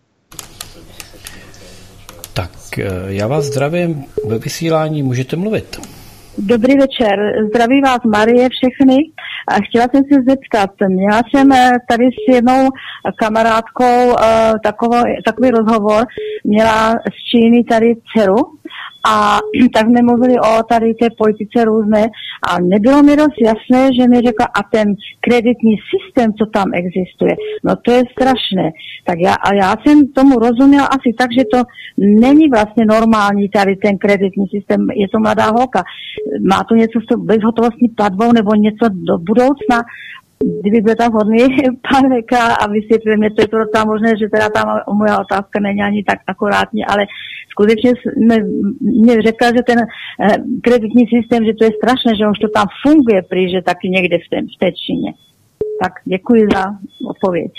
Tak já vás zdravím ve vysílání, můžete mluvit. Dobrý večer, zdraví vás Marie všechny. A chtěla jsem se zeptat, měla jsem tady s jednou kamarádkou takový, takový rozhovor, měla z Číny tady dceru a tak jsme mluvili o tady té politice různé a nebylo mi dost jasné, že mi řekla, a ten kreditní systém, co tam existuje, no to je strašné. Tak já, a já jsem tomu rozuměla asi tak, že to není vlastně normální tady ten kreditní systém, je to mladá holka. Má to něco s bezhotovostní platbou nebo něco do budoucna? Kdyby byl tam hodný pan Veka a vysvětlil mě, to je to tam možné, že teda tam moja otázka není ani tak akurátní, ale skutečně mě řekla, že ten eh, kreditní systém, že to je strašné, že už to tam funguje prý, že taky někde v, tém, v té Číně. Tak děkuji za odpověď.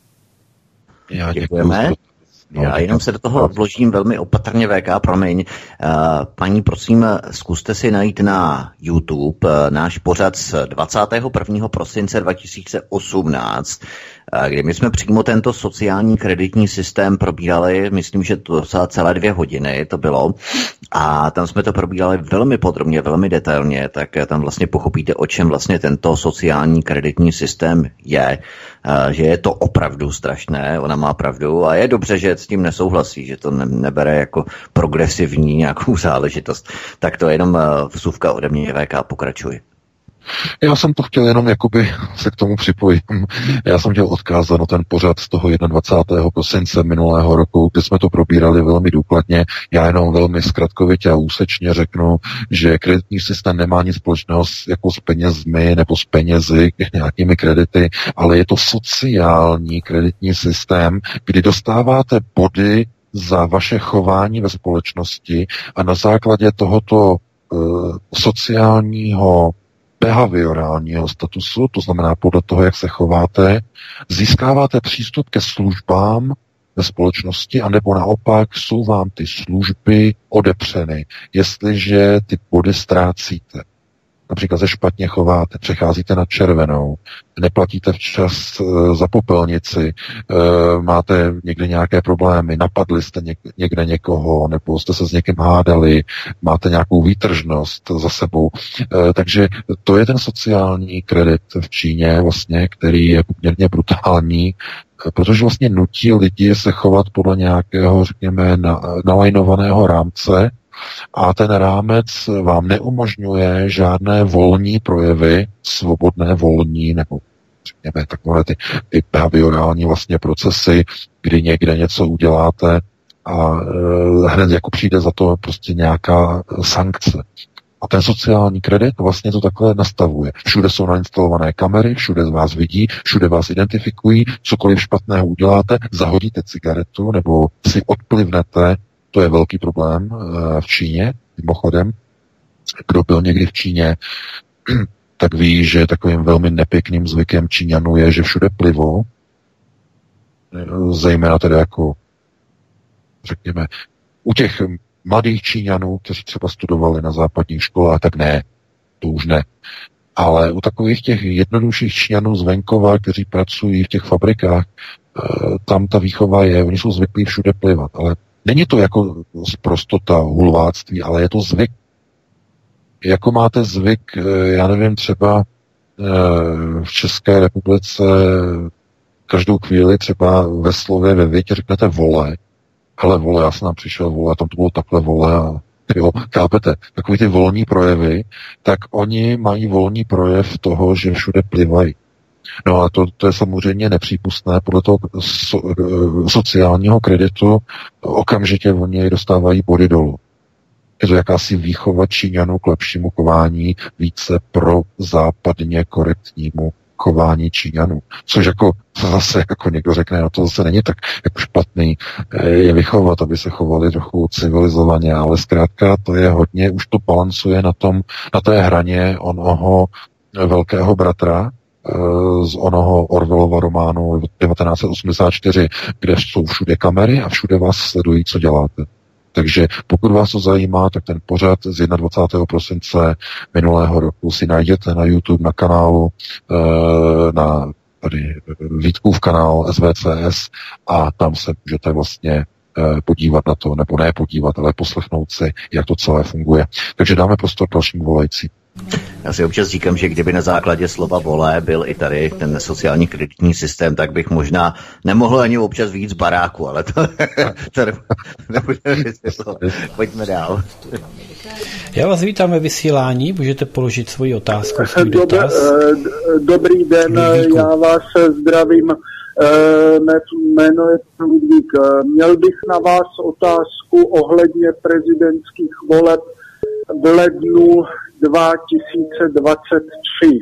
Já děkujeme. No, já jenom se do toho vložím velmi opatrně, V K, promiň. Paní, prosím, zkuste si najít na YouTube náš pořad z dvacátého prvního prosince dva tisíce osmnáct, kdy my jsme přímo tento sociální kreditní systém probírali, myslím, že to za celé dvě hodiny to bylo, a tam jsme to probírali velmi podrobně, velmi detailně, tak tam vlastně pochopíte, o čem vlastně tento sociální kreditní systém je, že je to opravdu strašné, ona má pravdu a je dobře, že s tím nesouhlasí, že to ne- nebere jako progresivní nějakou záležitost. Tak to je jenom vsuvka ode mě, V K, pokračuj. Já jsem to chtěl jenom jakoby se k tomu připojit. Já jsem chtěl odkázat na ten pořad z toho dvacátého prvního prosince minulého roku, kde jsme to probírali velmi důkladně. Já jenom velmi zkratkovitě a úsečně řeknu, že kreditní systém nemá nic společného s, jako s penězmi nebo s penězi, nějakými kredity, ale je to sociální kreditní systém, kdy dostáváte body za vaše chování ve společnosti a na základě tohoto uh, sociálního behaviorálního statusu, to znamená podle toho, jak se chováte, získáváte přístup ke službám ve společnosti, anebo naopak jsou vám ty služby odepřeny, jestliže ty body ztrácíte. Například se špatně chováte, přecházíte na červenou, neplatíte včas e, za popelnici, e, máte někde nějaké problémy, napadli jste něk, někde někoho, nebo jste se s někým hádali, máte nějakou výtržnost za sebou. E, takže to je ten sociální kredit v Číně, vlastně, který je poměrně brutální, protože vlastně nutí lidi se chovat podle nějakého, řekněme, na, nalajnovaného rámce, a ten rámec vám neumožňuje žádné volní projevy, svobodné volní, nebo řekněme takové ty, ty behaviorální vlastně procesy, kdy někde něco uděláte a e, hned jako přijde za to prostě nějaká sankce. A ten sociální kredit vlastně to takhle nastavuje. Všude jsou nainstalované kamery, všude vás vidí, všude vás identifikují, cokoliv špatného uděláte, zahodíte cigaretu nebo si odplivnete. To je velký problém v Číně, mimochodem. Kdo byl někdy v Číně, tak ví, že takovým velmi nepěkným zvykem Číňanů je, že všude plivou, zejména tedy jako, řekněme, u těch mladých Číňanů, kteří třeba studovali na západních školách, tak ne, to už ne. Ale u takových těch jednodušších Číňanů z venkova, kteří pracují v těch fabrikách, tam ta výchova je, oni jsou zvyklí všude plivat, ale není to jako sprostota, hulváctví, ale je to zvyk. Jako máte zvyk, já nevím, třeba v České republice každou chvíli třeba ve slově, ve větě řeknete vole, hele vole, já jsem nám přišel vole, tam to bylo takhle vole a jo, chápete, takový ty volní projevy, tak oni mají volný projev toho, že všude plivají. No a to, to je samozřejmě nepřípustné. Podle toho so, sociálního kreditu okamžitě oni dostávají body dolů. Je to jakási výchova Číňanů k lepšímu chování, více pro západně korektnímu chování Číňanů. Což jako zase jako někdo řekne, no to zase není tak jako špatný je vychovat, aby se chovali trochu civilizovaně, ale zkrátka to je hodně, už to balancuje na tom, na té hraně onoho velkého bratra, z onoho Orwellova románu devatenáct set osmdesát čtyři, kde jsou všude kamery a všude vás sledují, co děláte. Takže pokud vás to zajímá, tak ten pořad z dvacátého prvního prosince minulého roku si najděte na YouTube, na kanálu, na tady Vítkův kanál S V C S a tam se můžete vlastně podívat na to, nebo ne podívat, ale poslechnout si, jak to celé funguje. Takže dáme prostor dalšímu volající. Já si občas říkám, že kdyby na základě slova volé byl i tady ten sociální kreditní systém, tak bych možná nemohl ani občas víc baráku, ale to, to nebude vysvětlovat. Pojďme dál. Já vás vítám ve vysílání, můžete položit svoji otázku, svůj dotaz. Dobrý den, já vás zdravím. Jméno je Ludvík. Měl bych na vás otázku ohledně prezidentských voleb v lednu dva tisíce dvacet tři.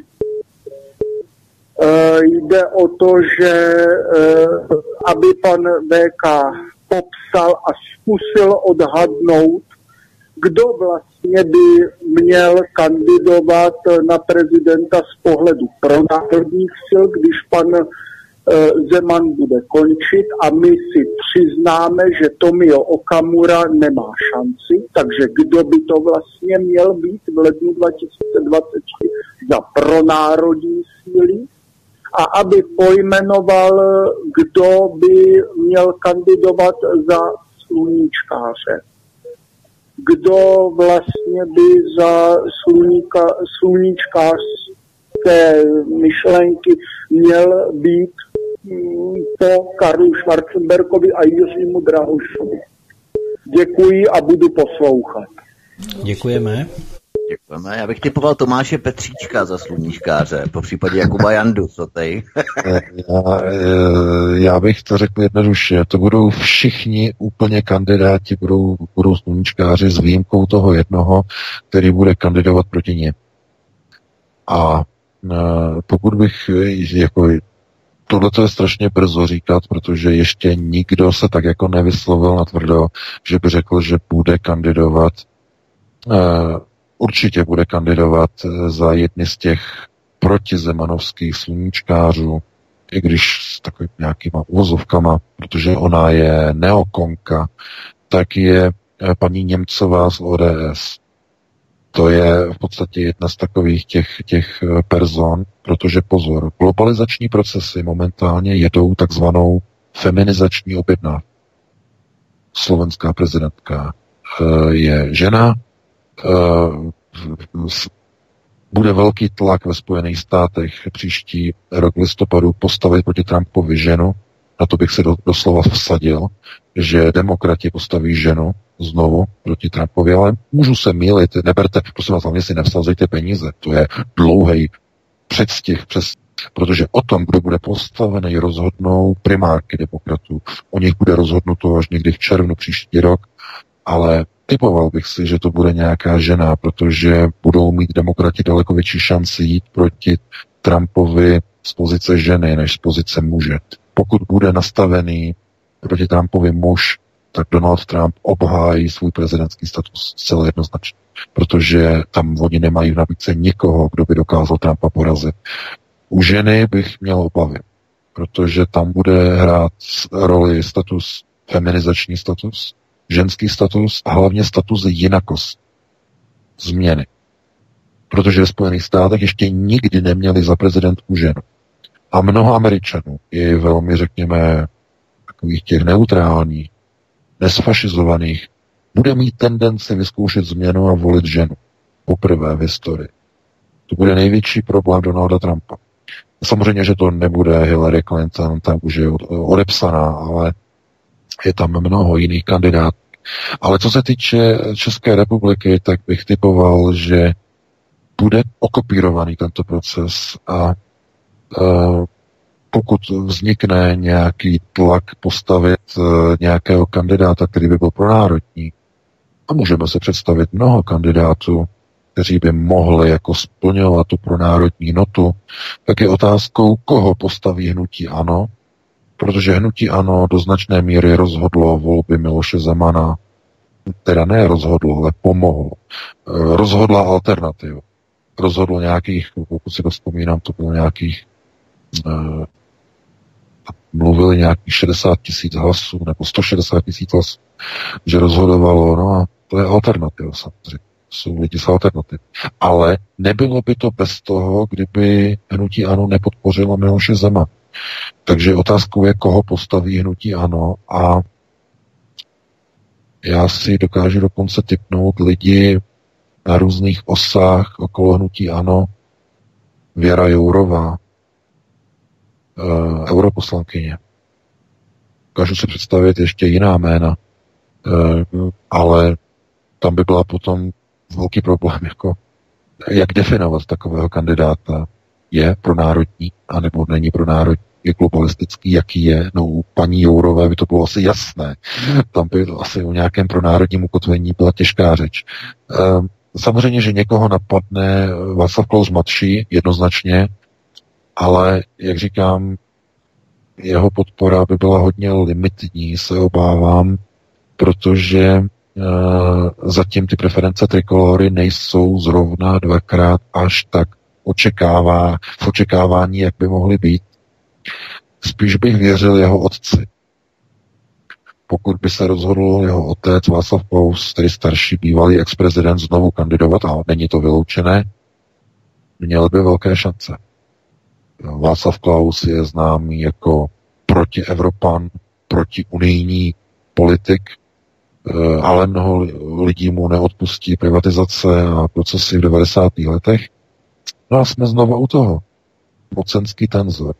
E, jde o to, že e, aby pan V K popsal a zkusil odhadnout, kdo vlastně by měl kandidovat na prezidenta z pohledu pronárodních sil, když pan Zeman bude končit a my si přiznáme, že Tomio Okamura nemá šanci, takže kdo by to vlastně měl být v lednu dva tisíce dvacet tři za pronárodní síly a aby pojmenoval, kdo by měl kandidovat za sluníčkáře. Kdo vlastně by za sluníka, sluníčkářské myšlenky měl být po Karlu Schwarzenbergovi a Jiřímu Drahošovi. Děkuji a budu poslouchat. Děkujeme. Děkujeme. Já bych typoval Tomáše Petříčka za sluníčkáře, po případě Jakuba Jandu, co tej? já, já bych to řekl jednoduše. To budou všichni úplně kandidáti, budou, budou sluníčkáři s výjimkou toho jednoho, který bude kandidovat proti ně. A pokud bych jako tohle je strašně brzo říkat, protože ještě nikdo se tak jako nevyslovil natvrdo, že by řekl, že bude kandidovat, uh, určitě bude kandidovat za jedny z těch protizemanovských sluníčkářů, i když s takovými nějakýma uvozovkama, protože ona je neokonka, tak je paní Němcová z O D S. To je v podstatě jedna z takových těch, těch person, protože pozor, globalizační procesy momentálně jedou takzvanou feminizační objednávku. Slovenská prezidentka je žena, bude velký tlak ve Spojených státech příští rok listopadu postavit proti Trumpovi ženu, na to bych se do, doslova vsadil, že demokrati postaví ženu znovu proti Trumpovi, ale můžu se mýlit, neberte, prosím vás, hlavně si nevsazejte peníze, to je dlouhý předstih, přes, protože o tom, kdo bude postavený, rozhodnou primárky demokratů. O nich bude rozhodnuto až někdy v červnu příští rok, ale typoval bych si, že to bude nějaká žena, protože budou mít demokrati daleko větší šanci jít proti Trumpovi z pozice ženy, než z pozice muže. Pokud bude nastavený proti Trumpovi muž, tak Donald Trump obhájí svůj prezidentský status zcela jednoznačně, protože tam oni nemají v nabídce nikoho, kdo by dokázal Trumpa porazit. U ženy bych měl obavy, protože tam bude hrát roli status, feminizační status, ženský status a hlavně status jinakost, změny. Protože ve Spojených státech ještě nikdy neměli za prezidentku ženu. A mnoho Američanů je velmi, řekněme, takových těch neutrálních, nesfašizovaných, bude mít tendenci vyzkoušet změnu a volit ženu. Poprvé v historii. To bude největší problém Donalda Trumpa. Samozřejmě, že to nebude Hillary Clinton, tam už je odepsaná, ale je tam mnoho jiných kandidátů. Ale co se týče České republiky, tak bych typoval, že bude okopírovaný tento proces a uh, pokud vznikne nějaký tlak postavit uh, nějakého kandidáta, který by byl pronárodní, a můžeme se představit mnoho kandidátů, kteří by mohli jako splňovat tu pronárodní notu, tak je otázkou, koho postaví hnutí ANO, protože hnutí ANO do značné míry rozhodlo volby Miloše Zemana, teda ne rozhodlo, ale pomohlo. Rozhodla alternativa. Rozhodlo nějakých, pokud si to vzpomínám, to bylo nějakých eh, mluvili nějakých šedesát tisíc hlasů, nebo sto šedesát tisíc hlasů, že rozhodovalo, no a to je alternativa samozřejmě. Jsou lidi z alternativy. Ale nebylo by to bez toho, kdyby hnutí ANO nepodpořilo Miloše Zemana. Takže otázkou je, koho postaví hnutí ANO a já si dokážu dokonce tipnout lidi na různých osách okolo hnutí ANO. Věra Jourová, Uh, europoslankyně. Dokážu si představit ještě jiná jména, uh, ale tam by byla potom velký problém, jako jak definovat takového kandidáta. Je pronárodní, anebo není pronárodní, je globalistický, jaký je. No u paní Jourové by to bylo asi jasné. Tam by asi o nějakém pronárodním ukotvení byla těžká řeč. Uh, samozřejmě, že někoho napadne Václav Klaus mladší, jednoznačně, ale, jak říkám, jeho podpora by byla hodně limitní, se obávám, protože e, zatím ty preference trikolory nejsou zrovna dvakrát až tak očekává, v očekávání, jak by mohly být. Spíš bych věřil jeho otci. Pokud by se rozhodl jeho otec Václav Klaus, tedy starší bývalý ex-prezident, znovu kandidovat, a není to vyloučené, měl by velké šance. Václav Klaus je známý jako protievropan, protiunijní politik, ale mnoho lidí mu neodpustí privatizace a procesy v devadesátých letech. No a jsme znovu u toho. Mocenský tenzor.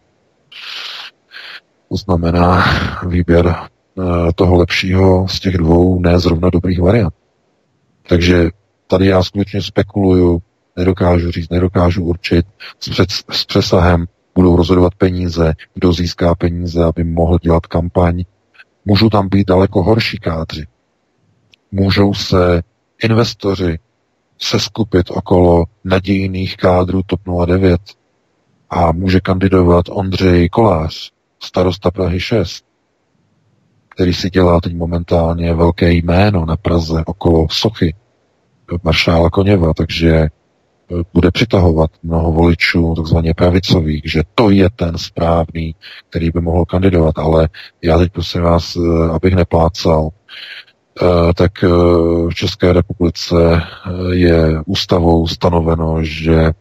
To znamená výběr toho lepšího z těch dvou ne zrovna dobrých variant. Takže tady já skutečně spekuluju, nedokážu říct, nedokážu určit, s, před, s přesahem budou rozhodovat peníze, kdo získá peníze, aby mohl dělat kampaň. Můžou tam být daleko horší kádři. Můžou se investoři seskupit okolo nadějných kádrů TOP nula devět a může kandidovat Ondřej Kolář, starosta Prahy šest, který si dělá teď momentálně velké jméno na Praze okolo sochy maršála Koněva, takže bude přitahovat mnoho voličů, takzvaně pravicových, že to je ten správný, který by mohl kandidovat, ale já teď prosím vás, abych neplácal, tak v České republice je ústavou stanoveno, že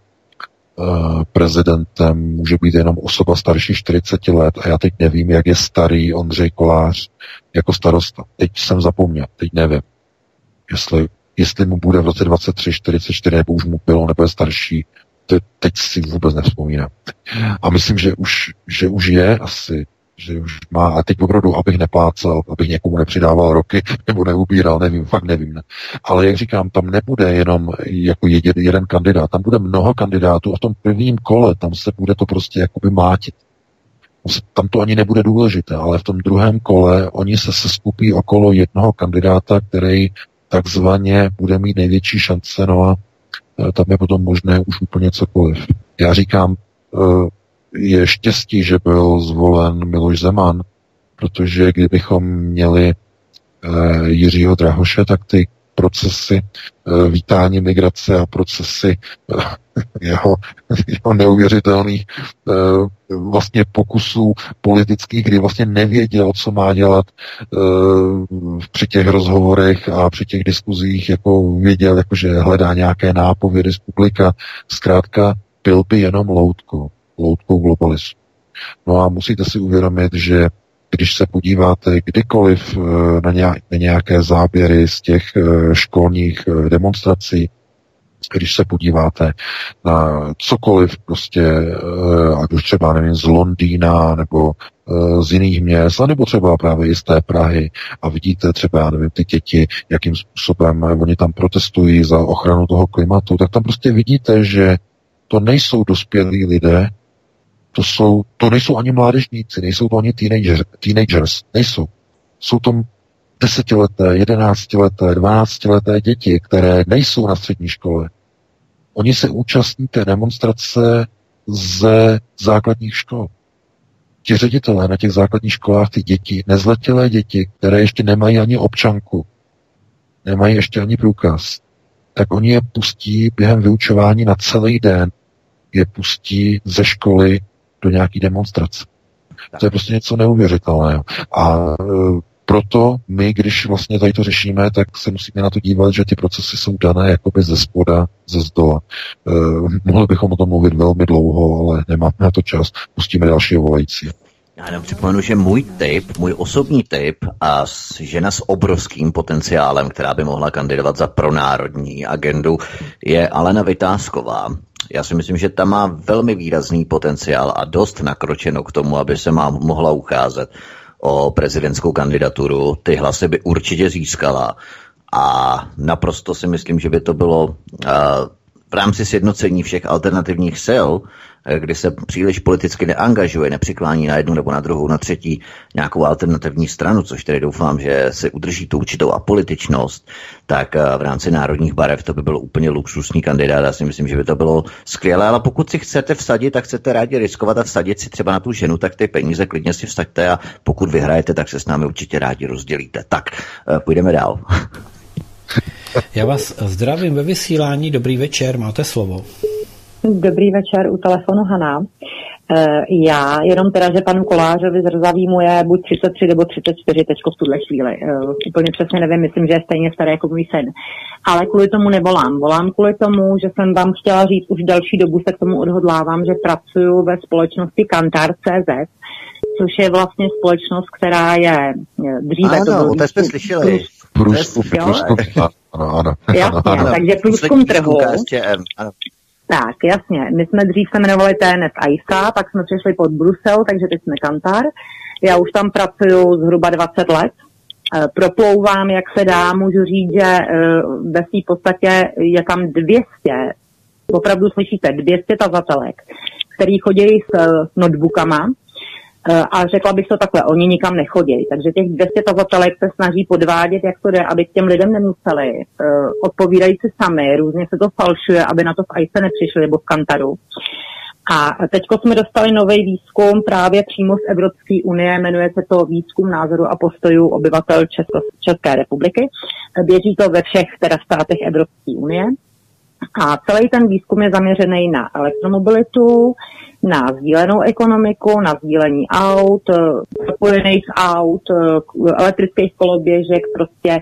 prezidentem může být jenom osoba starší čtyřicet let a já teď nevím, jak je starý Ondřej Kolář jako starosta. Teď jsem zapomněl, teď nevím, jestli jestli mu bude v roce dvacet tři, čtyřicet čtyři, nebo už mu bylo, nebo je starší, to teď si vůbec nevzpomínám. A myslím, že už, že už je asi, že už má, a teď opravdu, abych neplácal, abych někomu nepřidával roky, nebo neubíral, nevím, fakt nevím. Ne. Ale jak říkám, tam nebude jenom jako jeden, jeden kandidát, tam bude mnoho kandidátů a v tom prvním kole, tam se bude to prostě jakoby mátit. Tam to ani nebude důležité, ale v tom druhém kole oni se seskupí okolo jednoho kandidáta, který takzvaně bude mít největší šance, no a tam je potom možné už úplně cokoliv. Já říkám, je štěstí, že byl zvolen Miloš Zeman, protože kdybychom měli Jiřího Drahoše, tak ty procesy vítání migrace a procesy jeho, jeho neuvěřitelných vlastně pokusů politických, kdy vlastně nevěděl, co má dělat při těch rozhovorech a při těch diskuzích, jako věděl, jako že hledá nějaké nápovědy z publika. Zkrátka byl by jenom loutkou, loutkou globalismu. No a musíte si uvědomit, že když se podíváte kdykoliv na nějaké záběry z těch školních demonstrací, když se podíváte na cokoliv prostě, ať už třeba, nevím, z Londýna nebo z jiných měst, nebo třeba právě i z té Prahy a vidíte třeba, já nevím, ty děti, jakým způsobem oni tam protestují za ochranu toho klimatu, tak tam prostě vidíte, že to nejsou dospělí lidé, to, jsou, to nejsou ani mládežníci, nejsou to ani teenager, teenagers, nejsou. Jsou to desetileté, jedenáctileté, dvanáctileté děti, které nejsou na střední škole, Oni se účastní té demonstrace ze základních škol. Ti ředitelé na těch základních školách, ty děti, nezletilé děti, které ještě nemají ani občanku, nemají ještě ani průkaz, tak oni je pustí během vyučování na celý den, je pustí ze školy do nějaký demonstrace. To je prostě něco neuvěřitelného. A e, proto my, když vlastně tady to řešíme, tak se musíme na to dívat, že ty procesy jsou dané jakoby ze spoda, ze zdola. E, mohli bychom o tom mluvit velmi dlouho, ale nemáme na to čas. Pustíme další volající. Já jenom připomenu, že můj tip, můj osobní tip a žena s obrovským potenciálem, která by mohla kandidovat za pronárodní agendu, je Alena Vitásková. Já si myslím, že ta má velmi výrazný potenciál a dost nakročeno k tomu, aby se má mohla ucházet o prezidentskou kandidaturu. Ty hlasy by určitě získala a naprosto si myslím, že by to bylo uh, v rámci sjednocení všech alternativních sil, kdy se příliš politicky neangažuje, nepřiklání na jednu nebo na druhou, na třetí nějakou alternativní stranu, což tedy doufám, že se udrží tu určitou apolitičnost, tak v rámci národních barev to by byl úplně luxusní kandidát. Já si myslím, že by to bylo skvělé, ale pokud si chcete vsadit, tak chcete rádi riskovat a vsadit si třeba na tu ženu, tak ty peníze klidně si vsaďte a pokud vyhrajete, tak se s námi určitě rádi rozdělíte. Tak, půjdeme dál. Já vás zdravím ve vysílání, dobrý večer, máte slovo. Dobrý večer, u telefonu Hana. Já jenom teda, že panu Kolářovi zrzavýmu je buď třicet tři nebo třicet čtyři teďko v tuhle chvíli. Úplně přesně nevím, myslím, že je stejně starý jako můj syn. Ale kvůli tomu nevolám. Volám kvůli tomu, že jsem vám chtěla říct, už další dobu se k tomu odhodlávám, že pracuji ve společnosti Kantar tečka cé zet, což je vlastně společnost, která je dříve... Ano, o té jsme slyšeli. Průzkum, průzkum, ano, ano. Jasně, takže průzkum trhu. Tak, jasně. My jsme dřív se jmenovali T N F I S A, pak jsme přišli pod Brusel, takže teď jsme Kantar. Já už tam pracuju zhruba dvacet let. Proplouvám, jak se dá, můžu říct, že ve své podstatě je tam dvě stě, opravdu slyšíte, dvě stě tazatelek, který chodí s notebookama, a řekla bych to takhle, oni nikam nechodí, takže těch dvě stě tazatelek se snaží podvádět, jak to jde, aby k těm lidem nemuseli, uh, odpovídají si sami, různě se to falšuje, aby na to v I S A nepřišli, nebo v Kantaru. A teďko jsme dostali nový výzkum právě přímo z Evropské unie, jmenuje se to Výzkum názoru a postojů obyvatel Česko, České republiky. Běží to ve všech teda státech Evropské unie. A celý ten výzkum je zaměřený na elektromobilitu, na sdílenou ekonomiku, na sdílení aut, propojených aut, elektrických koloběžek, prostě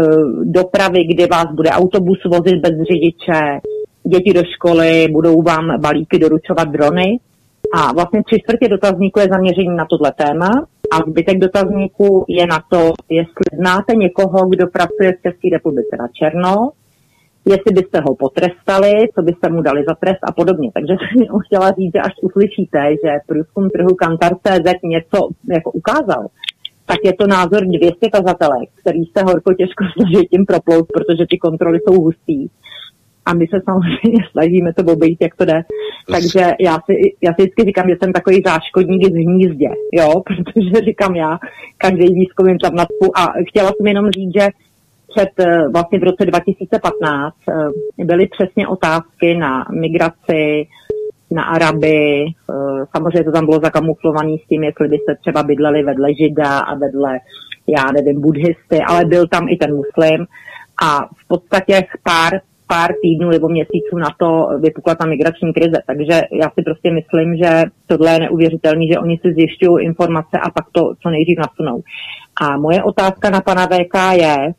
dopravy, kdy vás bude autobus vozit bez řidiče, děti do školy, budou vám balíky doručovat drony. A vlastně tři čtvrtě dotazníku je zaměření na tohle téma a zbytek dotazníku je na to, jestli znáte někoho, kdo pracuje v České republice na černo, jestli byste ho potrestali, co byste mu dali za trest a podobně. Takže jsem chtěla říct, že až uslyšíte, že průzkum trhu Kantar tečka cé zet něco jako ukázal, tak je to názor dvě stě tazatelek, který se horko těžko snaží tím proplout, protože ty kontroly jsou hustý. A my se samozřejmě snažíme to obejít, jak to jde. Takže já si, já si vždycky říkám, že jsem takový záškodník v hnízdě, jo, protože říkám já, každý výzkum jim tam nadpu. A chtěla jsem jenom říct, že před vlastně v roce dva tisíce patnáct byly přesně otázky na migraci, na Araby, samozřejmě to tam bylo zakamuflované s tím, jestli byste třeba bydleli vedle Žida a vedle, já nevím, buddhisty, ale byl tam i ten muslim a v podstatě pár, pár týdnů nebo měsíců na to vypukla ta migrační krize, takže já si prostě myslím, že tohle je neuvěřitelné, že oni si zjišťují informace a pak to co nejdřív nasunou. A moje otázka na pana V K je,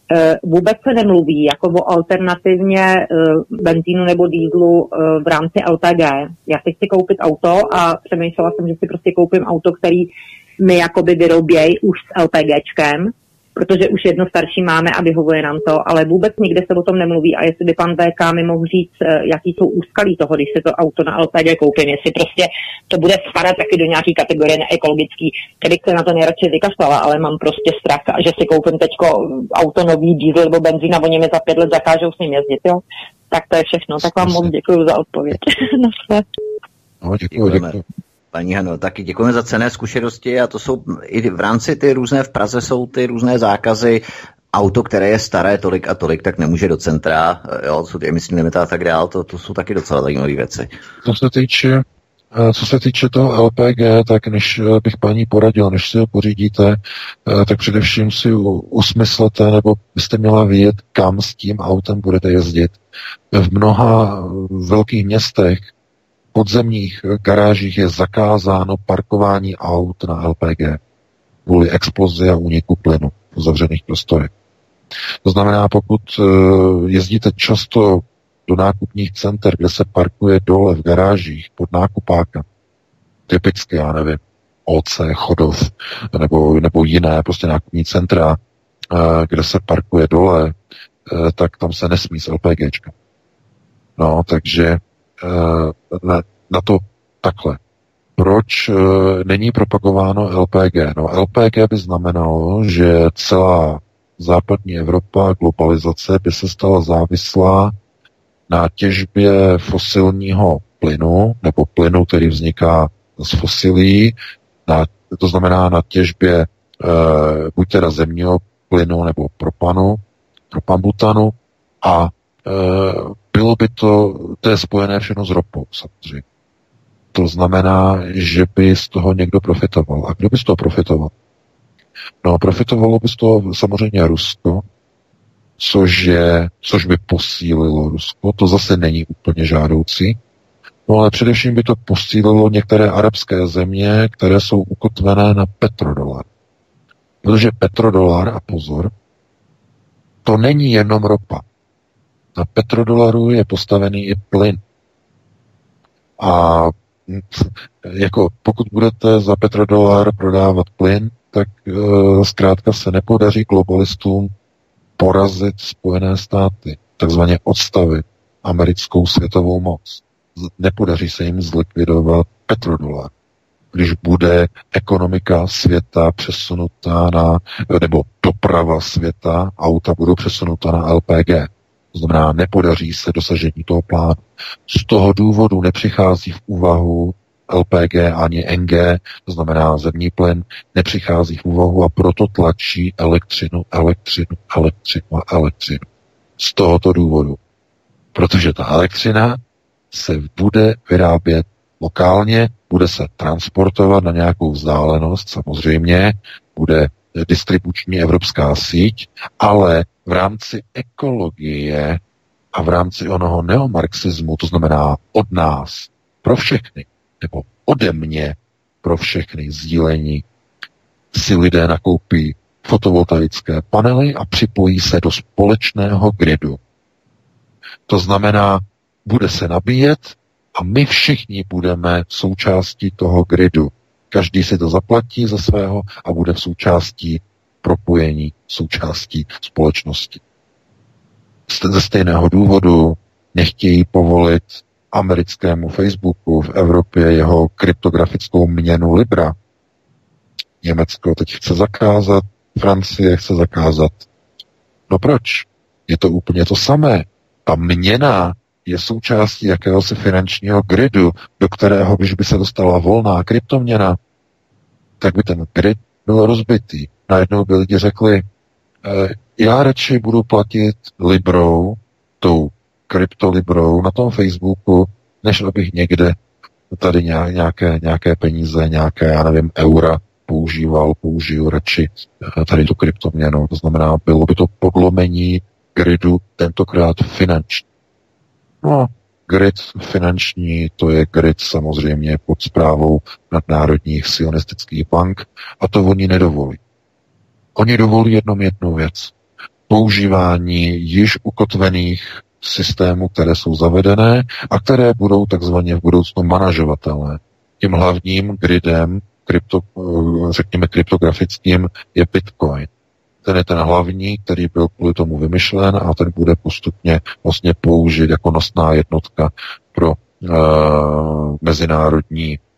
vůbec se nemluví jako o alternativně benzínu nebo dýzlu v rámci L P G. Já si chci koupit auto a přemýšlela jsem, že si prostě koupím auto, který mi jakoby vyrobějí už s LPGčkem, protože už jedno starší máme a vyhovuje nám to, ale vůbec nikde se o tom nemluví a jestli by pan V K mi mohl říct, jaký jsou úskalí toho, když si to auto na L P G koupím, jestli prostě to bude spadat taky do nějaký kategorie neekologický, kdybych se na to nejradši vykašlala, ale mám prostě strach, že si koupím teďko auto nový, diesel nebo benzín a oni mi za pět let zakážou s ním jezdit, jo. Tak to je všechno, tak vám moc děkuju za odpověď. No, děkuju, děkuju. Paní Hano, taky děkujeme za cenné zkušenosti a to jsou i v rámci ty různé, v Praze jsou ty různé zákazy auto, které je staré tolik a tolik, tak nemůže do centra, jo, jsou ty emisní limity a tak dál, to, to jsou taky docela zajímavé věci. Co se týče Co se týče toho L P G, tak než bych paní poradil, než si ho pořídíte, tak především si usmyslete, nebo byste měla vědět, kam s tím autem budete jezdit. V mnoha velkých městech, podzemních garážích je zakázáno parkování aut na L P G kvůli explozi a úniku plynu v uzavřených prostorech. To znamená, pokud jezdíte často do nákupních center, kde se parkuje dole v garážích pod nákupáka, typicky, já nevím, O C, Chodov, nebo, nebo jiné prostě nákupní centra, kde se parkuje dole, tak tam se nesmí s LPGčka. No, takže na, na to takhle. Proč není propagováno L P G? No, L P G by znamenalo, že celá západní Evropa, globalizace by se stala závislá na těžbě fosilního plynu, nebo plynu, který vzniká z fosilí, na, to znamená na těžbě e, buď teda zemního plynu, nebo propanu, propanbutanu, a e, bylo by to, to je spojené všechno s ropou, samozřejmě. To znamená, že by z toho někdo profitoval. A kdo by z toho profitoval? No, profitovalo by z toho samozřejmě Rusko, což, je, což by posílilo Rusko. To zase není úplně žádoucí. No ale především by to posílilo některé arabské země, které jsou ukotvené na petrodolar. Protože petrodolar, a pozor, to není jenom ropa. Na petrodolaru je postavený i plyn. A jako pokud budete za petrodolar prodávat plyn, tak e, zkrátka se nepodaří globalistům porazit Spojené státy, takzvaně odstavit americkou světovou moc. Nepodaří se jim zlikvidovat petrodolar, když bude ekonomika světa přesunutá na, nebo doprava světa, auta budou přesunuta na L P G. To znamená, nepodaří se dosažení toho plánu. Z toho důvodu nepřichází v úvahu L P G ani N G, to znamená zemní plyn, nepřichází v úvahu a proto tlačí elektřinu, elektřinu, elektřinu a elektřinu. Z tohoto důvodu. Protože ta elektřina se bude vyrábět lokálně, bude se transportovat na nějakou vzdálenost, samozřejmě, bude distribuční evropská síť, ale v rámci ekologie a v rámci onoho neomarxismu, to znamená od nás, pro všechny, nebo ode mě pro všechny sdílení, si lidé nakoupí fotovoltaické panely a připojí se do společného gridu. To znamená, bude se nabíjet a my všichni budeme součástí toho gridu. Každý si to zaplatí ze svého a bude v součástí propojení, součástí společnosti. Ze stejného důvodu nechtějí povolit americkému Facebooku v Evropě jeho kryptografickou měnu Libra. Německo teď chce zakázat, Francie chce zakázat. No proč? Je to úplně to samé. Ta měna je součástí jakéhosi finančního gridu, do kterého, když by se dostala volná kryptoměna, tak by ten grid byl rozbitý. Najednou by lidi řekli, já radši budu platit librou, tou kryptolibrou na tom Facebooku, než abych někde tady nějaké, nějaké peníze, nějaké, já nevím, eura používal, použiju radši tady tu kryptoměnu. To znamená, bylo by to podlomení gridu, tentokrát finanční. No, grid finanční, to je grid samozřejmě pod správou nadnárodních sionistických bank a to oni nedovolí. Oni dovolí jenom jednu věc. Používání již ukotvených systémů, které jsou zavedené a které budou takzvaně v budoucnu manažovatelné. Tím hlavním gridem, krypto, řekněme kryptografickým, je Bitcoin. Ten je ten hlavní, který byl kvůli tomu vymyšlen a ten bude postupně vlastně použit jako nosná jednotka pro uh, mezinárodní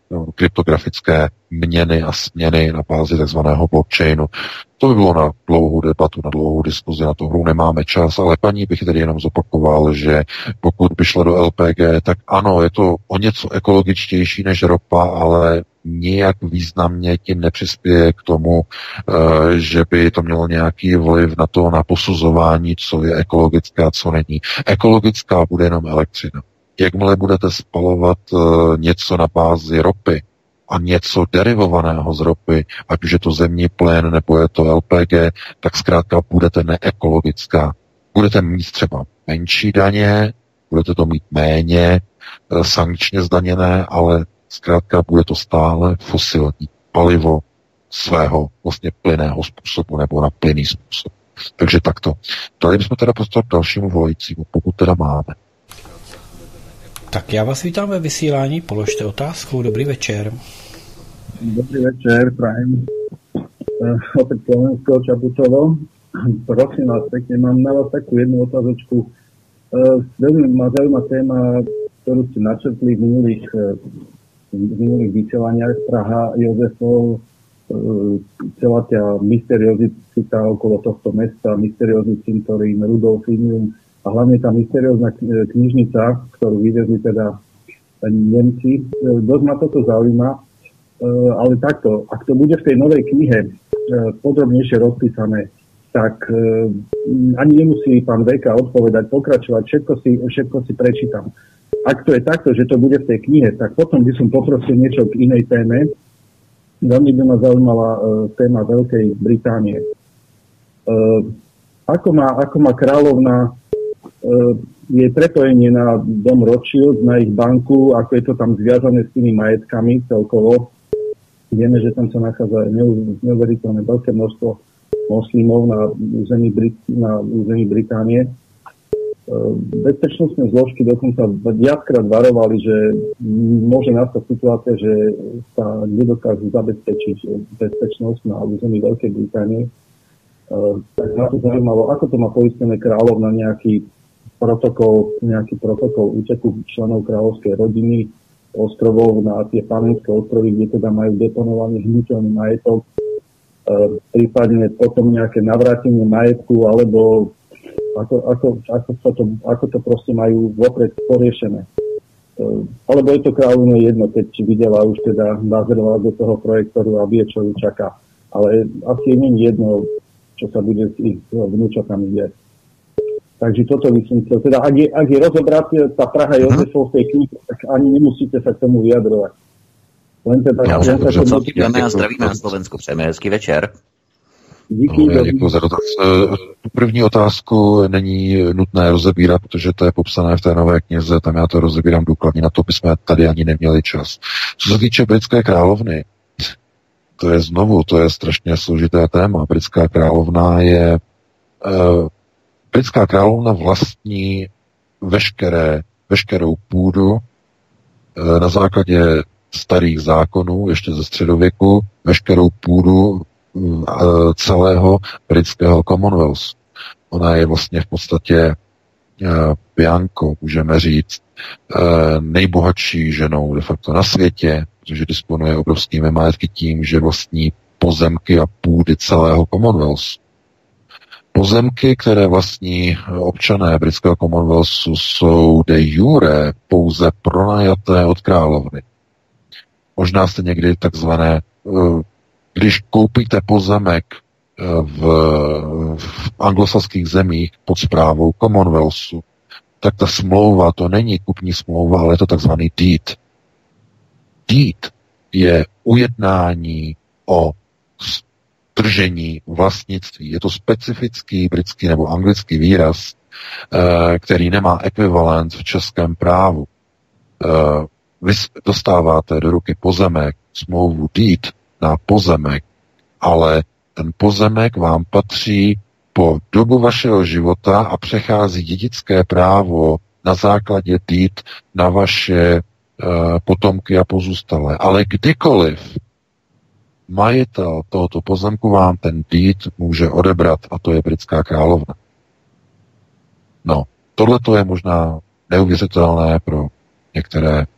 no, kryptografické měny a směny na bázi takzvaného blockchainu. To by bylo na dlouhou debatu, na dlouhou diskuzi, na to hru nemáme čas, ale paní bych tedy jenom zopakoval, že pokud by šla do L P G, tak ano, je to o něco ekologičtější než ropa, ale nijak významně tím nepřispěje k tomu, že by to mělo nějaký vliv na to, na posuzování, co je ekologické a co není. Ekologická bude jenom elektřina. Jakmile budete spalovat něco na bázi ropy a něco derivovaného z ropy, ať už je to zemní plyn nebo je to L P G, tak zkrátka budete neekologická. Budete mít třeba menší daně, budete to mít méně sankčně zdaněné, ale zkrátka bude to stále fosilní palivo svého vlastně plynného způsobu nebo na plynný způsob. Takže takto. Dali bychom teda prostor dalšímu volajícímu, pokud teda máme. Tak já vás vítám ve vysílání, položte otázku, dobrý večer. Dobrý večer, prajem. Uh, opäť Slovensko, Čaputovo. Prosím vás pekne, mám na vás takú jednu otázočku. Uh, veľmi ma zaujíma téma, ktorú ste načrtli v minulých, uh, v minulých vysielaniach. Praha, Jozefov, uh, celá tá mysteriozita okolo tohto mesta, mysteriózny cintorín, Rudolfinium a hlavne tá mysteriózna knižnica, ktorú vyvezli teda Nemci. Uh, dosť ma toto zaujíma. Uh, ale takto, ak to bude v tej novej knihe uh, podrobnejšie rozpísané, tak uh, ani nemusí pán Veka odpovedať, pokračovať, všetko si, všetko si prečítam. Ak to je takto, že to bude v tej knihe, tak potom by som poprosil niečo k inej téme. Veľmi by ma zaujímala uh, téma Veľkej Británie. Uh, ako, má, ako má kráľovna uh, jej prepojenie na dom Rothschild, na ich banku, ako je to tam zviazané s tými majetkami celkovo. Vieme, že tam sa nachádza neuveriteľné veľké množstvo moslimov na území, Brit- na území Británie. Bezpečnostné zložky dokonca viackrát varovali, že môže nastať situácia, že sa nedokážu zabezpečiť bezpečnosť na území Veľkej Británie. Tak ma to zaujímalo, ako to má poistené kráľovna nejaký protokol, nejaký protokol úteku členov kráľovskej rodiny, ostrovov na tie Panenské ostrovy, kde teda majú deponovaný hnutelný majetok, e, prípadne potom nejaké navrátenie majetku, alebo ako, ako, ako, sa to, ako to proste majú vopred poriešené. E, alebo je to kráľovne jedno, keď videla už teda nazrela do toho projektoru a vie, čo ju čaká. Ale asi nie je jedno, čo sa bude s ich vnúčatami diať. Takže toto by som chcel. Teda, ak je, ak je rozobrať tá Praha Jozefov v tej knihe, tak ani nemusíte sa k tomu vyjadrovať. Len teda... Já už dobře, co děkujeme a zdravíme na Slovensku. Přejeme hezký večer. Díky. No, děkuji za dotaz. Tu první otázku není nutné rozebírat, protože to je popsané v té nové knize, tam já to rozebírám důkladně, na to bychom tady ani neměli čas. Co se týče britské královny, to je znovu, to je strašně složité téma. Britská královna je... Uh, Britská královna vlastní veškeré, veškerou půdu e, na základě starých zákonů, ještě ze středověku, veškerou půdu e, celého britského Commonwealthu. Ona je vlastně v podstatě e, Bianco, můžeme říct, e, nejbohatší ženou de facto na světě, protože disponuje obrovskými majetky tím, že vlastní pozemky a půdy celého Commonwealthu. Pozemky, které vlastní občané britského Commonwealthu, jsou de jure pouze pronajaté od královny. Možná jste někdy takzvané, když koupíte pozemek v, v anglosaských zemích pod správou Commonwealthu, tak ta smlouva, to není kupní smlouva, ale je to takzvaný deed. Deed je ujednání o držení vlastnictví. Je to specifický britský nebo anglický výraz, který nemá ekvivalent v českém právu. Vy dostáváte do ruky pozemek, smlouvu deed na pozemek, ale ten pozemek vám patří po dobu vašeho života a přechází dědické právo na základě deed na vaše potomky a pozůstalé. Ale kdykoliv majitel tohoto pozemku vám ten deed může odebrat, a to je britská královna. No, tohle to je možná neuvěřitelné pro některé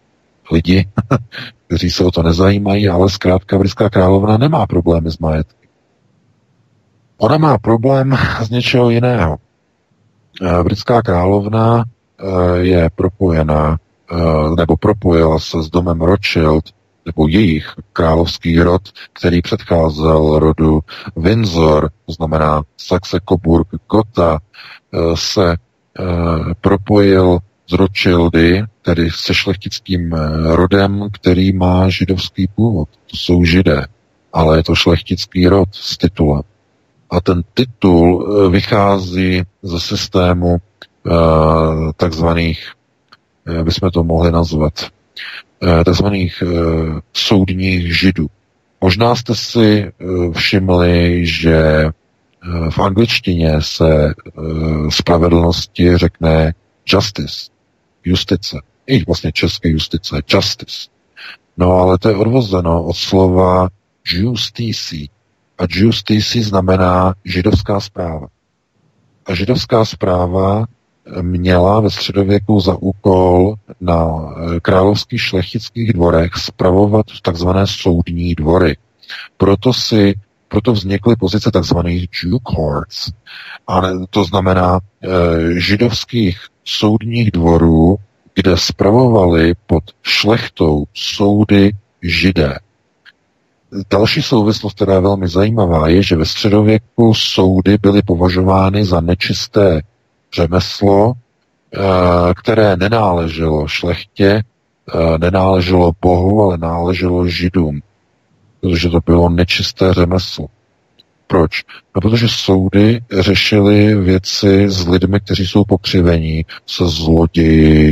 lidi, kteří se o to nezajímají, ale zkrátka britská královna nemá problémy s majetky. Ona má problém z něčeho jiného. Britská královna je propojená, nebo propojila se s domem Rothschild, nebo jejich královský rod, který předcházel rodu Windsor, to znamená Saxe-Coburg-Gotha, se propojil s Rothschildy, tedy se šlechtickým rodem, který má židovský původ. To jsou židé, ale je to šlechtický rod s titulem. A ten titul vychází ze systému uh, takzvaných, jak bychom to mohli nazvat, uh, takzvaných uh, soudních židů. Možná jste si uh, všimli, že uh, v angličtině se uh, spravedlnosti řekne justice, justice, i vlastně české justice, justice. No ale to je odvozeno od slova justice. A justice znamená židovská správa. A židovská správa měla ve středověku za úkol na královských šlechtických dvorech spravovat takzvané soudní dvory. Proto si proto vznikly pozice takzvaných Jew courts. A to znamená e, židovských soudních dvorů, kde spravovali pod šlechtou soudy židé. Další souvislost, která je velmi zajímavá, je, že ve středověku soudy byly považovány za nečisté řemeslo, které nenáleželo šlechtě, nenáleželo Bohu, ale náleželo židům, protože to bylo nečisté řemeslo. Proč? No, protože soudy řešily věci s lidmi, kteří jsou pokřivení, se zloději,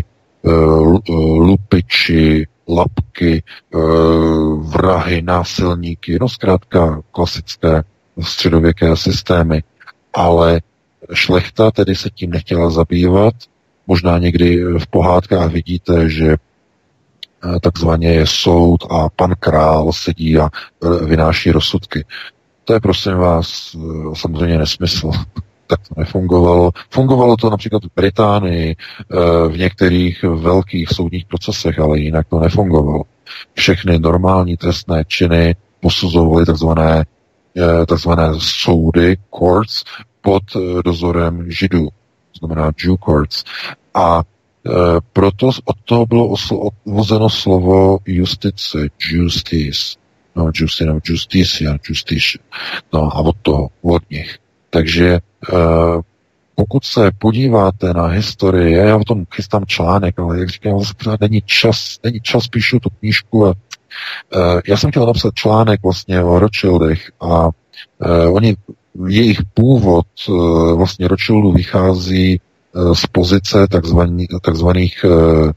lupiči, lapky, vrahy, násilníky, no zkrátka klasické středověké systémy. Ale šlechta tedy se tím nechtěla zabývat. Možná někdy v pohádkách vidíte, že takzvaně je soud a pan král sedí a vynáší rozsudky. To je, prosím vás, samozřejmě nesmysl. Tak to nefungovalo. Fungovalo to například v Británii, v některých velkých soudních procesech, ale jinak to nefungovalo. Všechny normální trestné činy posuzovaly takzvané, takzvané soudy, courts, pod dozorem židů, to znamená Jew courts. A proto od toho bylo odvozeno slovo justice, justice, no justice, no justicia, justice, no a od toho, od nich. Takže pokud se podíváte na historii, já o tom chystám článek, ale jak říkám, není čas, není čas, píšu tu knížku a já jsem chtěl napsat článek vlastně o Rothschildech a oni, jejich původ vlastně Rothschildů vychází z pozice takzvaných, takzvaných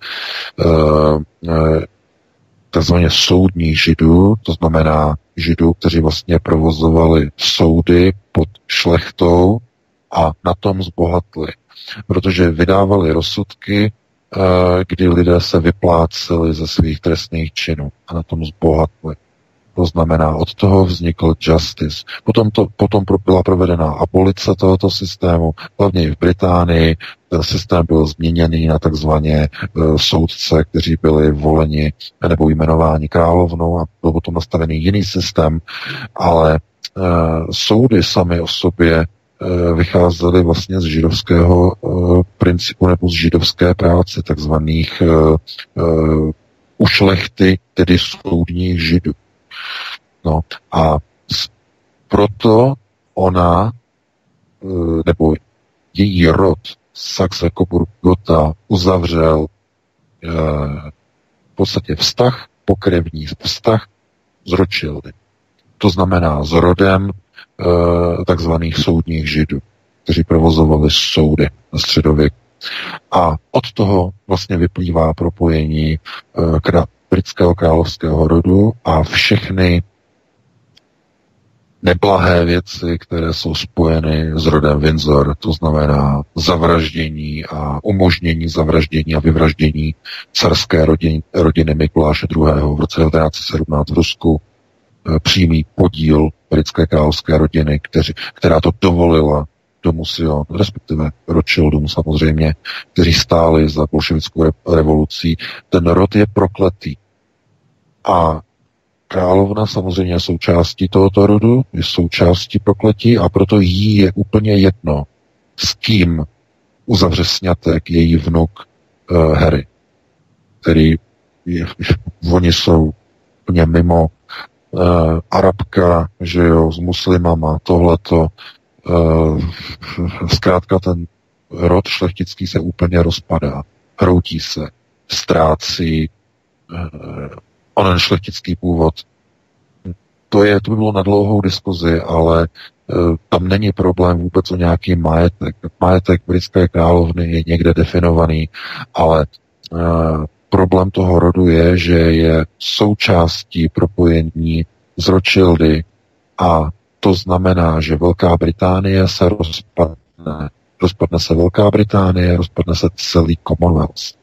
takzvaně soudních židů, to znamená židů, kteří vlastně provozovali soudy pod šlechtou a na tom zbohatli, protože vydávali rozsudky, kdy lidé se vypláceli ze svých trestných činů a na tom zbohatli. To znamená, od toho vznikl justice. Potom, to, potom byla provedena abolice tohoto systému, hlavně i v Británii. Ten systém byl změněný na takzvaně uh, soudce, kteří byli voleni nebo jmenováni královnou a byl potom nastavený jiný systém, ale uh, soudy samy o sobě uh, vycházely vlastně z židovského uh, principu nebo z židovské práce, takzvaných uh, uh, u šlechty, tedy soudních židů. No a proto ona, nebo její rod Saxe-Coburg-Gotha uzavřel v podstatě vztah, pokrevní vztah s Rothschildy. To znamená s rodem takzvaných soudních židů, kteří provozovali soudy na středověku. A od toho vlastně vyplývá propojení britského královského rodu a všechny neblahé věci, které jsou spojeny s rodem Windsor, to znamená zavraždění a umožnění zavraždění a vyvraždění carské rodiny, rodiny Mikuláše druhého. v roce devatenáct set sedmnáct v Rusku, přímý podíl britské královské rodiny, kteři, která to dovolila, domu Sion, respektive Rothschildům samozřejmě, kteří stáli za bolševickou revolucí. Ten rod je prokletý. A královna samozřejmě je součástí tohoto rodu, je součástí prokletí a proto jí je úplně jedno, s kým uzavře sňatek její vnuk uh, Harry, který je, oni jsou úplně mimo, uh, Arabka, že jo, s muslimama, tohleto, uh, zkrátka ten rod šlechtický se úplně rozpadá, hroutí se, ztrácí uh, onen šlechtický původ. To, je, to by bylo na dlouhou diskuzi, ale uh, tam není problém vůbec o nějaký majetek. Majetek britské královny je někde definovaný, ale uh, problém toho rodu je, že je součástí propojení z Rothschildy a to znamená, že Velká Británie se rozpadne. Rozpadne se Velká Británie, rozpadne se celý Commonwealth.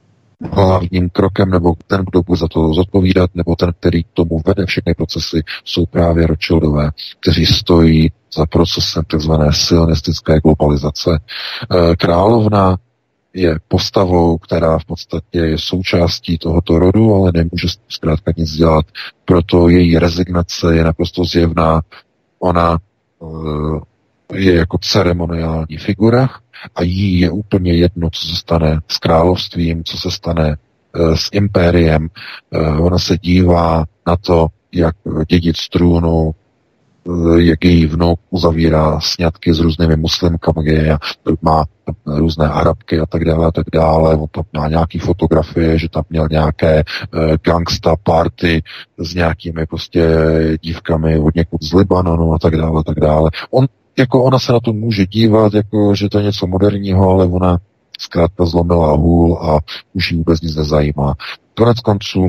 Hlavním krokem, nebo ten, kdo bude za to zodpovídat, nebo ten, který k tomu vede všechny procesy, jsou právě Rothschildové, kteří stojí za procesem tzv. Sionistické globalizace. Královna je postavou, která v podstatě je součástí tohoto rodu, ale nemůže zkrátka nic dělat. Proto její rezignace je naprosto zjevná. Ona uh, je jako ceremoniální figura a jí je úplně jedno, co se stane s královstvím, co se stane uh, s impériem. Uh, ona se dívá na to, jak dědic trůnu, jak její vnuk uzavírá sňatky s různými muslimkami, má různé Arabky a tak dále a tak dále. On tam má nějaký fotografie, že tam měl nějaké uh, gangsta party s nějakými prostě dívkami od někud z Libanonu a tak dále a tak dále. On, jako ona se na to může dívat, jako že to je něco moderního, ale ona zkrátka zlomila hůl a už jí vůbec nic nezajímá. Konec konců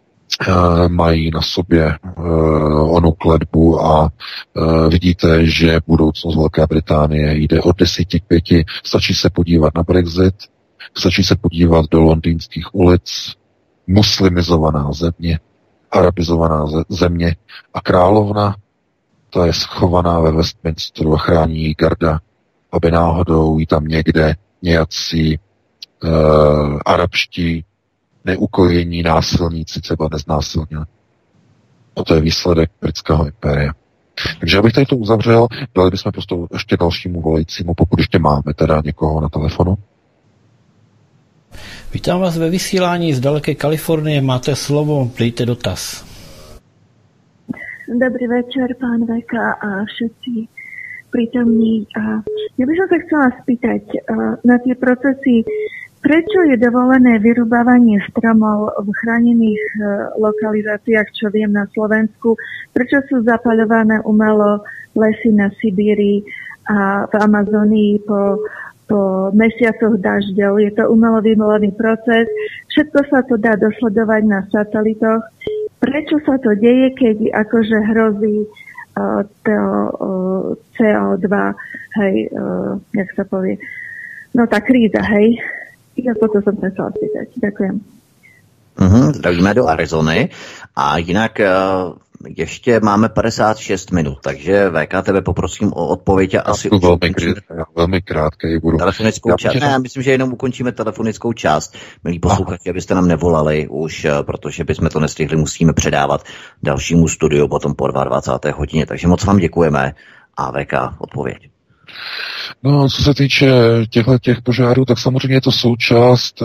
Uh, mají na sobě uh, onu kletbu a uh, vidíte, že budoucnost Velké Británie jde od deseti k pěti. Stačí se podívat na Brexit, stačí se podívat do londýnských ulic, muslimizovaná země, arabizovaná země a královna, ta je schovaná ve Westminsteru a chrání jí garda, aby náhodou jí tam někde nějací uh, arabští neukojení násilníci třeba neznásilnili. A to je výsledek britského impéria. Takže abych tady to uzavřel, dali bychom prostě ještě dalšímu volajícímu, pokud ještě máme teda někoho na telefonu. Vítám vás ve vysílání z daleké Kalifornie, máte slovo, dejte dotaz. Dobrý večer, pán Veka a všetci prítomní. Ja by som sa chcela spýtať na tie procesy. Prečo je dovolené vyrubávanie stromov v chránených lokalizáciách, čo viem na Slovensku? Prečo sú zapaľované umelo lesy na Sibíri a v Amazónii po, po mesiacoch dažďov? Je to umelo vyvolaný proces. Všetko sa to dá dosledovať na satelitoch. Prečo sa to deje, keď akože hrozí uh, to uh, cé ó dva, hej, uh, jak sa povie, no tá kríza, hej? Ja toto som chcela spýtať. Ďakujem. Uhum, zdravíme do Arizony. A jinak uh, ještě máme padesát šest minut, takže V K tebe poprosím o odpověď a asi velmi, velmi krátké budu. Telefonickou část. Ne, myslím, že jenom ukončíme telefonickou část. Milí posluchači, abyste nám nevolali už, protože bychom to nestihli, musíme předávat dalšímu studiu potom po dvacáté druhé hodině. Takže moc vám děkujeme a V K odpověď. No, co se týče těchto těch požárů, tak samozřejmě je to součást e,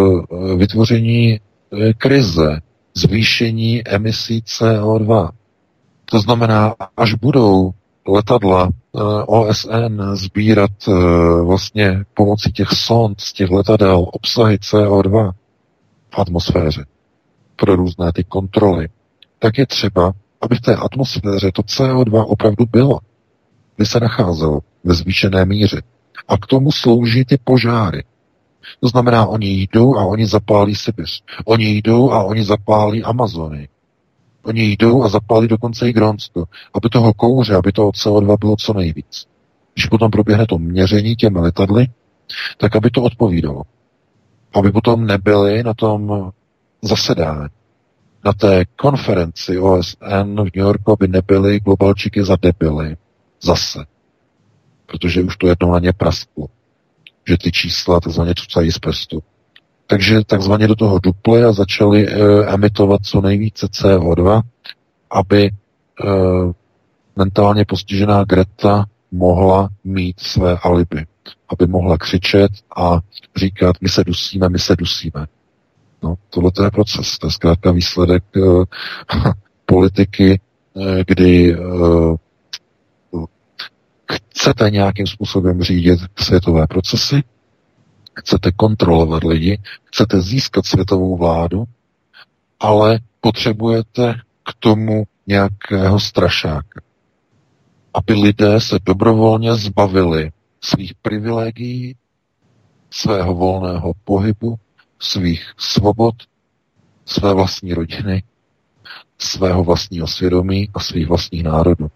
vytvoření e, krize, zvýšení emisí cé ó dva. To znamená, až budou letadla e, O S N sbírat e, vlastně pomocí těch sond z těch letadel obsahy cé ó dva v atmosféře pro různé ty kontroly, tak je třeba, aby v té atmosféře to cé ó dva opravdu bylo, by se nacházelo ve zvýšené míře. A k tomu slouží ty požáry. To znamená, oni jdou a oni zapálí Sibiř. Oni jdou a oni zapálí Amazony. Oni jdou a zapálí dokonce i Grónsko, aby toho kouře, aby toho cé ó dva bylo co nejvíc. Když potom proběhne to měření těmi letadly, tak aby to odpovídalo. Aby potom nebyli na tom zasedání, na té konferenci O S N v New Yorku, aby nebyli globalčiky za debily. Zase. protože už to jednou na ně prasklo, že ty čísla takzvaně cucají z prstu. Takže takzvaně do toho dupli a začali e, emitovat co nejvíce C O dva, aby e, mentálně postižená Greta mohla mít své alibi, aby mohla křičet a říkat, my se dusíme, my se dusíme. No, tohle je proces, to je zkrátka výsledek e, politiky, e, kdy e, chcete nějakým způsobem řídit světové procesy, chcete kontrolovat lidi, chcete získat světovou vládu, ale potřebujete k tomu nějakého strašáka. Aby lidé se dobrovolně zbavili svých privilegií, svého volného pohybu, svých svobod, své vlastní rodiny, svého vlastního svědomí a svých vlastních národů.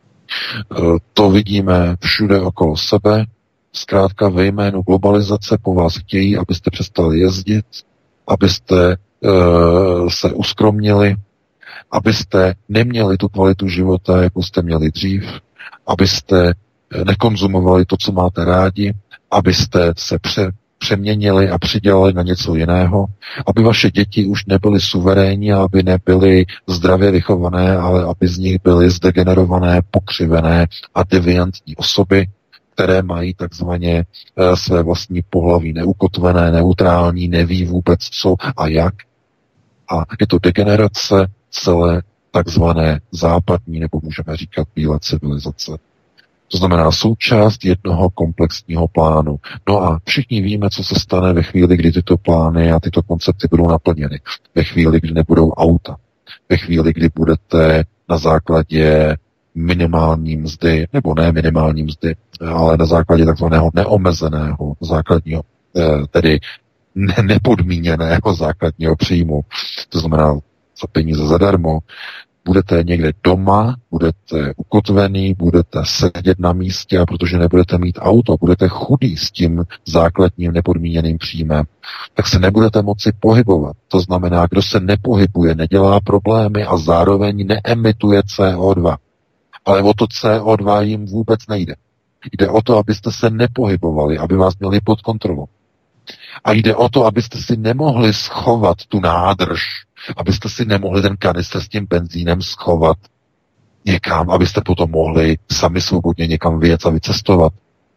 To vidíme všude okolo sebe. Zkrátka ve jménu globalizace po vás chtějí, abyste přestali jezdit, abyste uh, se uskromnili, abyste neměli tu kvalitu života, jako jste měli dřív, abyste nekonzumovali to, co máte rádi, abyste se pře, přeměnili a přidělali na něco jiného, aby vaše děti už nebyly suverénní, aby nebyly zdravě vychované, ale aby z nich byly zdegenerované, pokřivené a deviantní osoby, které mají takzvaně e, své vlastní pohlaví neukotvené, neutrální, neví vůbec co a jak. A je to degenerace celé takzvané západní, nebo můžeme říkat bílé civilizace. To znamená součást jednoho komplexního plánu. No a všichni víme, co se stane ve chvíli, kdy tyto plány a tyto koncepty budou naplněny. Ve chvíli, kdy nebudou auta. Ve chvíli, kdy budete na základě minimální mzdy, nebo ne minimální mzdy, ale na základě takzvaného neomezeného základního, tedy nepodmíněného základního příjmu, to znamená za peníze zadarmo, budete někde doma, budete ukotvený, budete sedět na místě a protože nebudete mít auto, budete chudý s tím základním nepodmíněným příjmem, tak se nebudete moci pohybovat. To znamená, kdo se nepohybuje, nedělá problémy a zároveň neemituje C O dva. Ale o to C O dva jim vůbec nejde. Jde o to, abyste se nepohybovali, aby vás měli pod kontrolou. A jde o to, abyste si nemohli schovat tu nádrž, abyste si nemohli ten kanistr s tím benzínem schovat někam, abyste potom mohli sami svobodně někam vyjet a vycestovat.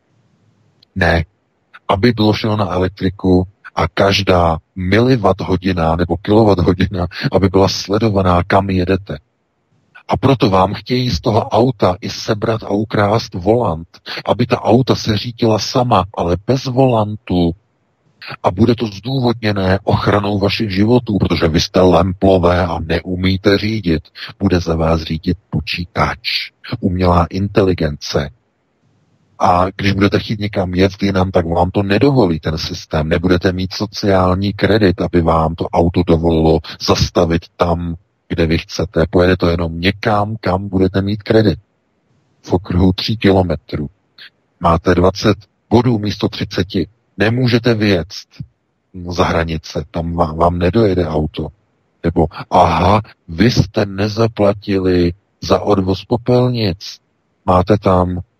Ne. Aby bylo šlo na elektriku a každá miliwatt hodina nebo kilowatt hodina, aby byla sledovaná, kam jedete. A proto vám chtějí z toho auta i sebrat a ukrást volant, aby ta auta se řídila sama, ale bez volantu. A bude to zdůvodněné ochranou vašich životů, protože vy jste lemplové a neumíte řídit. Bude za vás řídit počítač, umělá inteligence. A když budete chtít někam jet jinam, tak vám to nedovolí ten systém. Nebudete mít sociální kredit, aby vám to auto dovolilo zastavit tam, kde vy chcete. Pojede to jenom někam, kam budete mít kredit. V okruhu tří kilometrů. Máte dvacet bodů místo třicet. Nemůžete vyjet za hranice, tam vám, vám nedojede auto. Nebo, aha, vy jste nezaplatili za odvoz popelnic. Máte tam e,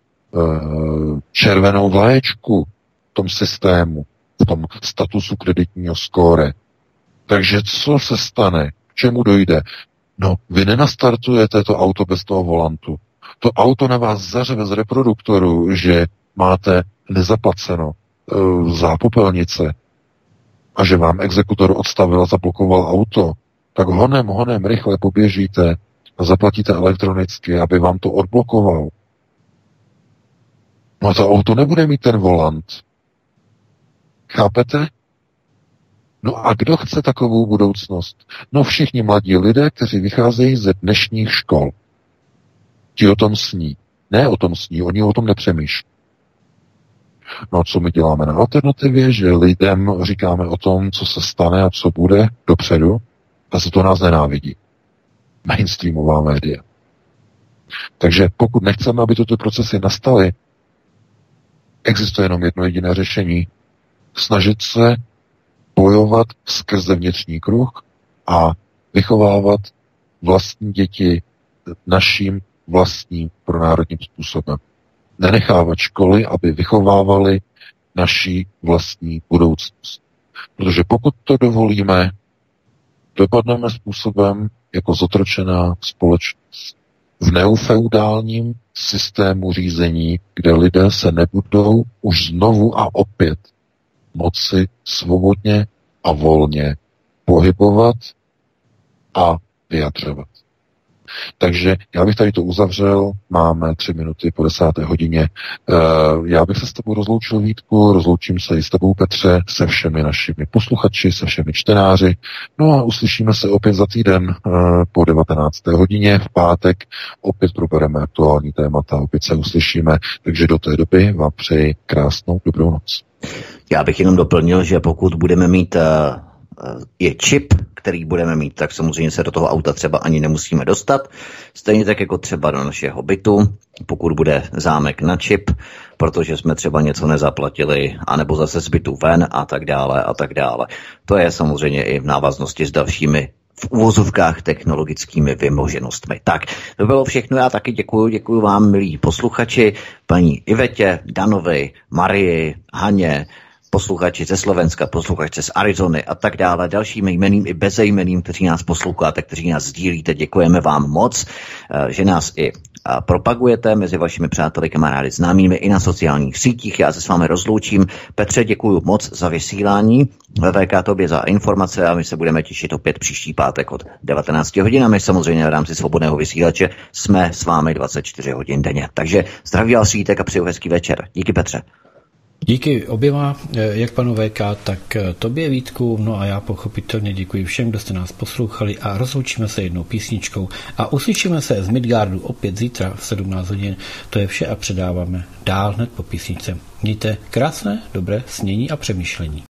červenou vlaječku v tom systému, v tom statusu kreditního skóre. Takže co se stane? K čemu dojde? No, vy nenastartujete to auto bez toho volantu. To auto na vás zařeve z reproduktoru, že máte nezaplaceno za popelnice a že vám exekutor odstavil a zablokoval auto, tak honem, honem rychle poběžíte a zaplatíte elektronicky, aby vám to odblokoval. No a to auto nebude mít ten volant. Chápete? No a kdo chce takovou budoucnost? No všichni mladí lidé, kteří vycházejí ze dnešních škol. Ti o tom sní. Ne o tom sní, oni o tom nepřemýšlí. No a co my děláme na alternativě, že lidem říkáme o tom, co se stane a co bude dopředu, a se to nás nenávidí. Mainstreamová média. Takže pokud nechceme, aby tyto procesy nastaly, existuje jenom jedno jediné řešení. Snažit se bojovat skrze vnitřní kruh a vychovávat vlastní děti naším vlastním pronárodním způsobem. nenechávat školy, aby vychovávali naší vlastní budoucnost. Protože pokud to dovolíme, dopadneme způsobem jako zotročená společnost. V neofeudálním systému řízení, kde lidé se nebudou už znovu a opět moci svobodně a volně pohybovat a vyjadřovat. Takže já bych tady to uzavřel, máme tři minuty po desáté hodině. Já bych se s tebou rozloučil, Vítku, rozloučím se i s tebou, Petře, se všemi našimi posluchači, se všemi čtenáři. No a uslyšíme se opět za týden po devatenácté hodině v pátek. Opět probereme aktuální témata, opět se uslyšíme, takže do té doby vám přeji krásnou dobrou noc. Já bych jenom doplnil, že pokud budeme mít je čip, který budeme mít, tak samozřejmě se do toho auta třeba ani nemusíme dostat. Stejně tak jako třeba do našeho bytu, pokud bude zámek na čip, protože jsme třeba něco nezaplatili, anebo zase z bytu ven a tak dále a tak dále. To je samozřejmě i v návaznosti s dalšími v uvozovkách technologickými vymoženostmi. Tak, to bylo všechno, já taky děkuji, děkuji vám, milí posluchači, paní Ivetě, Danovi, Marii, Haně, posluchači ze Slovenska, posluchači z Arizony a tak dále, dalším jmeným i bezejmeným, kteří nás posloucháte, kteří nás sdílíte, děkujeme vám moc, že nás i propagujete mezi vašimi přáteli, kamarády, známými i na sociálních sítích. Já se s vámi rozloučím. Petře, děkuji moc za vysílání. V V K tobě za informace a my se budeme těšit opět příští pátek od devatenácti hodin a my samozřejmě v rámci svobodného vysílače jsme s vámi dvacet čtyři hodin denně. Takže zdraví vás Vítek a přeju hezký večer. Díky, Petře. Díky oběma, jak panu V K, tak tobě, Vítku, no a já pochopitelně děkuji všem, kdo jste nás poslouchali a rozloučíme se jednou písničkou a uslyšíme se z Midgardu opět zítra v sedmnáct hodin. To je vše a předáváme dál hned po písničce. Mějte krásné, dobré snění a přemýšlení.